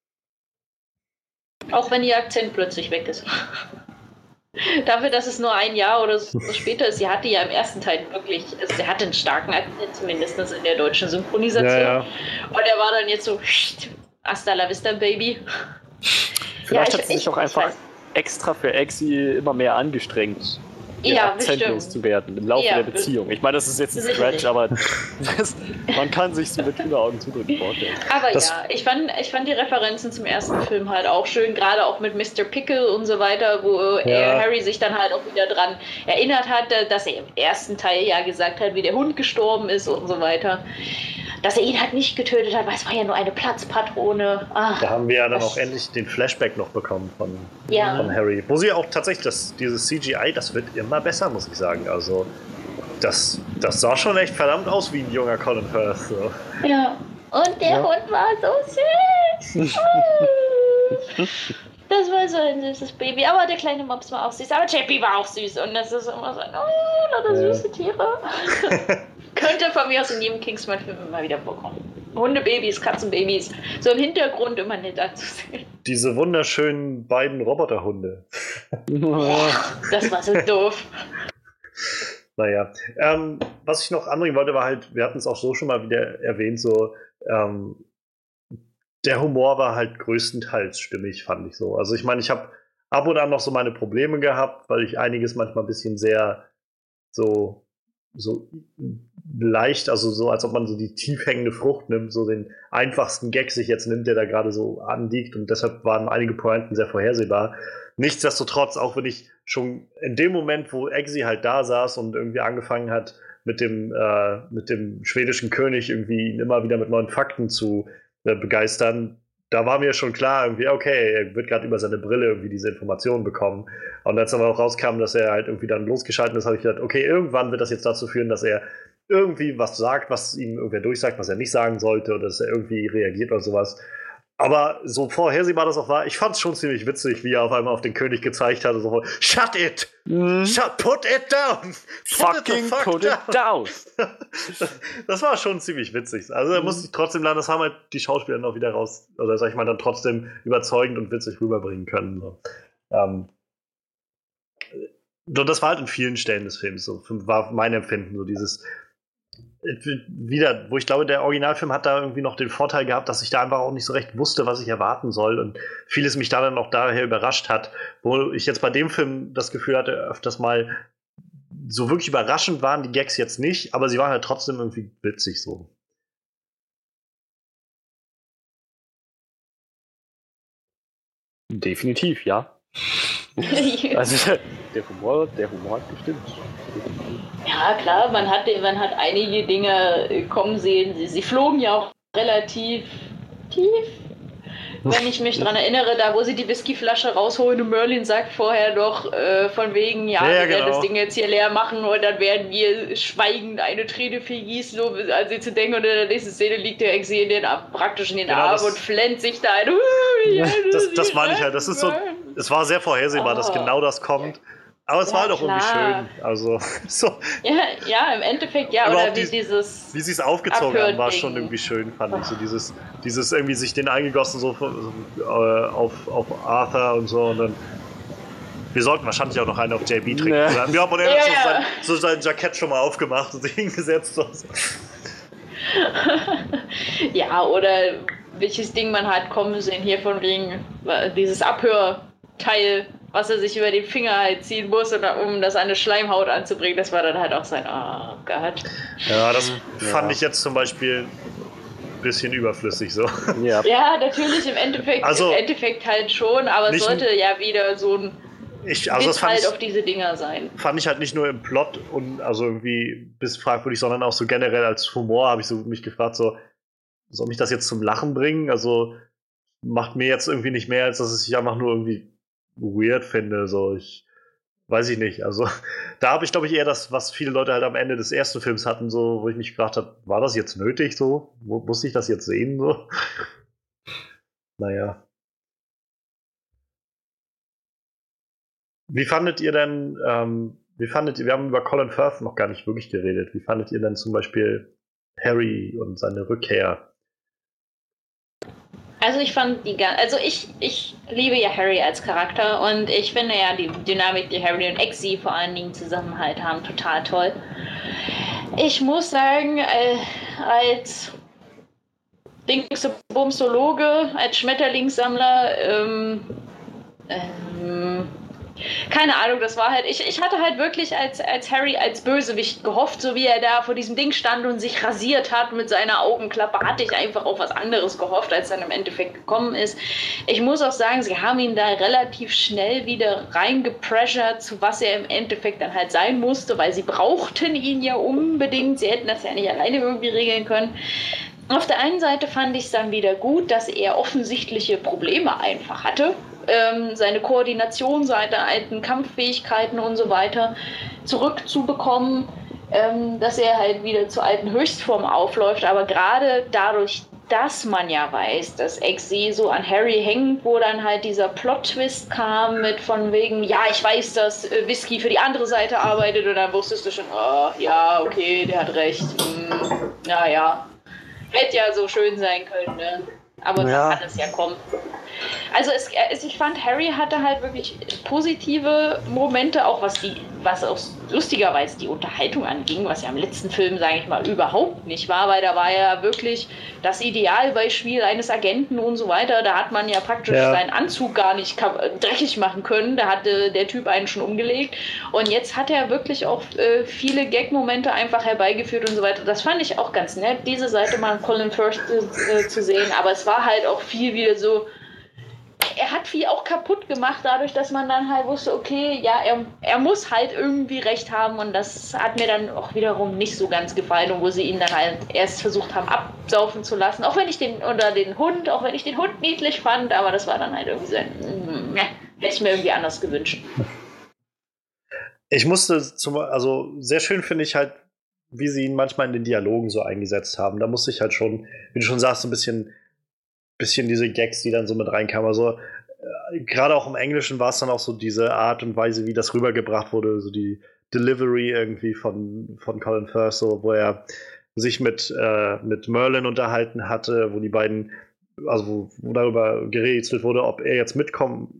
Auch wenn ihr Akzent plötzlich weg ist. Dafür, dass es nur ein Jahr oder so später ist, sie hatte ja im ersten Teil wirklich, sie hatte einen starken Akzent, zumindest in der deutschen Synchronisation. Ja. Und er war dann jetzt so, hasta la vista, Baby. Vielleicht hat sie sich auch einfach extra für Exi immer mehr angestrengt, akzentlos zu werden im Laufe der Beziehung. Ich meine, das ist jetzt ein Scratch, aber man kann sich so mit Hühneraugen zudrücken vorstellen. Aber ich fand die Referenzen zum ersten Film halt auch schön, gerade auch mit Mr. Pickle und so weiter, wo Harry sich dann halt auch wieder dran erinnert hat, dass er im ersten Teil ja gesagt hat, wie der Hund gestorben ist und so weiter. Dass er ihn halt nicht getötet hat, weil es war ja nur eine Platzpatrone. Ach, da haben wir ja dann auch endlich den Flashback noch bekommen von Harry. Wo sie auch tatsächlich, dieses CGI, das wird immer besser, muss ich sagen. Also, das sah schon echt verdammt aus wie ein junger Colin Firth. So. Ja, und der Hund war so süß. Das war so ein süßes Baby. Aber der kleine Mops war auch süß. Aber Chappie war auch süß. Und das ist immer so, lauter süße Tiere. Könnte von mir aus in jedem Kingsman-Film immer wieder vorkommen. Hundebabys, Katzenbabys. So im Hintergrund immer nett anzusehen. Diese wunderschönen beiden Roboterhunde. Das war so doof. Naja. Was ich noch anbringen wollte, war halt, wir hatten es auch so schon mal wieder erwähnt, so der Humor war halt größtenteils stimmig, fand ich so. Also ich meine, ich habe ab und an noch so meine Probleme gehabt, weil ich einiges manchmal ein bisschen sehr so leicht, also so, als ob man so die tief hängende Frucht nimmt, so den einfachsten Gag sich jetzt nimmt, der da gerade so anliegt, und deshalb waren einige Pointen sehr vorhersehbar. Nichtsdestotrotz, auch wenn ich schon in dem Moment, wo Eggsy halt da saß und irgendwie angefangen hat, mit dem schwedischen König irgendwie ihn immer wieder mit neuen Fakten zu begeistern, da war mir schon klar, irgendwie, okay, er wird gerade über seine Brille irgendwie diese Informationen bekommen. Und als dann auch rauskam, dass er halt irgendwie dann losgeschaltet ist, habe ich gedacht, okay, irgendwann wird das jetzt dazu führen, dass er irgendwie was sagt, was ihm irgendwer durchsagt, was er nicht sagen sollte, oder dass er irgendwie reagiert oder sowas. Aber so vorhersehbar das auch war, ich fand es schon ziemlich witzig, wie er auf einmal auf den König gezeigt hat. So, shut it! Put it down! Put it down! Das war schon ziemlich witzig. Also da musste ich trotzdem lernen, das haben halt die Schauspieler noch wieder raus, oder sag ich mal, dann trotzdem überzeugend und witzig rüberbringen können. So. Das war halt in vielen Stellen des Films so, war mein Empfinden, so dieses wieder, wo ich glaube, der Originalfilm hat da irgendwie noch den Vorteil gehabt, dass ich da einfach auch nicht so recht wusste, was ich erwarten soll, und vieles mich da dann auch daher überrascht hat, wo ich jetzt bei dem Film das Gefühl hatte, öfters mal so wirklich überraschend waren die Gags jetzt nicht, aber sie waren halt trotzdem irgendwie witzig so. Definitiv, ja. Also, der Humor hat gestimmt. Ja, klar, man hat einige Dinge kommen sehen. Sie flogen ja auch relativ tief. Wenn ich mich daran erinnere, da wo sie die Whiskyflasche rausholen und Merlin sagt vorher doch von wegen, wir werden das Ding jetzt hier leer machen und dann werden wir schweigend eine Träne vergießen, so als sie zu denken, und in der nächsten Szene liegt der Exi praktisch in den Arm und flennt sich da ein. Das meine ich halt, das ist so, es war sehr vorhersehbar, dass genau das kommt. Aber es war halt auch irgendwie schön. Also, so. Ja, im Endeffekt, ja. Aber oder wie sie es aufgezogen haben, war schon irgendwie schön, fand ich. So dieses irgendwie sich den eingegossen so auf Arthur und so. Und dann, wir sollten wahrscheinlich auch noch einen auf JB trinken. Wir haben so sein Jackett schon mal aufgemacht und sich hingesetzt. So. Ja, oder welches Ding man halt kommen sehen, hier von wegen dieses Abhörteil, was er sich über den Finger halt ziehen muss, um das an eine Schleimhaut anzubringen, das war dann halt auch sein, oh Gott. Ja, das fand ich jetzt zum Beispiel ein bisschen überflüssig so. Ja, natürlich im Endeffekt halt schon, aber es sollte ja wieder so ein Witz halt auf diese Dinger sein. Fand ich halt nicht nur im Plot und also irgendwie bis fragwürdig, sondern auch so generell als Humor habe ich so mich gefragt, so, soll mich das jetzt zum Lachen bringen? Also macht mir jetzt irgendwie nicht mehr, als dass es sich einfach nur irgendwie weird finde, so, ich weiß ich nicht, also da habe ich glaube ich eher das, was viele Leute halt am Ende des ersten Films hatten, so, wo ich mich gefragt habe, war das jetzt nötig, so, muss ich das jetzt sehen, so, naja. Wie fandet ihr denn, wir haben über Colin Firth noch gar nicht wirklich geredet, wie fandet ihr denn zum Beispiel Harry und seine Rückkehr? Also ich liebe ja Harry als Charakter und ich finde ja die Dynamik, die Harry und Exi vor allen Dingen zusammen halt haben, total toll. Ich muss sagen, als Dingsbumsologe, als Schmetterlingssammler, keine Ahnung, das war halt, ich hatte halt wirklich als Harry als Bösewicht gehofft, so wie er da vor diesem Ding stand und sich rasiert hat mit seiner Augenklappe, hatte ich einfach auf was anderes gehofft, als dann im Endeffekt gekommen ist. Ich muss auch sagen, sie haben ihn da relativ schnell wieder reingepressured, zu was er im Endeffekt dann halt sein musste, weil sie brauchten ihn ja unbedingt, sie hätten das ja nicht alleine irgendwie regeln können. Auf der einen Seite fand ich es dann wieder gut, dass er offensichtliche Probleme einfach hatte, seine Koordination, seine alten Kampffähigkeiten und so weiter zurückzubekommen, dass er halt wieder zur alten Höchstform aufläuft. Aber gerade dadurch, dass man ja weiß, dass Exi so an Harry hängt, wo dann halt dieser Plot-Twist kam mit von wegen, ja, ich weiß, dass Whisky für die andere Seite arbeitet, und dann wusstest du schon, oh, ja, okay, der hat recht. Naja, hätte ja so schön sein können, ne? Aber so kann es ja kommen. Also ich fand, Harry hatte halt wirklich positive Momente, auch was auch lustigerweise die Unterhaltung anging, was ja im letzten Film, sage ich mal, überhaupt nicht war, weil da war ja wirklich das Idealbeispiel eines Agenten und so weiter. Da hat man ja praktisch seinen Anzug gar nicht dreckig machen können. Da hatte der Typ einen schon umgelegt. Und jetzt hat er wirklich auch viele Gag-Momente einfach herbeigeführt und so weiter. Das fand ich auch ganz nett, diese Seite mal Colin Firth zu sehen. Aber es war halt auch viel wieder so, er hat viel auch kaputt gemacht, dadurch, dass man dann halt wusste, okay, ja, er muss halt irgendwie recht haben, und das hat mir dann auch wiederum nicht so ganz gefallen, und wo sie ihn dann halt erst versucht haben absaufen zu lassen, auch wenn ich den Hund niedlich fand, aber das war dann halt irgendwie so hätte ich mir irgendwie anders gewünscht. Ich musste also sehr schön finde ich halt, wie sie ihn manchmal in den Dialogen so eingesetzt haben. Da musste ich halt schon, wie du schon sagst, so ein bisschen diese Gags, die dann so mit reinkamen. Also gerade auch im Englischen war es dann auch so diese Art und Weise, wie das rübergebracht wurde, so die Delivery irgendwie von Colin Firth, so, wo er sich mit Merlin unterhalten hatte, wo die beiden, also wo darüber gerätselt wurde, ob er jetzt mitkommt,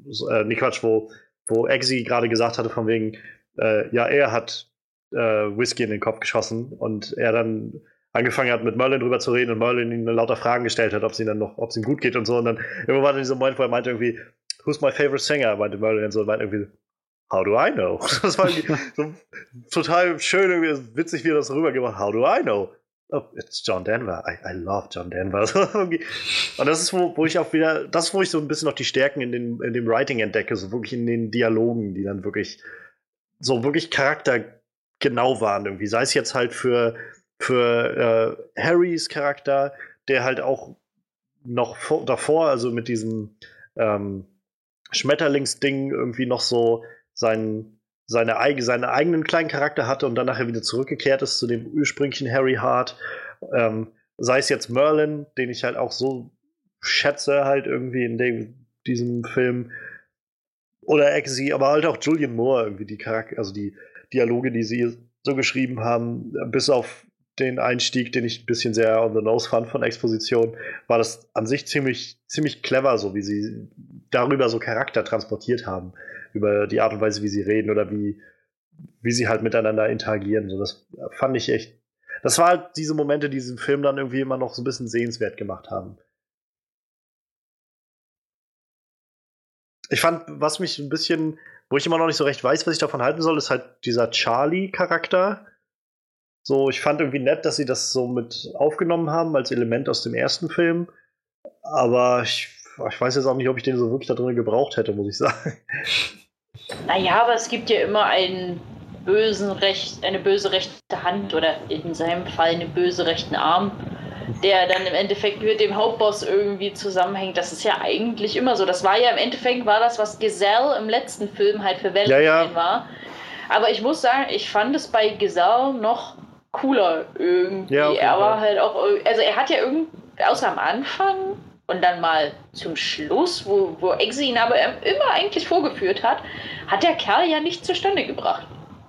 wo Eggsy gerade gesagt hatte von wegen, er hat Whisky in den Kopf geschossen, und er dann angefangen hat, mit Merlin drüber zu reden und Merlin ihm lauter Fragen gestellt hat, ob es ihm gut geht und so. Und dann irgendwann war dieser Moment, wo er meinte irgendwie, who's my favorite singer? Meinte Merlin und so, und meinte irgendwie, how do I know? Das war so total schön, irgendwie witzig, wie er das rübergebracht hat. How do I know? Oh, it's John Denver. I love John Denver. Und das ist, wo ich so ein bisschen noch die Stärken in dem Writing entdecke, so wirklich in den Dialogen, die dann wirklich so wirklich charaktergenau waren irgendwie. Sei es jetzt halt für Harrys Charakter, der halt auch noch davor, also mit diesem Schmetterlingsding irgendwie noch so seine eigenen kleinen Charakter hatte und dann nachher wieder zurückgekehrt ist zu dem ursprünglichen Harry Hart. Sei es jetzt Merlin, den ich halt auch so schätze halt irgendwie in diesem Film. Oder Eggsy, aber halt auch Julianne Moore irgendwie die Dialoge, die sie so geschrieben haben, bis auf den Einstieg, den ich ein bisschen sehr on the nose fand von Exposition, war das an sich ziemlich clever, so wie sie darüber so Charakter transportiert haben, über die Art und Weise, wie sie reden oder wie sie halt miteinander interagieren. So, das fand ich echt. Das war halt diese Momente, die diesen Film dann irgendwie immer noch so ein bisschen sehenswert gemacht haben. Ich fand, was mich ein bisschen, wo ich immer noch nicht so recht weiß, was ich davon halten soll, ist halt dieser Charlie-Charakter. So, ich fand irgendwie nett, dass sie das so mit aufgenommen haben als Element aus dem ersten Film. Aber ich weiß jetzt auch nicht, ob ich den so wirklich da drin gebraucht hätte, muss ich sagen. Naja, aber es gibt ja immer eine böse rechte Hand oder in seinem Fall einen böse rechten Arm, der dann im Endeffekt mit dem Hauptboss irgendwie zusammenhängt. Das ist ja eigentlich immer so. Das war ja im Endeffekt, was Giselle im letzten Film halt für Valentine war. Aber ich muss sagen, ich fand es bei Giselle noch cooler irgendwie. Ja, okay, er war halt auch, also er hat ja irgendwie, außer am Anfang und dann mal zum Schluss, wo Eggsy ihn aber immer eigentlich vorgeführt hat der Kerl ja nicht zustande gebracht.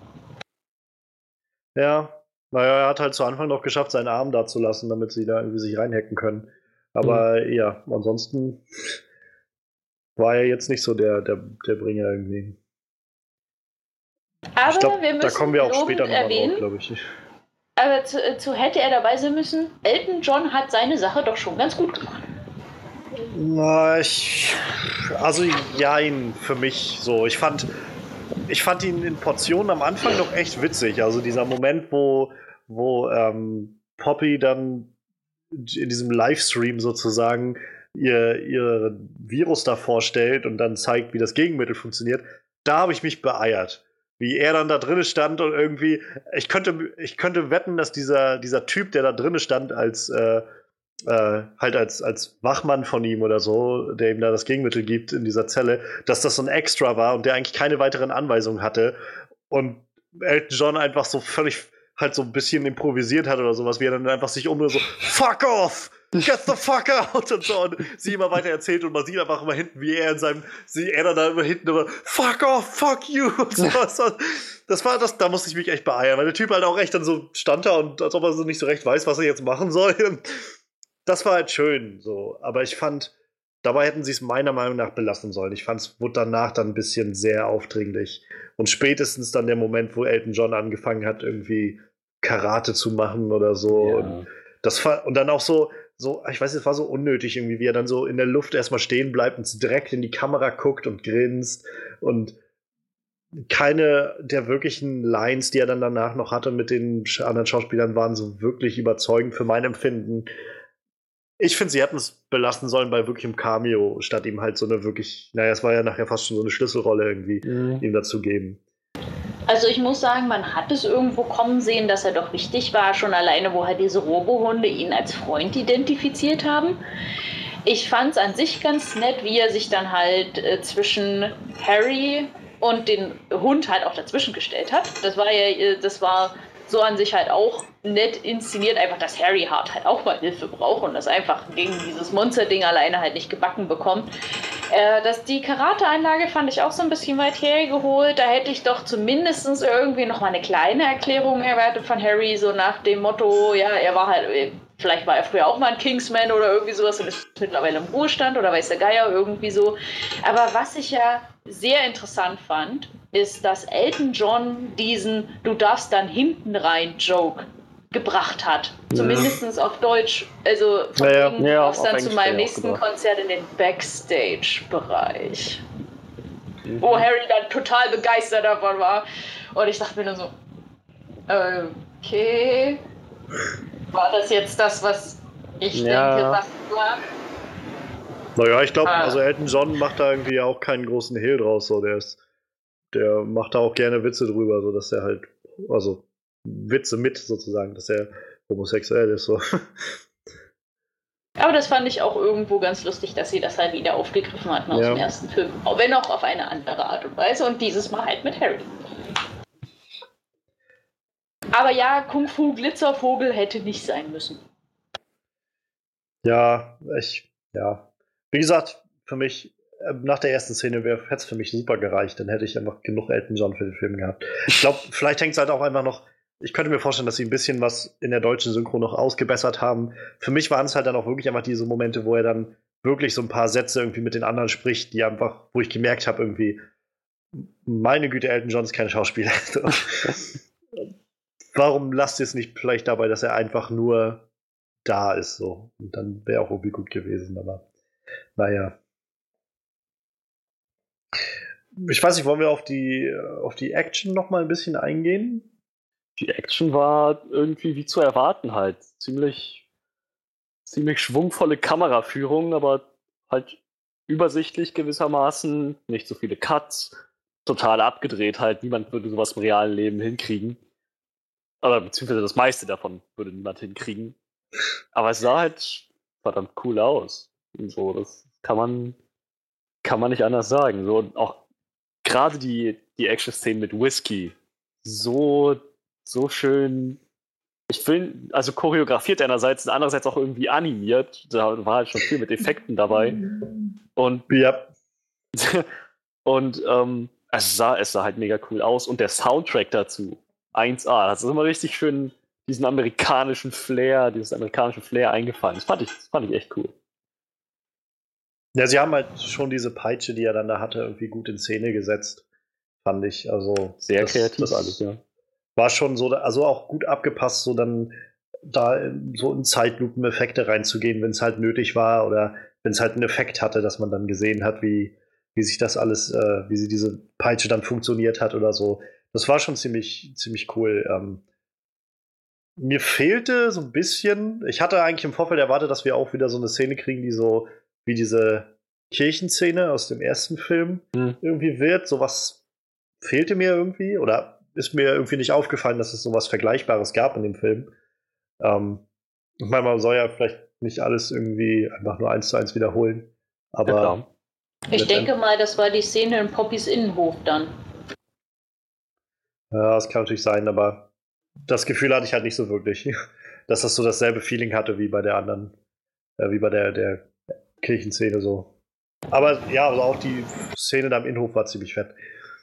Ja. Naja, er hat halt zu Anfang noch geschafft, seinen Arm da zu lassen, damit sie da irgendwie sich reinhacken können. Aber ja, ansonsten war er jetzt nicht so der Bringer irgendwie. Aber ich glaub, wir müssen da kommen wir auch später nochmal drauf, glaube ich. Aber zu hätte er dabei sein müssen, Elton John hat seine Sache doch schon ganz gut gemacht. Na, für mich so. Ich fand ihn in Portionen am Anfang noch echt witzig. Also dieser Moment, wo Poppy dann in diesem Livestream sozusagen ihr Virus da vorstellt und dann zeigt, wie das Gegenmittel funktioniert, da habe ich mich beeiert. Wie er dann da drinnen stand und irgendwie, ich könnte wetten, dass dieser Typ, der da drinnen stand, als Wachmann von ihm oder so, der ihm da das Gegenmittel gibt in dieser Zelle, dass das so ein Extra war und der eigentlich keine weiteren Anweisungen hatte und Elton John einfach so völlig halt so ein bisschen improvisiert hat oder sowas, wie er dann einfach sich umdreht so, fuck off! Get the fuck out! Und so, und sie immer weiter erzählt und man sieht einfach immer hinten, wie er dann da immer hinten immer, fuck off, fuck you! Und so. Da musste ich mich echt beeilen, weil der Typ halt auch echt dann so stand da und als ob er so nicht so recht weiß, was er jetzt machen soll. Und das war halt schön, so. Aber ich fand, dabei hätten sie es meiner Meinung nach belassen sollen. Ich fand, es wurde danach dann ein bisschen sehr aufdringlich. Und spätestens dann der Moment, wo Elton John angefangen hat, irgendwie Karate zu machen oder so. Ja. Und dann auch so, ich weiß, es war so unnötig irgendwie, wie er dann so in der Luft erstmal stehen bleibt und direkt in die Kamera guckt und grinst. Und keine der wirklichen Lines, die er dann danach noch hatte mit den anderen Schauspielern, waren so wirklich überzeugend für mein Empfinden. Ich finde, sie hätten es belassen sollen bei wirklichem Cameo, statt ihm halt so eine wirklich, es war ja nachher fast schon so eine Schlüsselrolle irgendwie, ihm dazu geben. Also ich muss sagen, man hat es irgendwo kommen sehen, dass er doch wichtig war, schon alleine, wo halt diese Robohunde ihn als Freund identifiziert haben. Ich fand es an sich ganz nett, wie er sich dann halt zwischen Harry und den Hund halt auch dazwischen gestellt hat. Das war so an sich halt auch nett inszeniert, einfach, dass Harry Hart halt auch mal Hilfe braucht und das einfach gegen dieses Monsterding alleine halt nicht gebacken bekommt. Die Karate-Einlage fand ich auch so ein bisschen weit hergeholt. Da hätte ich doch zumindest irgendwie noch mal eine kleine Erklärung erwartet von Harry, so nach dem Motto, ja, er war halt, vielleicht war er früher auch mal ein Kingsman oder irgendwie sowas und ist mittlerweile im Ruhestand oder weiß der Geier, irgendwie so. Aber was ich ja sehr interessant fand, ist, dass Elton John diesen "Du darfst dann hinten rein" Joke gebracht hat. Ja. Zumindest auf Deutsch. Also von wegen, du darfst dann zu meinem nächsten Konzert in den Backstage-Bereich. Wo Harry dann total begeistert davon war. Und ich dachte mir nur so, okay, war das jetzt das, was ich denke, was war? Naja, ich glaube, also Elton John macht da irgendwie auch keinen großen Hehl draus. So. Der ist der macht da auch gerne Witze drüber, so dass er halt, also Witze mit sozusagen, dass er homosexuell ist. So. Aber das fand ich auch irgendwo ganz lustig, dass sie das halt wieder aufgegriffen hatten aus dem ersten Film. Auch wenn auch auf eine andere Art und Weise und dieses Mal halt mit Harry. Aber ja, Kung Fu Glitzervogel hätte nicht sein müssen. Ja. Wie gesagt, für mich, nach der ersten Szene hätte es für mich super gereicht. Dann hätte ich einfach genug Elton John für den Film gehabt. Ich glaube, vielleicht hängt es halt auch einfach noch. Ich könnte mir vorstellen, dass sie ein bisschen was in der deutschen Synchro noch ausgebessert haben. Für mich waren es halt dann auch wirklich einfach diese Momente, wo er dann wirklich so ein paar Sätze irgendwie mit den anderen spricht, die einfach, wo ich gemerkt habe, irgendwie, meine Güte, Elton John ist kein Schauspieler. Warum lasst ihr es nicht vielleicht dabei, dass er einfach nur da ist, so? Und dann wäre auch irgendwie gut gewesen, aber naja. Ich weiß nicht, wollen wir auf die Action noch mal ein bisschen eingehen? Die Action war irgendwie wie zu erwarten halt. Ziemlich schwungvolle Kameraführung, aber halt übersichtlich gewissermaßen. Nicht so viele Cuts. Total abgedreht halt. Niemand würde sowas im realen Leben hinkriegen. Aber beziehungsweise das meiste davon würde niemand hinkriegen. Aber es sah halt verdammt cool aus. Und so, das kann man nicht anders sagen. So, und auch gerade die Action-Szenen mit Whisky. So schön, ich finde, also choreografiert einerseits, andererseits auch irgendwie animiert. Da war halt schon viel mit Effekten dabei. Und es sah halt mega cool aus. Und der Soundtrack dazu, 1A, das ist immer richtig schön, dieses amerikanische Flair eingefallen. Das fand ich echt cool. Ja, sie haben halt schon diese Peitsche, die er dann da hatte, irgendwie gut in Szene gesetzt, fand ich. Also sehr kreativ das alles, ja. War schon so, also auch gut abgepasst, so dann da so in Zeitlupeneffekte reinzugehen, wenn es halt nötig war oder wenn es halt einen Effekt hatte, dass man dann gesehen hat, wie sich das alles, wie sie diese Peitsche dann funktioniert hat oder so. Das war schon ziemlich cool. Mir fehlte so ein bisschen, ich hatte eigentlich im Vorfeld erwartet, dass wir auch wieder so eine Szene kriegen, die so wie diese Kirchenszene aus dem ersten Film irgendwie wird. Sowas fehlte mir irgendwie oder ist mir irgendwie nicht aufgefallen, dass es sowas Vergleichbares gab in dem Film. Ich meine, man soll ja vielleicht nicht alles irgendwie einfach nur 1:1 wiederholen. Aber ja, ich denke mal, das war die Szene in Poppys Innenhof dann. Ja, das kann natürlich sein, aber das Gefühl hatte ich halt nicht so wirklich, dass das so dasselbe Feeling hatte wie bei der anderen, wie bei der Kirchenszene so. Aber ja, also auch die Szene da im Innenhof war ziemlich fett.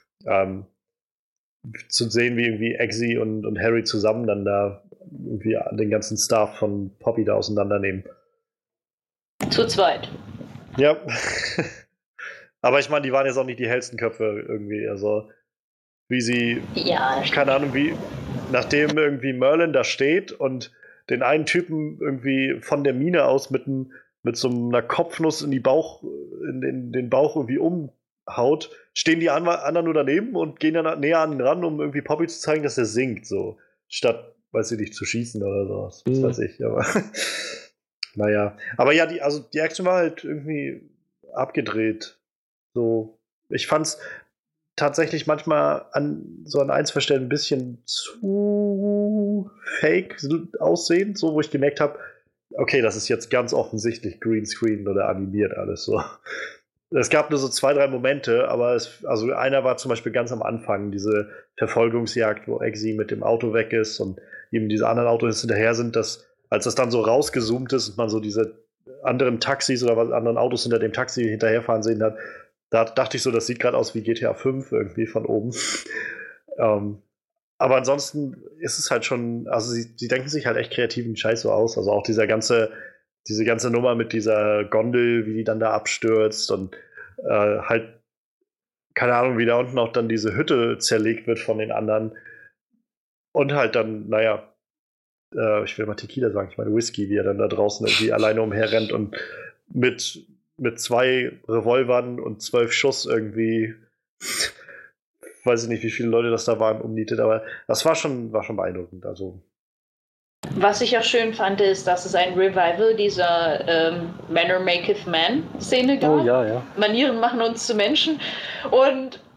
Zu sehen, wie irgendwie Eggsy und Harry zusammen dann da irgendwie den ganzen Staff von Poppy da auseinandernehmen. Zu zweit. Ja. Aber ich meine, die waren jetzt auch nicht die hellsten Köpfe irgendwie. Also, wie sie, keine Ahnung, wie, nachdem irgendwie Merlin da steht und den einen Typen irgendwie von der Mine aus mit so einer Kopfnuss in den Bauch irgendwie umhaut, stehen die anderen nur daneben und gehen dann näher an ihn ran, um irgendwie Poppy zu zeigen, dass er singt, so. Statt, weiß ich nicht, zu schießen oder sowas. Das weiß ich, aber naja. Aber ja, die Action war halt irgendwie abgedreht. So, ich fand's tatsächlich manchmal an 1, 2 Stellen ein bisschen zu fake aussehend, so, wo ich gemerkt habe, okay, das ist jetzt ganz offensichtlich Greenscreen oder animiert alles so. Es gab nur so 2, 3 Momente, aber also einer war zum Beispiel ganz am Anfang, diese Verfolgungsjagd, wo Eggsy mit dem Auto weg ist und eben diese anderen Autos hinterher sind, als das dann so rausgezoomt ist und man so diese anderen Taxis oder anderen Autos hinter dem Taxi hinterherfahren sehen hat, da dachte ich so, das sieht gerade aus wie GTA 5 irgendwie von oben. Aber ansonsten ist es halt schon, also sie denken sich halt echt kreativen Scheiß so aus. Also auch diese ganze Nummer mit dieser Gondel, wie die dann da abstürzt und halt, keine Ahnung, wie da unten auch dann diese Hütte zerlegt wird von den anderen. Und halt dann, naja, ich will mal Tequila sagen, ich meine Whisky, wie er dann da draußen irgendwie alleine umherrennt und mit 2 Revolvern und 12 Schuss irgendwie, weiß ich nicht, wie viele Leute das da waren, umnietet, aber das war schon beeindruckend. Also. Was ich auch schön fand, ist, dass es ein Revival dieser Manner Maketh Man Szene gab. Oh ja, ja. Manieren machen uns zu Menschen. Und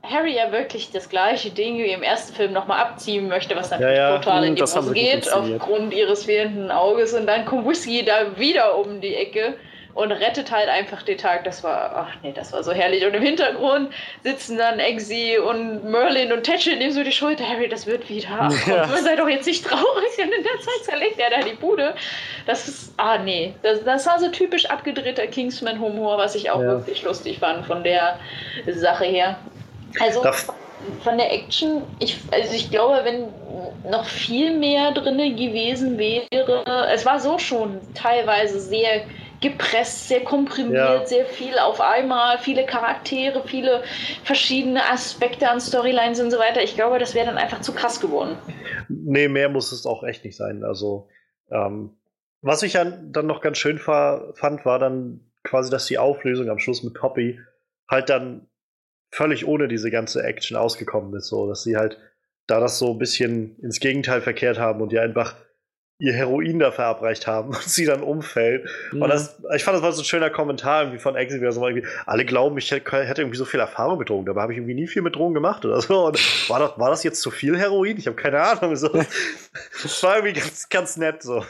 Harry ja wirklich das gleiche Ding wie im ersten Film nochmal abziehen möchte, was natürlich total in die Hose geht, aufgrund ihres fehlenden Auges. Und dann kommt Whiskey da wieder um die Ecke und rettet halt einfach den Tag. Das war so herrlich. Und im Hintergrund sitzen dann Eggsy und Merlin und tätscheln ihm so die Schulter. Harry, das wird wieder. Ach, sei doch jetzt nicht traurig. Und in der Zeit zerlegt er da die Bude. Das ist, das war so typisch abgedrehter Kingsman-Humor, was ich auch wirklich lustig fand von der Sache her. Also von der Action, ich glaube, wenn noch viel mehr drin gewesen wäre, es war so schon teilweise sehr gepresst, sehr komprimiert, sehr viel auf einmal, viele Charaktere, viele verschiedene Aspekte an Storylines und so weiter. Ich glaube, das wäre dann einfach zu krass geworden. Nee, mehr muss es auch echt nicht sein. Also, was ich dann noch ganz schön fand, war dann quasi, dass die Auflösung am Schluss mit Poppy halt dann völlig ohne diese ganze Action ausgekommen ist. So, dass sie halt da das so ein bisschen ins Gegenteil verkehrt haben und ihr einfach ihr Heroin da verabreicht haben und sie dann umfällt. Mhm. Und ich fand, das war so ein schöner Kommentar irgendwie von Exi, so irgendwie, alle glauben, ich hätte irgendwie so viel Erfahrung mit Drogen, dabei habe ich irgendwie nie viel mit Drogen gemacht oder so. Und war das jetzt zu viel Heroin? Ich habe keine Ahnung. So. Das war irgendwie ganz, ganz nett so.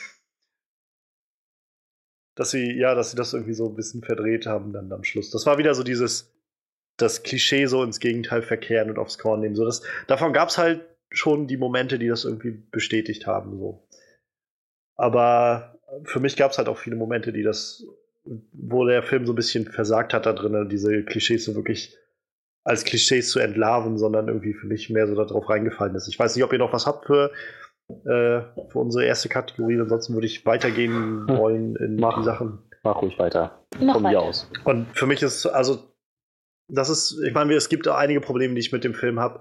Dass sie das irgendwie so ein bisschen verdreht haben dann am Schluss. Das war wieder so das Klischee so ins Gegenteil verkehren und aufs Korn nehmen. So, davon gab es halt schon die Momente, die das irgendwie bestätigt haben. So. Aber für mich gab es halt auch viele Momente, wo der Film so ein bisschen versagt hat da drin, diese Klischees so wirklich als Klischees zu entlarven, sondern irgendwie für mich mehr so darauf reingefallen ist. Ich weiß nicht, ob ihr noch was habt für unsere erste Kategorie, ansonsten würde ich weitergehen wollen in die Sachen. Mach ruhig weiter. Von mir aus. Und für mich ist, ich meine, es gibt auch einige Probleme, die ich mit dem Film habe.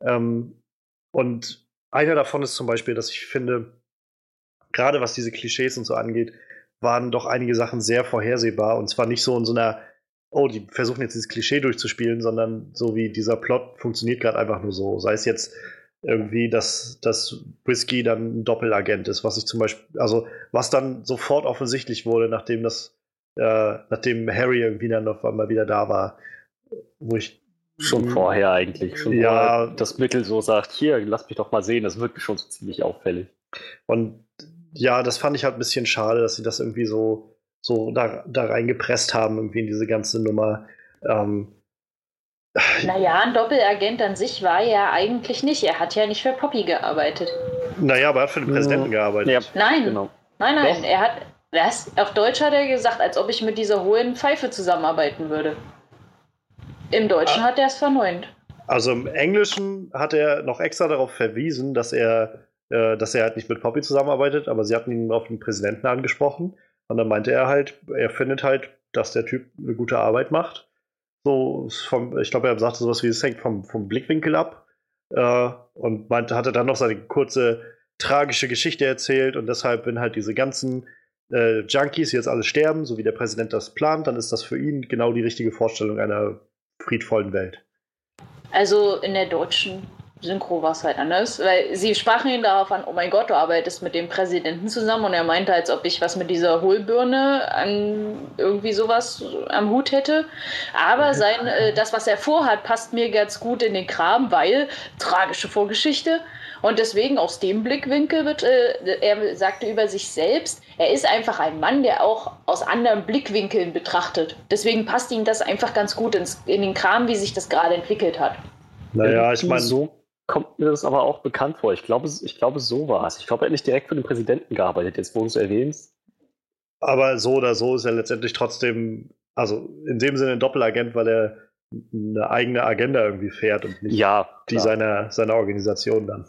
Und einer davon ist zum Beispiel, dass ich finde, gerade was diese Klischees und so angeht, waren doch einige Sachen sehr vorhersehbar. Und zwar nicht so in so einer, die versuchen jetzt dieses Klischee durchzuspielen, sondern so wie dieser Plot funktioniert gerade einfach nur so. Sei es jetzt irgendwie, dass Whiskey dann ein Doppelagent ist, was ich zum Beispiel, also was dann sofort offensichtlich wurde, nachdem Harry irgendwie dann auf einmal wieder da war, wo ich schon vorher eigentlich, vorher das Mittel so sagt, hier, lass mich doch mal sehen, das wirkt schon so ziemlich auffällig. Und ja, das fand ich halt ein bisschen schade, dass sie das irgendwie so da reingepresst haben, irgendwie in diese ganze Nummer. Naja, ein Doppelagent an sich war er ja eigentlich nicht. Er hat ja nicht für Poppy gearbeitet. Naja, aber er hat für den Präsidenten gearbeitet. Ja. Nein, genau. Nein, doch. Er hat, auf Deutsch hat er gesagt, als ob ich mit dieser hohen Pfeife zusammenarbeiten würde. Im Deutschen hat er es verneunt. Also im Englischen hat er noch extra darauf verwiesen, dass er halt nicht mit Poppy zusammenarbeitet, aber sie hatten ihn auf den Präsidenten angesprochen und dann meinte er halt, er findet halt, dass der Typ eine gute Arbeit macht. So ich glaube, er sagte sowas wie, es hängt vom Blickwinkel ab und hatte dann noch seine kurze tragische Geschichte erzählt und deshalb, wenn halt diese ganzen Junkies jetzt alle sterben, so wie der Präsident das plant, dann ist das für ihn genau die richtige Vorstellung einer friedvollen Welt. Also in der deutschen Synchro war es halt anders, weil sie sprachen ihn darauf an, oh mein Gott, du arbeitest mit dem Präsidenten zusammen und er meinte, als ob ich was mit dieser Hohlbirne an irgendwie sowas am Hut hätte. Aber das, was er vorhat, passt mir ganz gut in den Kram, weil tragische Vorgeschichte. Und deswegen aus dem Blickwinkel er sagte über sich selbst, er ist einfach ein Mann, der auch aus anderen Blickwinkeln betrachtet. Deswegen passt ihm das einfach ganz gut in den Kram, wie sich das gerade entwickelt hat. Naja, ich meine, so kommt mir das aber auch bekannt vor. Ich glaube, so war es. Ich glaube, er hat nicht direkt für den Präsidenten gearbeitet, jetzt wo du es erwähnst. Aber so oder so ist er letztendlich trotzdem, also in dem Sinne ein Doppelagent, weil er eine eigene Agenda irgendwie fährt und nicht die seiner Organisation dann.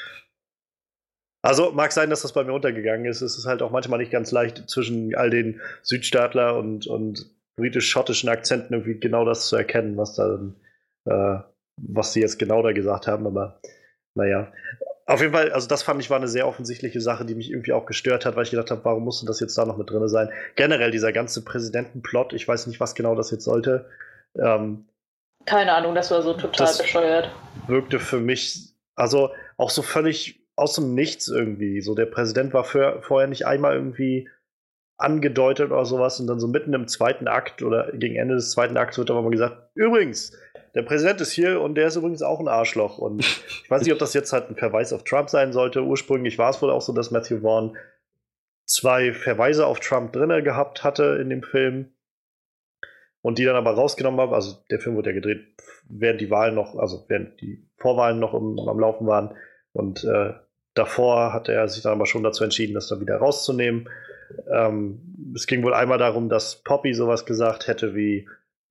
Also mag sein, dass das bei mir untergegangen ist. Es ist halt auch manchmal nicht ganz leicht, zwischen all den Südstaatler und britisch-schottischen Akzenten irgendwie genau das zu erkennen, was sie jetzt genau da gesagt haben. Aber naja, auf jeden Fall, also das fand ich war eine sehr offensichtliche Sache, die mich irgendwie auch gestört hat, weil ich gedacht habe, warum musste das jetzt da noch mit drin sein? Generell dieser ganze Präsidentenplot, ich weiß nicht, was genau das jetzt sollte. Keine Ahnung, das war so total bescheuert. Wirkte für mich, also auch so völlig aus dem Nichts irgendwie. So, der Präsident war vorher nicht einmal irgendwie angedeutet oder sowas und dann so mitten im zweiten Akt oder gegen Ende des zweiten Akts wird aber mal gesagt, übrigens, der Präsident ist hier und der ist übrigens auch ein Arschloch. Und ich weiß nicht, ob das jetzt halt ein Verweis auf Trump sein sollte. Ursprünglich war es wohl auch so, dass Matthew Vaughn 2 Verweise auf Trump drin gehabt hatte in dem Film und die dann aber rausgenommen haben. Also der Film wurde ja gedreht, während die Vorwahlen noch am Laufen waren. Und davor hat er sich dann aber schon dazu entschieden, das dann wieder rauszunehmen. Es ging wohl einmal darum, dass Poppy sowas gesagt hätte wie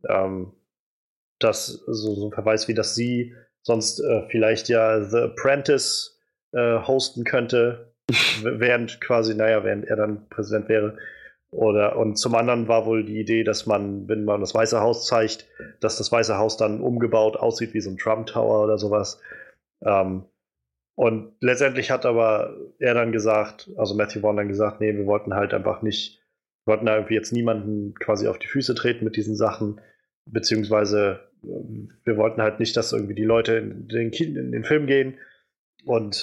dass so ein Verweis wie, dass sie sonst vielleicht ja The Apprentice hosten könnte, während er dann Präsident wäre. Und zum anderen war wohl die Idee, dass man, wenn man das Weiße Haus zeigt, dass das Weiße Haus dann umgebaut aussieht wie so ein Trump Tower oder sowas. Und letztendlich hat aber er dann gesagt, also Matthew Vaughn dann gesagt, nee, wir wollten halt einfach nicht, wir wollten da irgendwie jetzt niemanden quasi auf die Füße treten mit diesen Sachen, beziehungsweise wir wollten halt nicht, dass irgendwie die Leute in den Film gehen und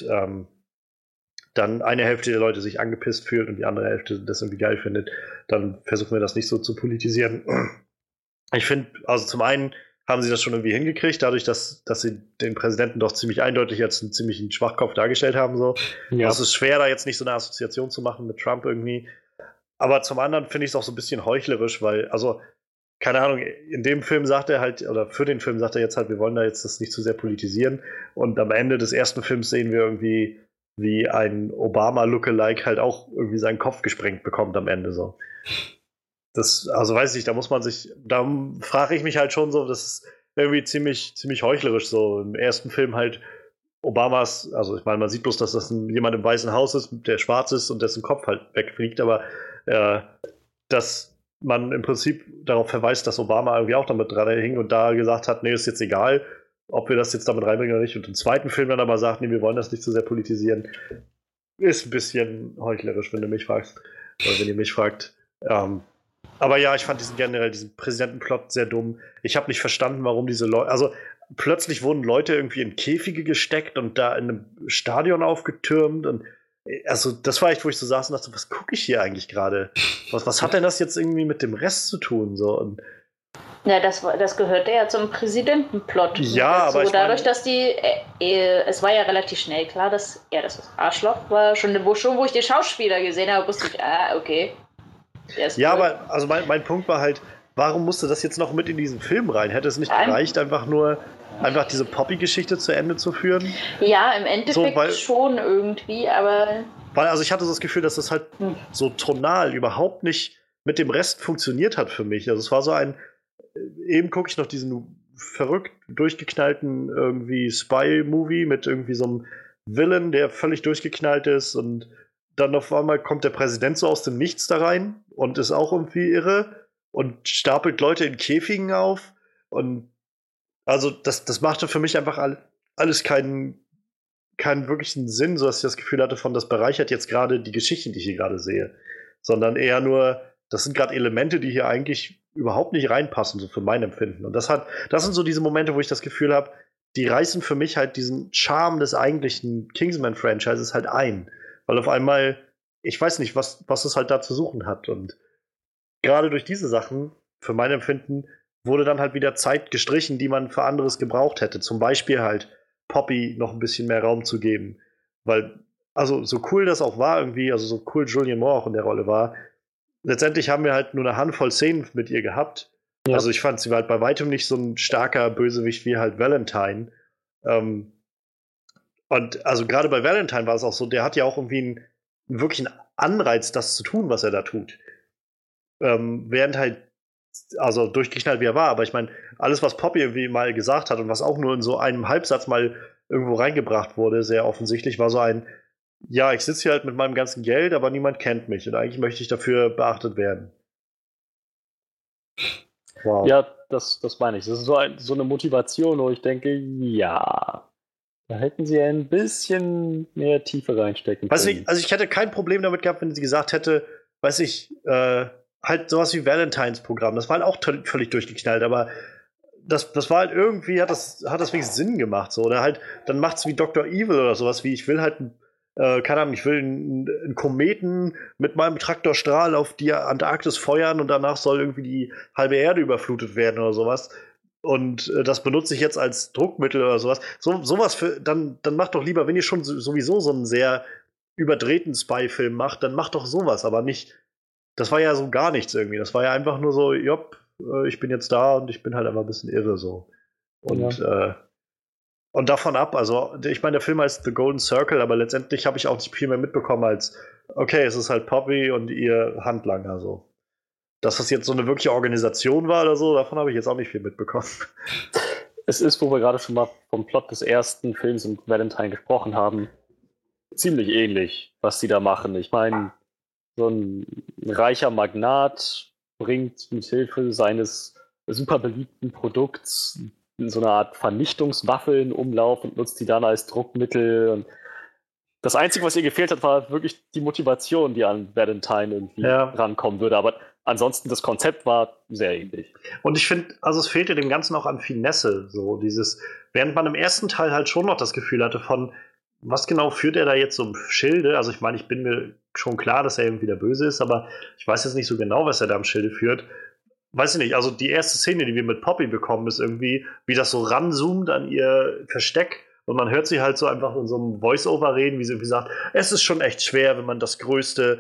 dann eine Hälfte der Leute sich angepisst fühlt und die andere Hälfte das irgendwie geil findet, dann versuchen wir das nicht so zu politisieren. Ich finde, also zum einen haben sie das schon irgendwie hingekriegt, dadurch, dass sie den Präsidenten doch ziemlich eindeutig als einen ziemlichen Schwachkopf dargestellt haben. So. Ja. Also es ist schwer, da jetzt nicht so eine Assoziation zu machen mit Trump irgendwie. Aber zum anderen finde ich es auch so ein bisschen heuchlerisch, weil, also, keine Ahnung, in dem Film sagt er halt, oder für den Film sagt er jetzt halt, wir wollen da jetzt das nicht zu sehr politisieren. Und am Ende des ersten Films sehen wir irgendwie, wie ein Obama-Lookalike halt auch irgendwie seinen Kopf gesprengt bekommt am Ende so. Das, also weiß ich, da frage ich mich halt schon so, das ist irgendwie ziemlich heuchlerisch so. Im ersten Film halt Obamas, also ich meine, man sieht bloß, dass das jemand im Weißen Haus ist, der schwarz ist und dessen Kopf halt wegfliegt, aber dass man im Prinzip darauf verweist, dass Obama irgendwie auch damit dran hing und da gesagt hat, nee, ist jetzt egal, ob wir das jetzt damit reinbringen oder nicht. Und im zweiten Film dann aber sagt, nee, wir wollen das nicht zu sehr politisieren, ist ein bisschen heuchlerisch, wenn du mich fragst. Oder wenn ihr mich fragt. Aber ja, ich fand diesen Präsidentenplot sehr dumm. Ich habe nicht verstanden, warum diese Leute, also plötzlich wurden Leute irgendwie in Käfige gesteckt und da in einem Stadion aufgetürmt und also das war echt, wo ich so saß und dachte, was gucke ich hier eigentlich gerade? Was hat denn das jetzt irgendwie mit dem Rest zu tun? So? Und ja, das gehörte ja zum Präsidentenplot. Ja, aber dadurch, dass es war ja relativ schnell klar, dass er das Arschloch war, schon wo ich den Schauspieler gesehen habe, wusste ich, okay. Ja, cool. Aber also mein Punkt war halt, warum musste das jetzt noch mit in diesen Film rein? Hätte es nicht gereicht, einfach diese Poppy-Geschichte zu Ende zu führen? Ja, im Endeffekt schon irgendwie, aber... Weil, also ich hatte das Gefühl, dass das halt so tonal überhaupt nicht mit dem Rest funktioniert hat für mich. Also es war so eben gucke ich noch diesen verrückt durchgeknallten irgendwie Spy-Movie mit irgendwie so einem Villain, der völlig durchgeknallt ist und dann auf einmal kommt der Präsident so aus dem Nichts da rein und ist auch irgendwie irre und stapelt Leute in Käfigen auf und also das machte für mich einfach alles keinen wirklichen Sinn, sodass ich das Gefühl hatte das bereichert jetzt gerade die Geschichte, die ich hier gerade sehe, sondern eher nur, das sind gerade Elemente, die hier eigentlich überhaupt nicht reinpassen, so für mein Empfinden. Und das sind so diese Momente, wo ich das Gefühl habe, die reißen für mich halt diesen Charme des eigentlichen Kingsman-Franchises halt ein. Weil auf einmal, ich weiß nicht, was es halt da zu suchen hat. Und gerade durch diese Sachen, für mein Empfinden, wurde dann halt wieder Zeit gestrichen, die man für anderes gebraucht hätte. Zum Beispiel halt Poppy noch ein bisschen mehr Raum zu geben. Weil, also so cool das auch war irgendwie, also so cool Julianne Moore auch in der Rolle war, letztendlich haben wir halt nur eine Handvoll Szenen mit ihr gehabt. Ja. Also ich fand, sie war halt bei weitem nicht so ein starker Bösewicht wie halt Valentine. Und also gerade bei Valentine war es auch so, der hat ja auch irgendwie einen wirklichen Anreiz, das zu tun, was er da tut. Während halt, also durchgeknallt wie er war, aber ich meine, alles, was Poppy irgendwie mal gesagt hat und was auch nur in so einem Halbsatz mal irgendwo reingebracht wurde, sehr offensichtlich, war so ja, ich sitze hier halt mit meinem ganzen Geld, aber niemand kennt mich und eigentlich möchte ich dafür beachtet werden. Wow. Ja, das meine ich. Das ist so eine Motivation, wo ich denke, ja, da hätten sie ein bisschen mehr Tiefe reinstecken können. Also ich hätte kein Problem damit gehabt, wenn sie gesagt hätte, halt sowas wie Valentines Programm. Das war halt auch völlig durchgeknallt, aber das war halt irgendwie, hat das wenigstens Sinn gemacht. So. Oder halt, dann macht's wie Dr. Evil oder sowas, wie ich will halt keine Ahnung, ich will einen Kometen mit meinem Traktorstrahl auf die Antarktis feuern und danach soll irgendwie die halbe Erde überflutet werden oder sowas. Und das benutze ich jetzt als Druckmittel oder sowas. Sowas dann macht doch lieber, wenn ihr schon sowieso so einen sehr überdrehten Spy-Film macht, dann macht doch sowas, aber nicht. Das war ja so gar nichts irgendwie. Das war ja einfach nur so, jopp, ich bin jetzt da und ich bin halt einfach ein bisschen irre so. Und davon ab, also ich meine, der Film heißt The Golden Circle, aber letztendlich habe ich auch nicht viel mehr mitbekommen als, okay, es ist halt Poppy und ihr Handlanger so. Dass das jetzt so eine wirkliche Organisation war oder so, davon habe ich jetzt auch nicht viel mitbekommen. Es ist, wo wir gerade schon mal vom Plot des ersten Films in Valentine gesprochen haben, ziemlich ähnlich, was die da machen. Ich meine, so ein reicher Magnat bringt mit Hilfe seines super beliebten Produkts so eine Art Vernichtungswaffe in Umlauf und nutzt die dann als Druckmittel. Und das Einzige, was ihr gefehlt hat, war wirklich die Motivation, die an Valentine irgendwie rankommen würde. Aber ansonsten, das Konzept war sehr ähnlich. Und ich finde, also es fehlte dem Ganzen auch an Finesse. So dieses, während man im ersten Teil halt schon noch das Gefühl hatte von, was genau führt er da jetzt so im Schilde? Also ich meine, ich bin mir schon klar, dass er irgendwie der Böse ist, aber ich weiß jetzt nicht so genau, was er da im Schilde führt. Weiß ich nicht, also die erste Szene, die wir mit Poppy bekommen, ist irgendwie, wie das so ranzoomt an ihr Versteck. Und man hört sie halt so einfach in so einem Voice-Over reden, wie sie irgendwie sagt, es ist schon echt schwer, wenn man das größte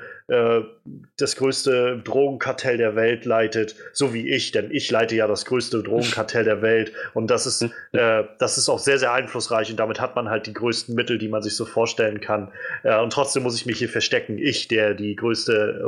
Drogenkartell der Welt leitet, so wie ich, denn ich leite ja das größte Drogenkartell der Welt. Und das ist auch sehr, sehr einflussreich und damit hat man halt die größten Mittel, die man sich so vorstellen kann. Und trotzdem muss ich mich hier verstecken. Ich, der die größte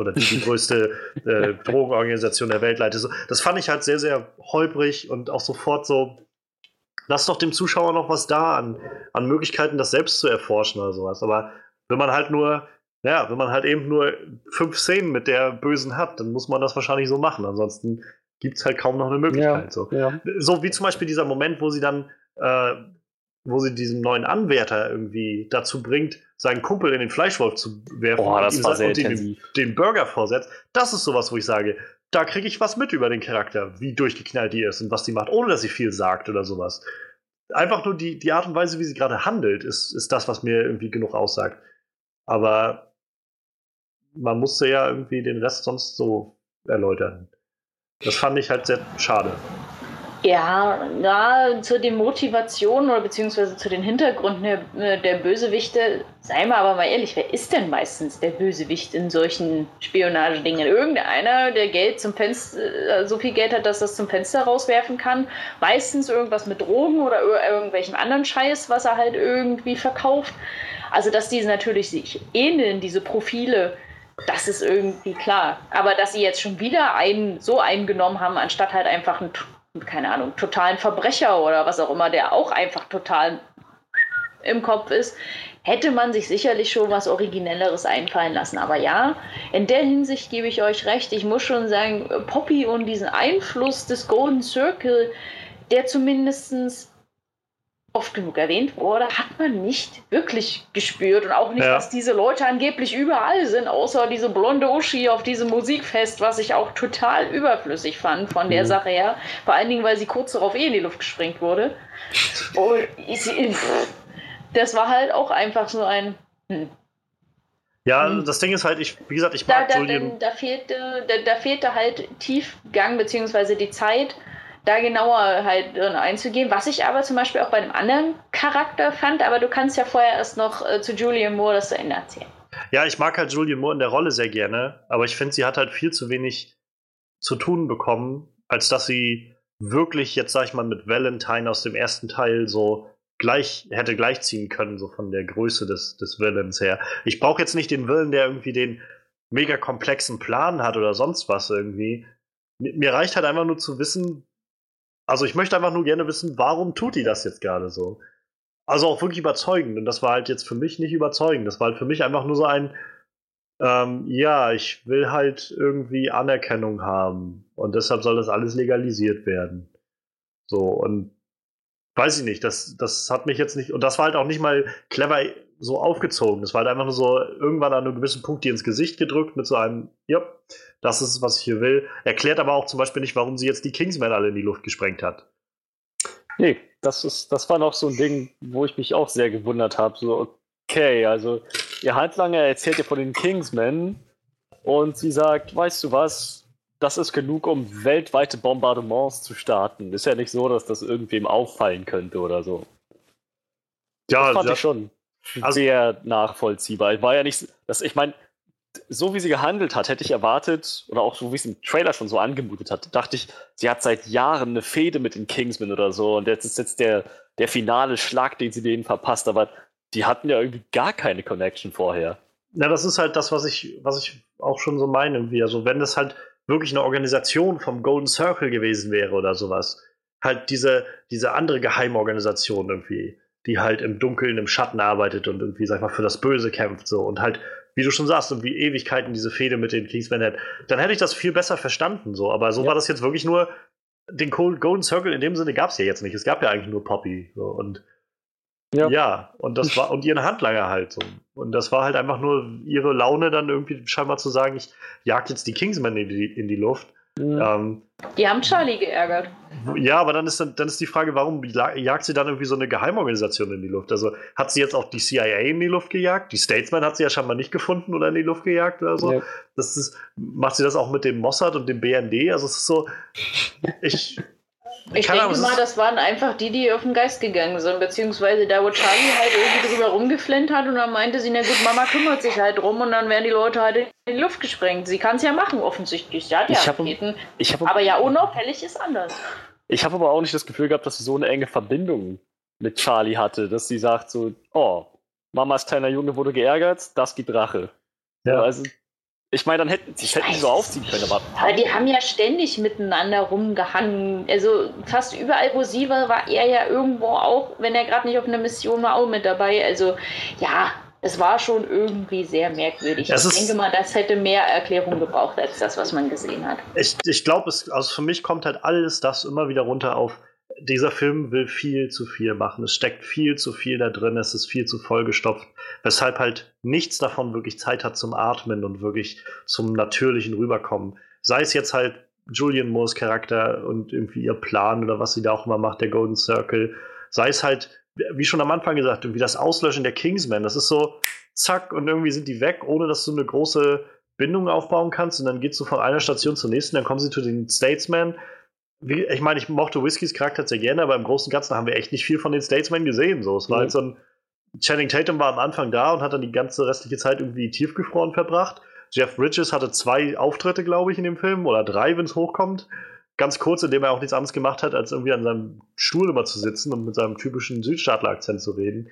Drogenorganisation der Welt leitet. Das fand ich halt sehr, sehr holprig und auch sofort so, lass doch dem Zuschauer noch was da an Möglichkeiten, das selbst zu erforschen oder sowas. Aber wenn man halt eben nur 5 Szenen mit der Bösen hat, dann muss man das wahrscheinlich so machen. Ansonsten gibt es halt kaum noch eine Möglichkeit. So wie zum Beispiel dieser Moment, wo sie dann, wo sie diesen neuen Anwärter irgendwie dazu bringt, seinen Kumpel in den Fleischwolf zu werfen und ihm den Burger vorsetzt. Das ist sowas, wo ich sage, da kriege ich was mit über den Charakter, wie durchgeknallt die ist und was die macht, ohne dass sie viel sagt oder sowas. Einfach nur die Art und Weise, wie sie gerade handelt, ist das, was mir irgendwie genug aussagt. Aber man musste ja irgendwie den Rest sonst so erläutern. Das fand ich halt sehr schade. Ja, zu den Motivationen oder beziehungsweise zu den Hintergründen der Bösewichte, sei mal ehrlich, wer ist denn meistens der Bösewicht in solchen Spionagedingen? Irgendeiner, der Geld zum Fenster, so viel Geld hat, dass das zum Fenster rauswerfen kann. Meistens irgendwas mit Drogen oder irgendwelchem anderen Scheiß, was er halt irgendwie verkauft. Also, dass diese natürlich sich ähneln, diese Profile, das ist irgendwie klar. Aber dass sie jetzt schon wieder einen so eingenommen haben, anstatt halt einfach einen, keine Ahnung, totalen Verbrecher oder was auch immer, der auch einfach total im Kopf ist, hätte man sich sicherlich schon was Originelleres einfallen lassen. Aber ja, in der Hinsicht gebe ich euch recht. Ich muss schon sagen, Poppy und diesen Einfluss des Golden Circle, der zumindest oft genug erwähnt wurde, hat man nicht wirklich gespürt. Und auch nicht, dass diese Leute angeblich überall sind, außer diese blonde Uschi auf diesem Musikfest, was ich auch total überflüssig fand von der Sache her. Vor allen Dingen, weil sie kurz darauf in die Luft gesprengt wurde. Und das war halt auch einfach so ein... Ja, das Ding ist halt, wie gesagt, ich mag Julian... Da fehlte halt Tiefgang, beziehungsweise die Zeit, da genauer halt einzugehen, was ich aber zum Beispiel auch bei einem anderen Charakter fand, aber du kannst ja vorher erst noch zu Julianne Moore das zu Ende erzählen. Ja, ich mag halt Julianne Moore in der Rolle sehr gerne, aber ich finde, sie hat halt viel zu wenig zu tun bekommen, als dass sie wirklich jetzt, sag ich mal, mit Valentine aus dem ersten Teil so hätte gleichziehen können, so von der Größe des Villains her. Ich brauche jetzt nicht den Villain, der irgendwie den mega komplexen Plan hat oder sonst was irgendwie. Mir reicht halt einfach nur zu wissen, also ich möchte einfach nur gerne wissen, warum tut die das jetzt gerade so? Also auch wirklich überzeugend. Und das war halt jetzt für mich nicht überzeugend. Das war halt für mich einfach nur so ein, ich will halt irgendwie Anerkennung haben. Und deshalb soll das alles legalisiert werden. So, und weiß ich nicht, das hat mich jetzt nicht, und das war halt auch nicht mal clever so aufgezogen. Das war halt einfach nur so irgendwann an einem gewissen Punkt die ins Gesicht gedrückt mit so einem, das ist es, was ich hier will. Erklärt aber auch zum Beispiel nicht, warum sie jetzt die Kingsmen alle in die Luft gesprengt hat. Nee, das war noch so ein Ding, wo ich mich auch sehr gewundert habe. So, okay, also ihr Handlanger erzählt ja von den Kingsmen und sie sagt, weißt du was, das ist genug, um weltweite Bombardements zu starten. Ist ja nicht so, dass das irgendwem auffallen könnte oder so. Ja, das fand ich schon sehr nachvollziehbar. Ich war ja nicht, ich meine, so wie sie gehandelt hat, hätte ich erwartet, oder auch so wie es im Trailer schon so angemutet hat, dachte ich, sie hat seit Jahren eine Fehde mit den Kingsmen oder so und jetzt ist jetzt der finale Schlag, den sie denen verpasst, aber die hatten ja irgendwie gar keine Connection vorher. Ja, das ist halt das, was ich auch schon so meine irgendwie. Also wenn das halt wirklich eine Organisation vom Golden Circle gewesen wäre oder sowas, halt diese andere Geheimorganisation irgendwie, die halt im Dunkeln, im Schatten arbeitet und irgendwie, sag ich mal, für das Böse kämpft so und halt, wie du schon sagst, irgendwie Ewigkeiten diese Fehde mit den Kingsmen hat, dann hätte ich das viel besser verstanden so, aber so war das jetzt wirklich nur, den Golden Circle in dem Sinne gab es ja jetzt nicht, es gab ja eigentlich nur Poppy so, und ja, und das war, und ihren Handlanger halt so. Und das war halt einfach nur ihre Laune, dann irgendwie scheinbar zu sagen, ich jag jetzt die Kingsmen in die Luft. Mhm. Die haben Charlie geärgert. Ja, aber dann ist die Frage, warum jagt sie dann irgendwie so eine Geheimorganisation in die Luft? Also hat sie jetzt auch die CIA in die Luft gejagt? Die Statesman hat sie ja scheinbar nicht gefunden oder in die Luft gejagt oder so. Ja. Macht sie das auch mit dem Mossad und dem BND? Also es ist so, ich denke mal, das waren einfach die auf den Geist gegangen sind, beziehungsweise da, wo Charlie halt irgendwie drüber rumgeflennt hat und dann meinte sie, na gut, Mama kümmert sich halt drum und dann werden die Leute halt in die Luft gesprengt. Sie kann es ja machen, offensichtlich. Sie hat ja Raketen. Aber ja, unauffällig ist anders. Ich habe aber auch nicht das Gefühl gehabt, dass sie so eine enge Verbindung mit Charlie hatte, dass sie sagt so, oh, Mamas kleiner Junge wurde geärgert, das gibt Rache. Ja. Also, ich meine, dann hätten sie so aufziehen können, aber die haben ja ständig miteinander rumgehangen. Also fast überall, wo sie war er ja irgendwo auch, wenn er gerade nicht auf einer Mission war, auch mit dabei. Also ja, es war schon irgendwie sehr merkwürdig. Ich denke mal, das hätte mehr Erklärung gebraucht, als das, was man gesehen hat. Ich glaube, also für mich kommt halt alles das immer wieder runter auf, dieser Film will viel zu viel machen. Es steckt viel zu viel da drin, es ist viel zu vollgestopft, weshalb halt nichts davon wirklich Zeit hat zum Atmen und wirklich zum natürlichen Rüberkommen. Sei es jetzt halt Julianne Moores Charakter und irgendwie ihr Plan oder was sie da auch immer macht, der Golden Circle. Sei es halt, wie schon am Anfang gesagt, irgendwie das Auslöschen der Kingsmen. Das ist so, zack, und irgendwie sind die weg, ohne dass du eine große Bindung aufbauen kannst. Und dann geht's so von einer Station zur nächsten, dann kommen sie zu den Statesmen. Ich meine, ich mochte Whiskys Charakter sehr gerne, aber im Großen und Ganzen haben wir echt nicht viel von den Statesmen gesehen. So. Es war halt so ein Channing Tatum war am Anfang da und hat dann die ganze restliche Zeit irgendwie tiefgefroren verbracht. Jeff Bridges hatte 2 Auftritte, glaube ich, in dem Film, oder 3, wenn es hochkommt. Ganz kurz, indem er auch nichts anderes gemacht hat, als irgendwie an seinem Stuhl immer zu sitzen und mit seinem typischen Südstaatler-Akzent zu reden.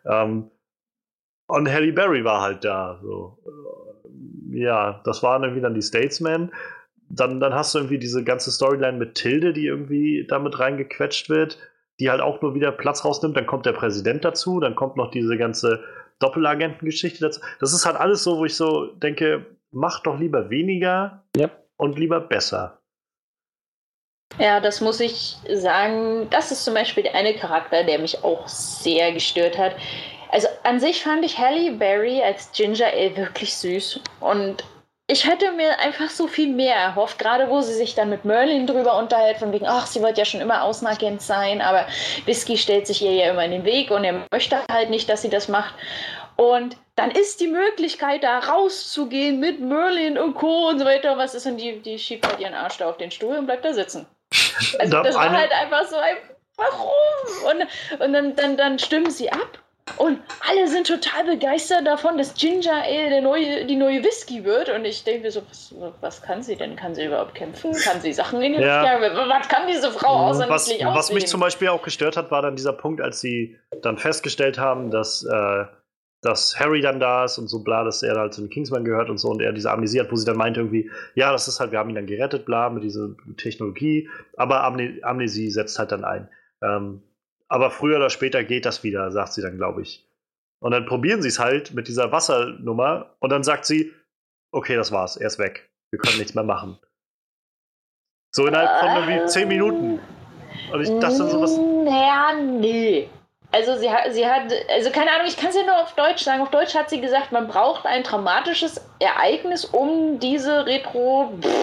Und Halle Berry war halt da. So. Ja, das waren irgendwie dann die Statesmen. Dann hast du irgendwie diese ganze Storyline mit Tilde, die irgendwie damit reingequetscht wird, die halt auch nur wieder Platz rausnimmt. Dann kommt der Präsident dazu, dann kommt noch diese ganze Doppelagentengeschichte dazu. Das ist halt alles so, wo ich so denke, mach doch lieber weniger und lieber besser. Ja, das muss ich sagen. Das ist zum Beispiel der eine Charakter, der mich auch sehr gestört hat. Also an sich fand ich Halle Berry als Ginger Ale wirklich süß und ich hätte mir einfach so viel mehr erhofft, gerade wo sie sich dann mit Merlin drüber unterhält, von wegen, ach, sie wollte ja schon immer Außenagent sein, aber Whiskey stellt sich ihr ja immer in den Weg und er möchte halt nicht, dass sie das macht. Und dann ist die Möglichkeit, da rauszugehen mit Merlin und Co. und so weiter. Was ist denn die schiebt halt ihren Arsch da auf den Stuhl und bleibt da sitzen. Also das war halt einfach so ein, warum? Und dann stimmen sie ab. Und alle sind total begeistert davon, dass Ginger Ale die neue Whisky wird. Und ich denke mir so, was kann sie denn? Kann sie überhaupt kämpfen? Kann sie Sachen in die Luft jagen? Was kann diese Frau außer niedlich aussehen? Was mich zum Beispiel auch gestört hat, war dann dieser Punkt, als sie dann festgestellt haben, dass Harry dann da ist und so bla, dass er halt zu den Kingsman gehört und so und er diese Amnesie hat, wo sie dann meint irgendwie, ja, das ist halt, wir haben ihn dann gerettet, bla, mit dieser Technologie, aber Amnesie setzt halt dann ein. Aber früher oder später geht das wieder, sagt sie dann, glaube ich. Und dann probieren sie es halt mit dieser Wassernummer und dann sagt sie, okay, das war's, er ist weg. Wir können nichts mehr machen. So innerhalb von irgendwie 10 Minuten. Und ich dachte dann sowas. Naja, nee. Also sie hat, also keine Ahnung, ich kann es ja nur auf Deutsch sagen. Auf Deutsch hat sie gesagt, man braucht ein traumatisches Ereignis, um diese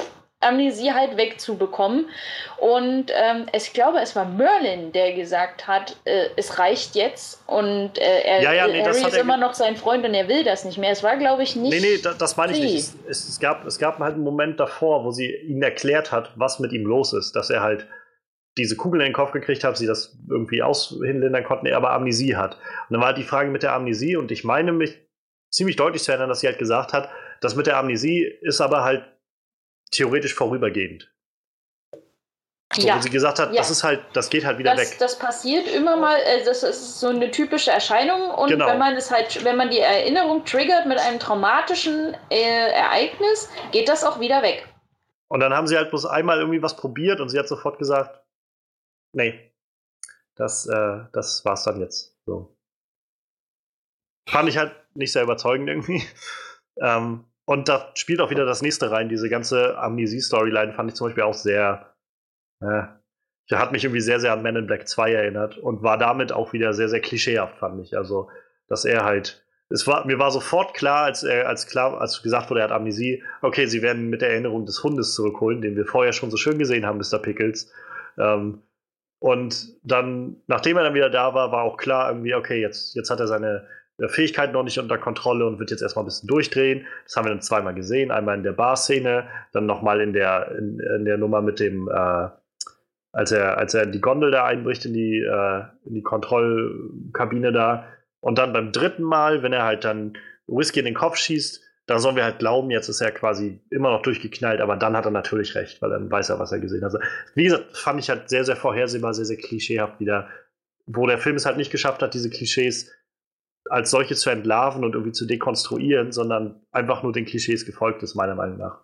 Amnesie halt wegzubekommen. Und ich glaube, es war Merlin, der gesagt hat, es reicht jetzt und Harry ist immer noch sein Freund und er will das nicht mehr. Es war, glaube ich, nicht. Nee, das meine ich nicht. Es gab halt einen Moment davor, wo sie ihm erklärt hat, was mit ihm los ist, dass er halt diese Kugel in den Kopf gekriegt hat, sie das irgendwie hinlindern konnten, er aber Amnesie hat. Und dann war halt die Frage mit der Amnesie und ich meine mich ziemlich deutlich zu erinnern, dass sie halt gesagt hat, das mit der Amnesie ist aber halt theoretisch vorübergehend. So, wo sie gesagt hat, das geht halt wieder weg. Das passiert immer mal, das ist so eine typische Erscheinung und genau. wenn man die Erinnerung triggert mit einem traumatischen Ereignis, geht das auch wieder weg. Und dann haben sie halt bloß einmal irgendwie was probiert und sie hat sofort gesagt, nee, das war's dann jetzt. So. Fand ich halt nicht sehr überzeugend irgendwie. Und da spielt auch wieder das nächste rein. Diese ganze Amnesie-Storyline fand ich zum Beispiel auch sehr, hat mich irgendwie sehr, sehr an Men in Black 2 erinnert und war damit auch wieder sehr, sehr klischeehaft, fand ich. Also, dass er halt, mir war sofort klar, als gesagt wurde, er hat Amnesie, okay, sie werden mit der Erinnerung des Hundes zurückholen, den wir vorher schon so schön gesehen haben, Mr. Pickles. Und dann, nachdem er dann wieder da war, war auch klar irgendwie, okay, jetzt hat er seine Fähigkeiten noch nicht unter Kontrolle und wird jetzt erstmal ein bisschen durchdrehen. Das haben wir dann zweimal gesehen. Einmal in der Bar-Szene, dann nochmal in der Nummer mit dem, als er in die Gondel da einbricht, in die Kontrollkabine da. Und dann beim dritten Mal, wenn er halt dann Whisky in den Kopf schießt, da sollen wir halt glauben, jetzt ist er quasi immer noch durchgeknallt, aber dann hat er natürlich recht, weil dann weiß er, was er gesehen hat. Also, wie gesagt, fand ich halt sehr, sehr vorhersehbar, sehr, sehr klischeehaft wieder, wo der Film es halt nicht geschafft hat, diese Klischees als solche zu entlarven und irgendwie zu dekonstruieren, sondern einfach nur den Klischees gefolgt ist, meiner Meinung nach.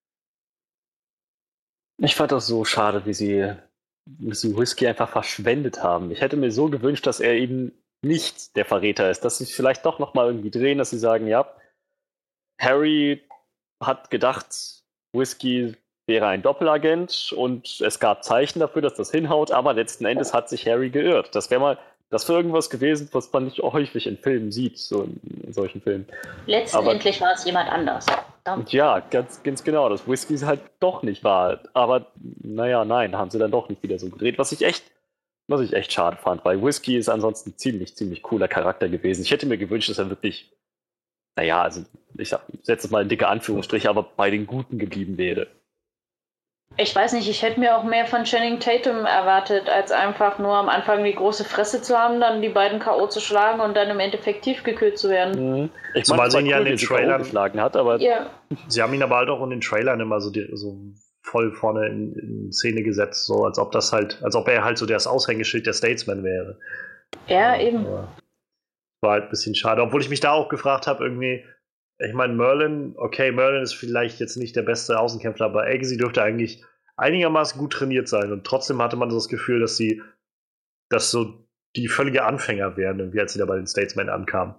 Ich fand das so schade, wie sie Whisky einfach verschwendet haben. Ich hätte mir so gewünscht, dass er eben nicht der Verräter ist, dass sie es vielleicht doch nochmal irgendwie drehen, dass sie sagen, ja, Harry hat gedacht, Whisky wäre ein Doppelagent und es gab Zeichen dafür, dass das hinhaut, aber letzten Endes hat sich Harry geirrt. Das wäre mal das für irgendwas gewesen, was man nicht häufig in Filmen sieht, so in solchen Filmen. Letztendlich war es jemand anders. Ja, ganz genau, dass Whisky halt doch nicht war. Aber nein, haben sie dann doch nicht wieder so gedreht, was ich echt schade fand, weil Whisky ist ansonsten ziemlich cooler Charakter gewesen. Ich hätte mir gewünscht, dass er wirklich, also ich setze es mal in dicke Anführungsstriche, aber bei den Guten geblieben wäre. Ich weiß nicht, ich hätte mir auch mehr von Channing Tatum erwartet, als einfach nur am Anfang die große Fresse zu haben, dann die beiden K.O. zu schlagen und dann im Endeffekt tiefgekühlt zu werden. Ich meine, sie ihn ja in den Trailern geschlagen hat, aber sie haben ihn aber halt auch in den Trailern immer so voll vorne in Szene gesetzt, so als ob er halt so das Aushängeschild der Statesman wäre. Ja, eben. War halt ein bisschen schade, obwohl ich mich da auch gefragt habe, irgendwie, ich meine, Merlin ist vielleicht jetzt nicht der beste Außenkämpfer, aber Eggsy dürfte eigentlich einigermaßen gut trainiert sein und trotzdem hatte man so das Gefühl, dass so die völlige Anfänger wären, irgendwie, als sie da bei den Statesmen ankamen.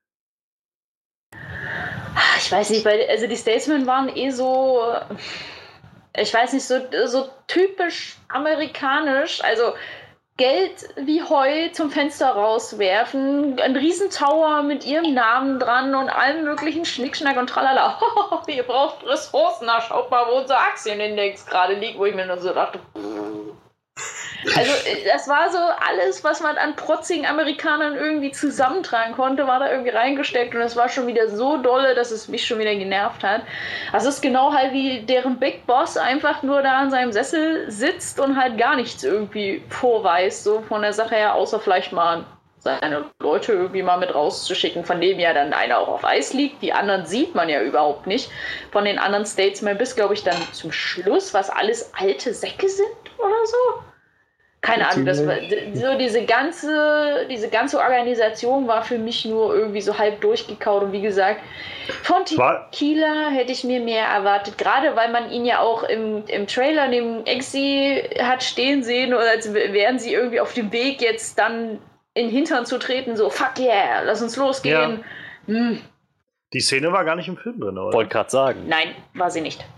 Ich weiß nicht, weil die Statesmen waren so, ich weiß nicht, so typisch amerikanisch, also Geld wie Heu zum Fenster rauswerfen, ein Riesentower mit ihrem Namen dran und allem möglichen Schnickschnack und tralala. Ihr braucht Ressourcen, na schaut mal, wo unser Aktienindex gerade liegt, wo ich mir nur so dachte. Also das war so alles, was man an protzigen Amerikanern irgendwie zusammentragen konnte, war da irgendwie reingesteckt und es war schon wieder so dolle, dass es mich schon wieder genervt hat. Also es ist genau halt wie deren Big Boss einfach nur da in seinem Sessel sitzt und halt gar nichts irgendwie vorweist, so von der Sache her, außer vielleicht mal seine Leute irgendwie mal mit rauszuschicken, von dem ja dann einer auch auf Eis liegt. Die anderen sieht man ja überhaupt nicht. Von den anderen Statesmen bis, glaube ich, dann zum Schluss, was alles alte Säcke sind oder so. Keine Ahnung, das war, so diese ganze Organisation war für mich nur irgendwie so halb durchgekaut und wie gesagt, von Tequila hätte ich mir mehr erwartet, gerade weil man ihn ja auch im Trailer neben Eggsy hat stehen sehen, oder als wären sie irgendwie auf dem Weg jetzt dann in den Hintern zu treten, so fuck yeah, lass uns losgehen. Ja. Die Szene war gar nicht im Film drin, oder? Wollte gerade sagen. Nein, war sie nicht.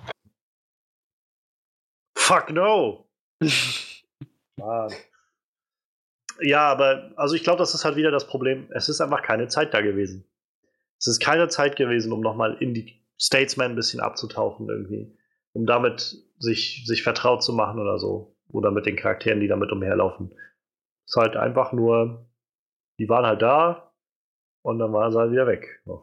Fuck no! Ja, aber also ich glaube, das ist halt wieder das Problem. Es ist einfach keine Zeit da gewesen. Es ist keine Zeit gewesen, um nochmal in die Statesmen ein bisschen abzutauchen irgendwie. Um damit sich vertraut zu machen oder so. Oder mit den Charakteren, die damit umherlaufen. Es ist halt einfach nur, die waren halt da und dann waren sie halt wieder weg. So.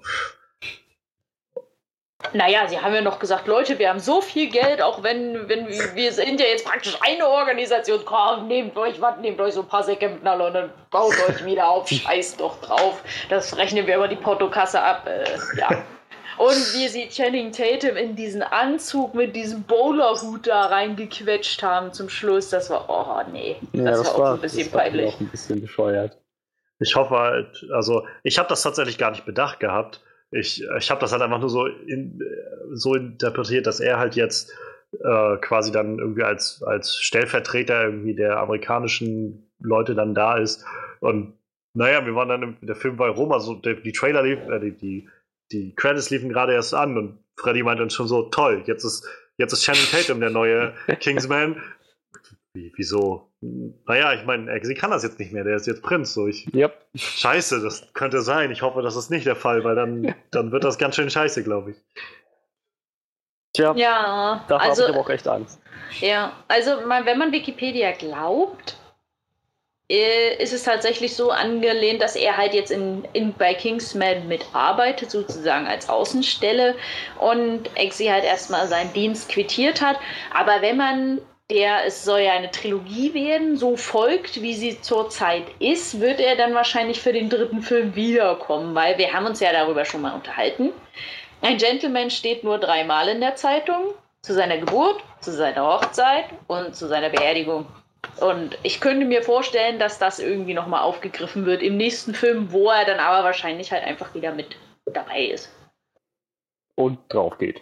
Naja, sie haben ja noch gesagt, Leute, wir haben so viel Geld, auch wenn wir sind ja jetzt praktisch eine Organisation, komm, nehmt euch so ein paar Säcke mit und dann baut euch wieder auf, scheißt doch drauf. Das rechnen wir über die Portokasse ab, ja. Und wie sie Channing Tatum in diesen Anzug mit diesem Bowlerhut da reingequetscht haben zum Schluss, das war, oh nee, das war auch ein bisschen peinlich. Auch ein bisschen bescheuert. Ich hoffe halt, also ich habe das tatsächlich gar nicht bedacht gehabt. Ich habe das halt einfach nur so interpretiert, dass er halt jetzt quasi dann irgendwie als Stellvertreter irgendwie der amerikanischen Leute dann da ist. Und naja, wir waren dann der Film bei Roma, so die Trailer die Credits liefen gerade erst an und Freddy meinte dann schon so, toll, jetzt ist Channing Tatum der neue Kingsman. Wieso? Naja, ich meine, sie kann das jetzt nicht mehr, der ist jetzt Prinz. So. Scheiße, das könnte sein. Ich hoffe, das ist nicht der Fall, weil dann wird das ganz schön scheiße, glaube ich. Tja, ja, da habe ich aber auch echt Angst. Ja, also wenn man Wikipedia glaubt, ist es tatsächlich so angelehnt, dass er halt jetzt bei Kingsman mitarbeitet, sozusagen als Außenstelle und Exi halt erstmal seinen Dienst quittiert hat. Aber wenn man es soll ja eine Trilogie werden, so folgt, wie sie zurzeit ist, wird er dann wahrscheinlich für den 3. Film wiederkommen, weil wir haben uns ja darüber schon mal unterhalten. Ein Gentleman steht nur 3-mal in der Zeitung, zu seiner Geburt, zu seiner Hochzeit und zu seiner Beerdigung. Und ich könnte mir vorstellen, dass das irgendwie nochmal aufgegriffen wird im nächsten Film, wo er dann aber wahrscheinlich halt einfach wieder mit dabei ist. Und drauf geht.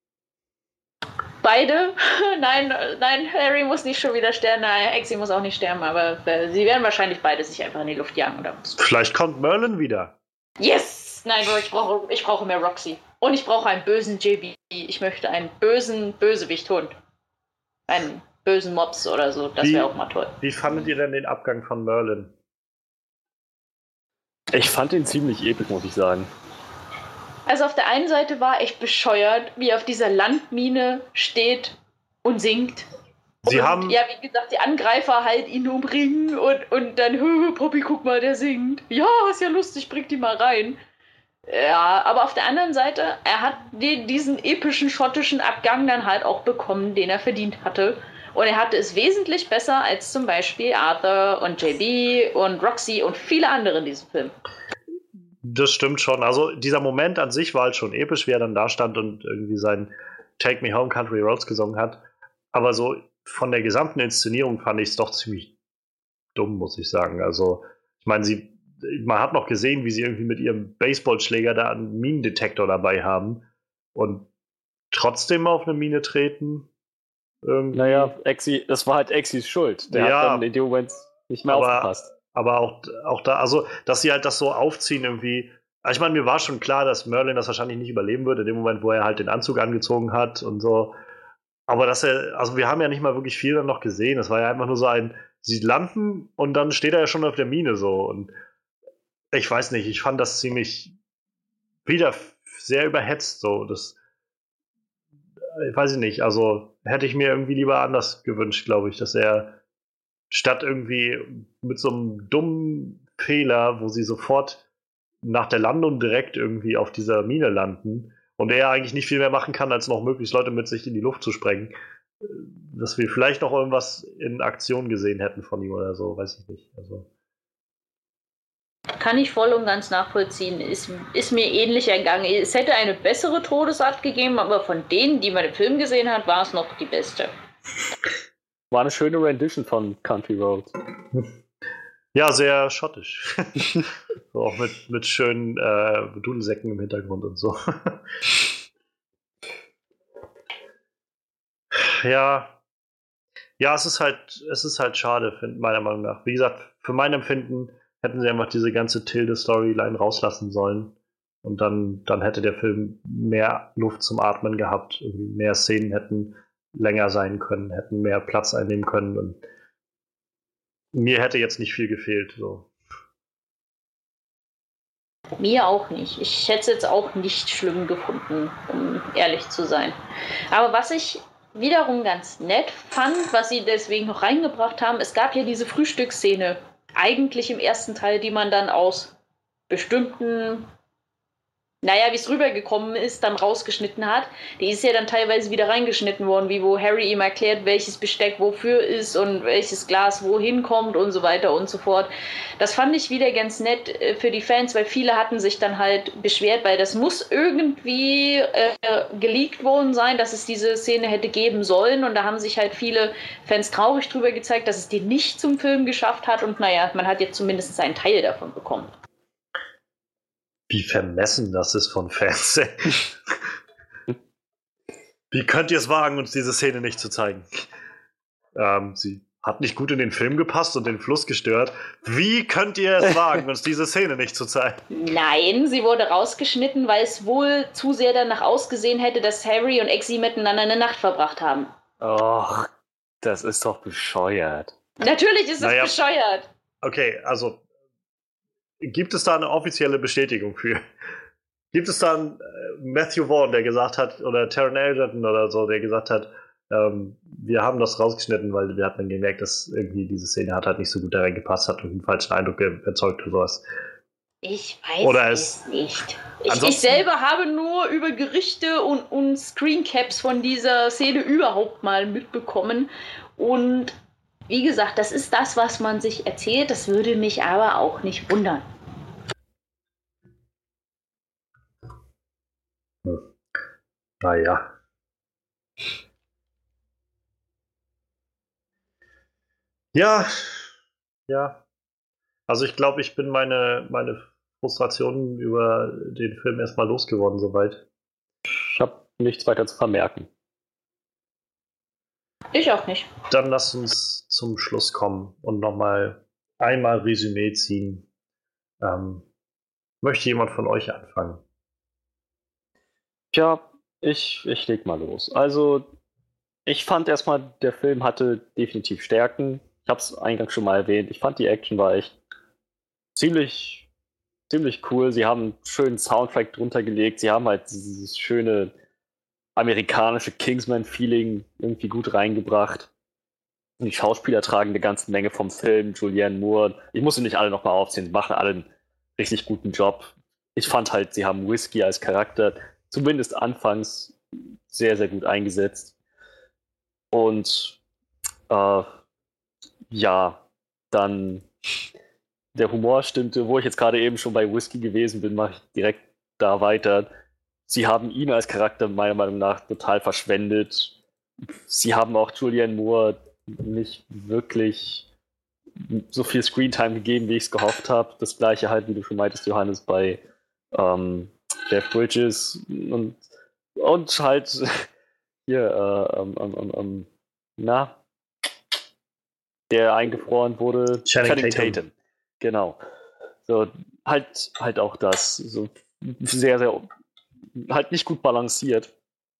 Beide? Nein, Harry muss nicht schon wieder sterben, nein, Exi muss auch nicht sterben, aber sie werden wahrscheinlich beide sich einfach in die Luft jagen oder was. Vielleicht kommt Merlin wieder. Yes! Nein, ich brauche mehr Roxy. Und ich brauche einen bösen JB. Ich möchte einen bösen Bösewicht-Hund. Einen bösen Mops oder so, das wäre auch mal toll. Wie fandet ihr denn den Abgang von Merlin? Ich fand ihn ziemlich episch, muss ich sagen. Also auf der einen Seite war echt bescheuert, wie er auf dieser Landmine steht und singt. Ja, wie gesagt, die Angreifer halt ihn umringen und dann, Poppy, guck mal, der singt. Ja, ist ja lustig, bring die mal rein. Ja, aber auf der anderen Seite, er hat diesen epischen schottischen Abgang dann halt auch bekommen, den er verdient hatte. Und er hatte es wesentlich besser als zum Beispiel Arthur und JB und Roxy und viele andere in diesem Film. Das stimmt schon. Also dieser Moment an sich war halt schon episch, wie er dann da stand und irgendwie sein Take Me Home Country Roads gesungen hat. Aber so von der gesamten Inszenierung fand ich es doch ziemlich dumm, muss ich sagen. Also ich meine, man hat noch gesehen, wie sie irgendwie mit ihrem Baseballschläger da einen Minendetektor dabei haben und trotzdem auf eine Mine treten. Irgendwie. Naja, das war halt Exis Schuld. Der hat dann in dem Moment nicht mehr aufgepasst. Aber auch da, also, dass sie halt das so aufziehen irgendwie. Also ich meine, mir war schon klar, dass Merlin das wahrscheinlich nicht überleben würde, in dem Moment, wo er halt den Anzug angezogen hat und so. Aber also wir haben ja nicht mal wirklich viel dann noch gesehen. Das war ja einfach nur so sie landen und dann steht er ja schon auf der Mine so. Und ich weiß nicht, ich fand das ziemlich wieder sehr überhetzt so. Ich weiß nicht, also hätte ich mir irgendwie lieber anders gewünscht, glaube ich, dass er statt irgendwie mit so einem dummen Fehler, wo sie sofort nach der Landung direkt irgendwie auf dieser Mine landen und er eigentlich nicht viel mehr machen kann, als noch möglichst Leute mit sich in die Luft zu sprengen, dass wir vielleicht noch irgendwas in Aktion gesehen hätten von ihm oder so, weiß ich nicht. Also kann ich voll und ganz nachvollziehen. Ist mir ähnlich ergangen. Es hätte eine bessere Todesart gegeben, aber von denen, die man im Film gesehen hat, war es noch die beste. War eine schöne Rendition von Country Road. Ja, sehr schottisch. So, auch mit schönen Dudelsäcken im Hintergrund und so. Ja, es ist halt schade, meiner Meinung nach. Wie gesagt, für mein Empfinden hätten sie einfach diese ganze Tilde-Storyline rauslassen sollen. Und dann hätte der Film mehr Luft zum Atmen gehabt. Irgendwie mehr Szenen hätten länger sein können, hätten mehr Platz einnehmen können. Und mir hätte jetzt nicht viel gefehlt. So. Mir auch nicht. Ich hätte es jetzt auch nicht schlimm gefunden, um ehrlich zu sein. Aber was ich wiederum ganz nett fand, was sie deswegen noch reingebracht haben, es gab ja diese Frühstücksszene, eigentlich im ersten Teil, die man dann aus bestimmten, wie es rübergekommen ist, dann rausgeschnitten hat. Die ist ja dann teilweise wieder reingeschnitten worden, wie wo Harry ihm erklärt, welches Besteck wofür ist und welches Glas wohin kommt und so weiter und so fort. Das fand ich wieder ganz nett für die Fans, weil viele hatten sich dann halt beschwert, weil das muss irgendwie geleakt worden sein, dass es diese Szene hätte geben sollen, und da haben sich halt viele Fans traurig drüber gezeigt, dass es die nicht zum Film geschafft hat, und man hat jetzt zumindest einen Teil davon bekommen. Wie vermessen das ist von Fans. Wie könnt ihr es wagen, uns diese Szene nicht zu zeigen? Sie hat nicht gut in den Film gepasst und den Fluss gestört. Wie könnt ihr es wagen, uns diese Szene nicht zu zeigen? Nein, sie wurde rausgeschnitten, weil es wohl zu sehr danach ausgesehen hätte, dass Harry und Eggsy miteinander eine Nacht verbracht haben. Och, das ist doch bescheuert. Natürlich ist das bescheuert. Okay, also gibt es da eine offizielle Bestätigung für? Gibt es da einen Matthew Vaughn, der gesagt hat, oder Taron Egerton oder so, der gesagt hat, wir haben das rausgeschnitten, weil wir hatten dann gemerkt, dass irgendwie diese Szene hat halt nicht so gut da reingepasst, hat und einen falschen Eindruck erzeugt oder sowas. Ich weiß es nicht. Ich selber habe nur über Gerüchte und Screencaps von dieser Szene überhaupt mal mitbekommen, und wie gesagt, das ist das, was man sich erzählt. Das würde mich aber auch nicht wundern. Naja. Ja. Also ich glaube, ich bin meine Frustrationen über den Film erstmal losgeworden soweit. Ich habe nichts weiter zu vermerken. Ich auch nicht. Dann lasst uns zum Schluss kommen und nochmal einmal Resümee ziehen. Möchte jemand von euch anfangen? Tja, ich leg mal los. Also, ich fand erstmal, der Film hatte definitiv Stärken. Ich habe es eingangs schon mal erwähnt. Ich fand, die Action war echt ziemlich cool. Sie haben einen schönen Soundtrack drunter gelegt. Sie haben halt dieses schöne amerikanische Kingsman-Feeling irgendwie gut reingebracht. Die Schauspieler tragen eine ganze Menge vom Film. Julianne Moore, ich muss sie nicht alle nochmal aufzählen, sie machen alle einen richtig guten Job. Ich fand halt, sie haben Whiskey als Charakter zumindest anfangs sehr, sehr gut eingesetzt. Und dann der Humor stimmte, wo ich jetzt gerade eben schon bei Whiskey gewesen bin, mache ich direkt da weiter. Sie haben ihn als Charakter meiner Meinung nach total verschwendet. Sie haben auch Julianne Moore nicht wirklich so viel Screentime gegeben, wie ich es gehofft habe. Das gleiche halt, wie du schon meintest, Johannes, bei Jeff Bridges und halt hier der eingefroren wurde, Channing Tatum. Genau. So, halt auch das. So sehr, sehr halt nicht gut balanciert.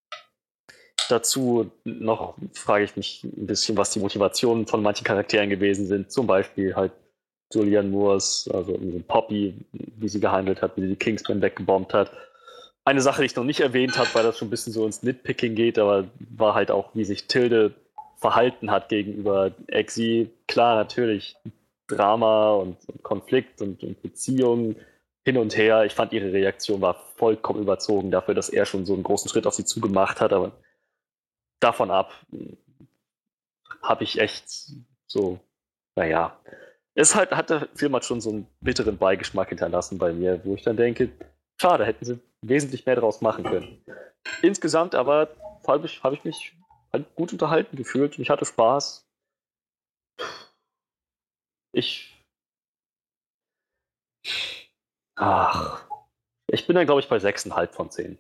Dazu noch frage ich mich ein bisschen, was die Motivationen von manchen Charakteren gewesen sind. Zum Beispiel halt Julianne Moores, also Poppy, wie sie gehandelt hat, wie sie die Kingsman weggebombt hat. Eine Sache, die ich noch nicht erwähnt habe, weil das schon ein bisschen so ins Nitpicking geht, aber war halt auch, wie sich Tilde verhalten hat gegenüber Eggsy. Klar, natürlich Drama und Konflikt und Beziehungen hin und her. Ich fand, ihre Reaktion war vollkommen überzogen dafür, dass er schon so einen großen Schritt auf sie zugemacht hat, aber davon ab habe ich echt so, es halt hat der Film halt schon so einen bitteren Beigeschmack hinterlassen bei mir, wo ich dann denke, schade, hätten sie wesentlich mehr draus machen können. Insgesamt aber habe ich mich halt gut unterhalten gefühlt und ich hatte Spaß. Ich bin dann, glaube ich, bei 6,5 von 10.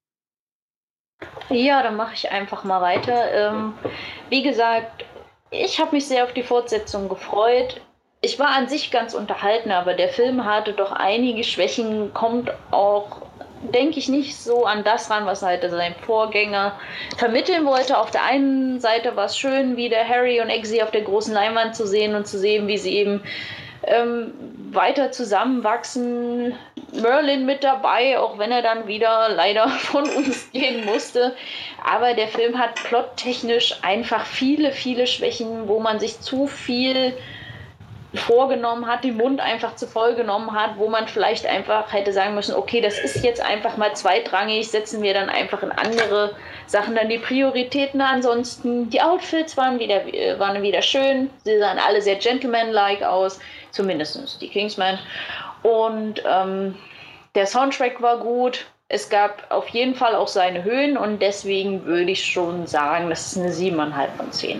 Ja, dann mache ich einfach mal weiter. Wie gesagt, ich habe mich sehr auf die Fortsetzung gefreut. Ich war an sich ganz unterhalten, aber der Film hatte doch einige Schwächen, kommt auch, denke ich, nicht so an das ran, was halt sein Vorgänger vermitteln wollte. Auf der einen Seite war es schön, wieder Harry und Eggsy auf der großen Leinwand zu sehen und zu sehen, wie sie eben weiter zusammenwachsen. Merlin mit dabei, auch wenn er dann wieder leider von uns gehen musste. Aber der Film hat plottechnisch einfach viele, viele Schwächen, wo man sich zu viel vorgenommen hat, den Mund einfach zu voll genommen hat, wo man vielleicht einfach hätte sagen müssen, okay, das ist jetzt einfach mal zweitrangig, setzen wir dann einfach in andere Sachen dann die Prioritäten. Ansonsten, die Outfits waren wieder schön, sie sahen alle sehr gentlemanlike aus, zumindest die Kingsman. Und der Soundtrack war gut, es gab auf jeden Fall auch seine Höhen und deswegen würde ich schon sagen, das ist eine 7,5 von 10.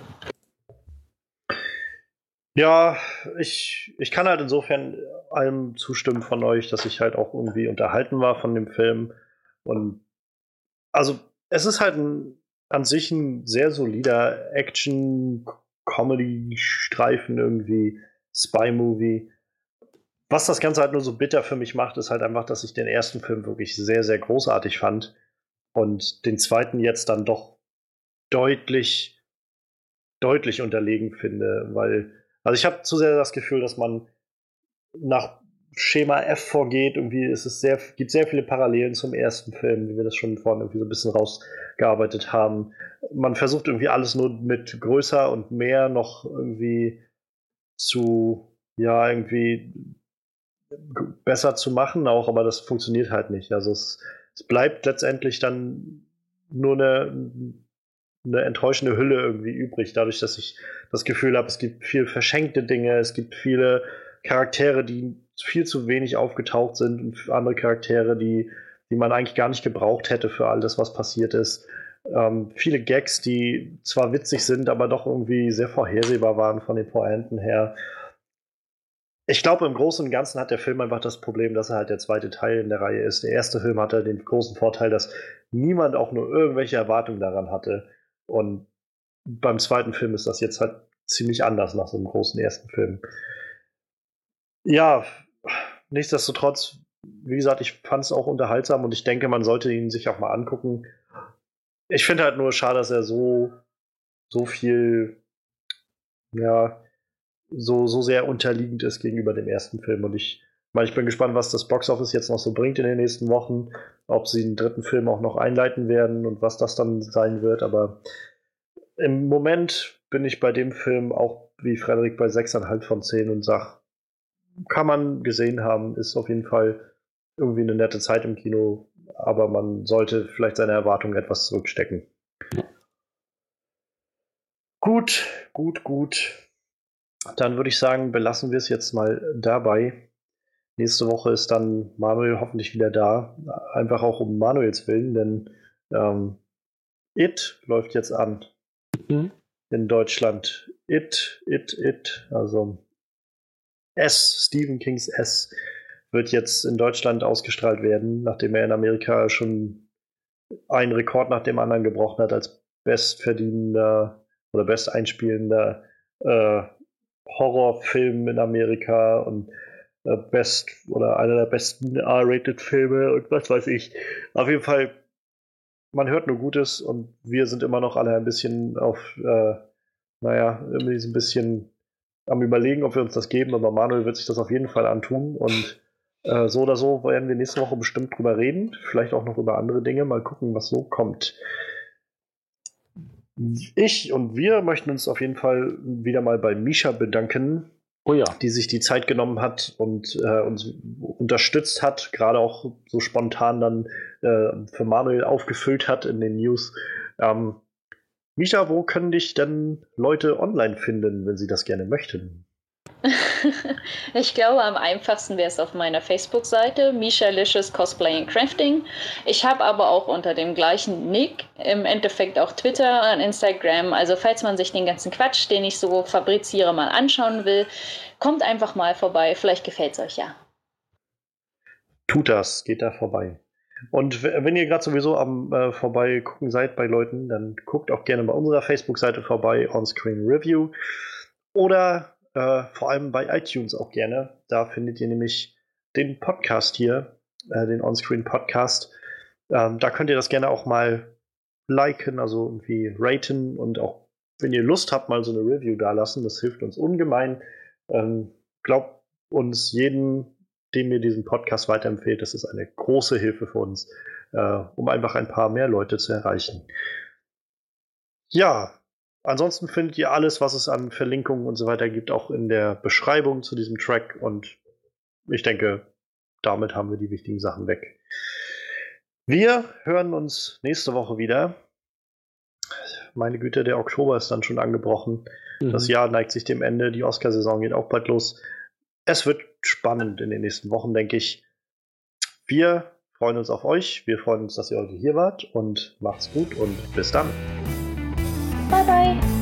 Ja, ich kann halt insofern allem zustimmen von euch, dass ich halt auch irgendwie unterhalten war von dem Film. Und also es ist halt an sich ein sehr solider Action-Comedy-Streifen irgendwie, Spy-Movie. Was das Ganze halt nur so bitter für mich macht, ist halt einfach, dass ich den ersten Film wirklich sehr, sehr großartig fand und den zweiten jetzt dann doch deutlich unterlegen finde, weil also ich habe zu sehr das Gefühl, dass man nach Schema F vorgeht. Irgendwie gibt sehr viele Parallelen zum ersten Film, wie wir das schon vorhin irgendwie so ein bisschen rausgearbeitet haben. Man versucht irgendwie alles nur mit größer und mehr noch irgendwie irgendwie besser zu machen auch, aber das funktioniert halt nicht. Also es bleibt letztendlich dann nur eine enttäuschende Hülle irgendwie übrig, dadurch, dass ich das Gefühl habe, es gibt viel verschenkte Dinge, es gibt viele Charaktere, die viel zu wenig aufgetaucht sind und andere Charaktere, die man eigentlich gar nicht gebraucht hätte für all das, was passiert ist. Viele Gags, die zwar witzig sind, aber doch irgendwie sehr vorhersehbar waren von den Pointen her. Ich glaube, im Großen und Ganzen hat der Film einfach das Problem, dass er halt der zweite Teil in der Reihe ist. Der erste Film hatte den großen Vorteil, dass niemand auch nur irgendwelche Erwartungen daran hatte. Und beim zweiten Film ist das jetzt halt ziemlich anders nach so einem großen ersten Film. Ja, nichtsdestotrotz, wie gesagt, ich fand es auch unterhaltsam und ich denke, man sollte ihn sich auch mal angucken. Ich finde halt nur schade, dass er so viel, ja, so sehr unterliegend ist gegenüber dem ersten Film. Und ich bin gespannt, was das Boxoffice jetzt noch so bringt in den nächsten Wochen, ob sie den dritten Film auch noch einleiten werden und was das dann sein wird. Aber im Moment bin ich bei dem Film auch wie Frederik bei 6,5 von 10 und sag, kann man gesehen haben, ist auf jeden Fall irgendwie eine nette Zeit im Kino, aber man sollte vielleicht seine Erwartungen etwas zurückstecken. Gut. Dann würde ich sagen, belassen wir es jetzt mal dabei. Nächste Woche ist dann Manuel hoffentlich wieder da. Einfach auch um Manuels Willen, denn It läuft jetzt an. In Deutschland. It. Also Stephen Kings S wird jetzt in Deutschland ausgestrahlt werden, nachdem er in Amerika schon einen Rekord nach dem anderen gebrochen hat als bestverdienender oder besteinspielender Horrorfilm in Amerika und einer der besten R-rated Filme und was weiß ich. Auf jeden Fall, man hört nur Gutes und wir sind immer noch alle ein bisschen irgendwie so ein bisschen am Überlegen, ob wir uns das geben, aber Manuel wird sich das auf jeden Fall antun und so oder so werden wir nächste Woche bestimmt drüber reden, vielleicht auch noch über andere Dinge, mal gucken, was so kommt. Ich und wir möchten uns auf jeden Fall wieder mal bei Misha bedanken, die sich die Zeit genommen hat und uns unterstützt hat, gerade auch so spontan dann für Manuel aufgefüllt hat in den News. Misha, wo können dich denn Leute online finden, wenn sie das gerne möchten? Ich glaube, am einfachsten wäre es auf meiner Facebook-Seite, Mishalicious Cosplay and Crafting. Ich habe aber auch unter dem gleichen Nick im Endeffekt auch Twitter und Instagram. Also falls man sich den ganzen Quatsch, den ich so fabriziere, mal anschauen will, kommt einfach mal vorbei. Vielleicht gefällt es euch ja. Tut das, geht da vorbei. Und wenn ihr gerade sowieso am Vorbeigucken seid bei Leuten, dann guckt auch gerne bei unserer Facebook-Seite vorbei, Onscreen Review. Oder vor allem bei iTunes auch gerne. Da findet ihr nämlich den Podcast hier, den Onscreen Podcast. Da könnt ihr das gerne auch mal liken, also irgendwie raten und auch, wenn ihr Lust habt, mal so eine Review dalassen. Das hilft uns ungemein. glaubt uns jeden, dem ihr diesen Podcast weiterempfehlt, das ist eine große Hilfe für uns, um einfach ein paar mehr Leute zu erreichen. Ja, ansonsten findet ihr alles, was es an Verlinkungen und so weiter gibt, auch in der Beschreibung zu diesem Track. Und ich denke, damit haben wir die wichtigen Sachen weg. Wir hören uns nächste Woche wieder. Meine Güte, der Oktober ist dann schon angebrochen. Das Jahr neigt sich dem Ende. Die Oscarsaison geht auch bald los. Es wird spannend in den nächsten Wochen, denke ich. Wir freuen uns auf euch. Wir freuen uns, dass ihr heute hier wart. Und macht's gut und bis dann. Bye, bye.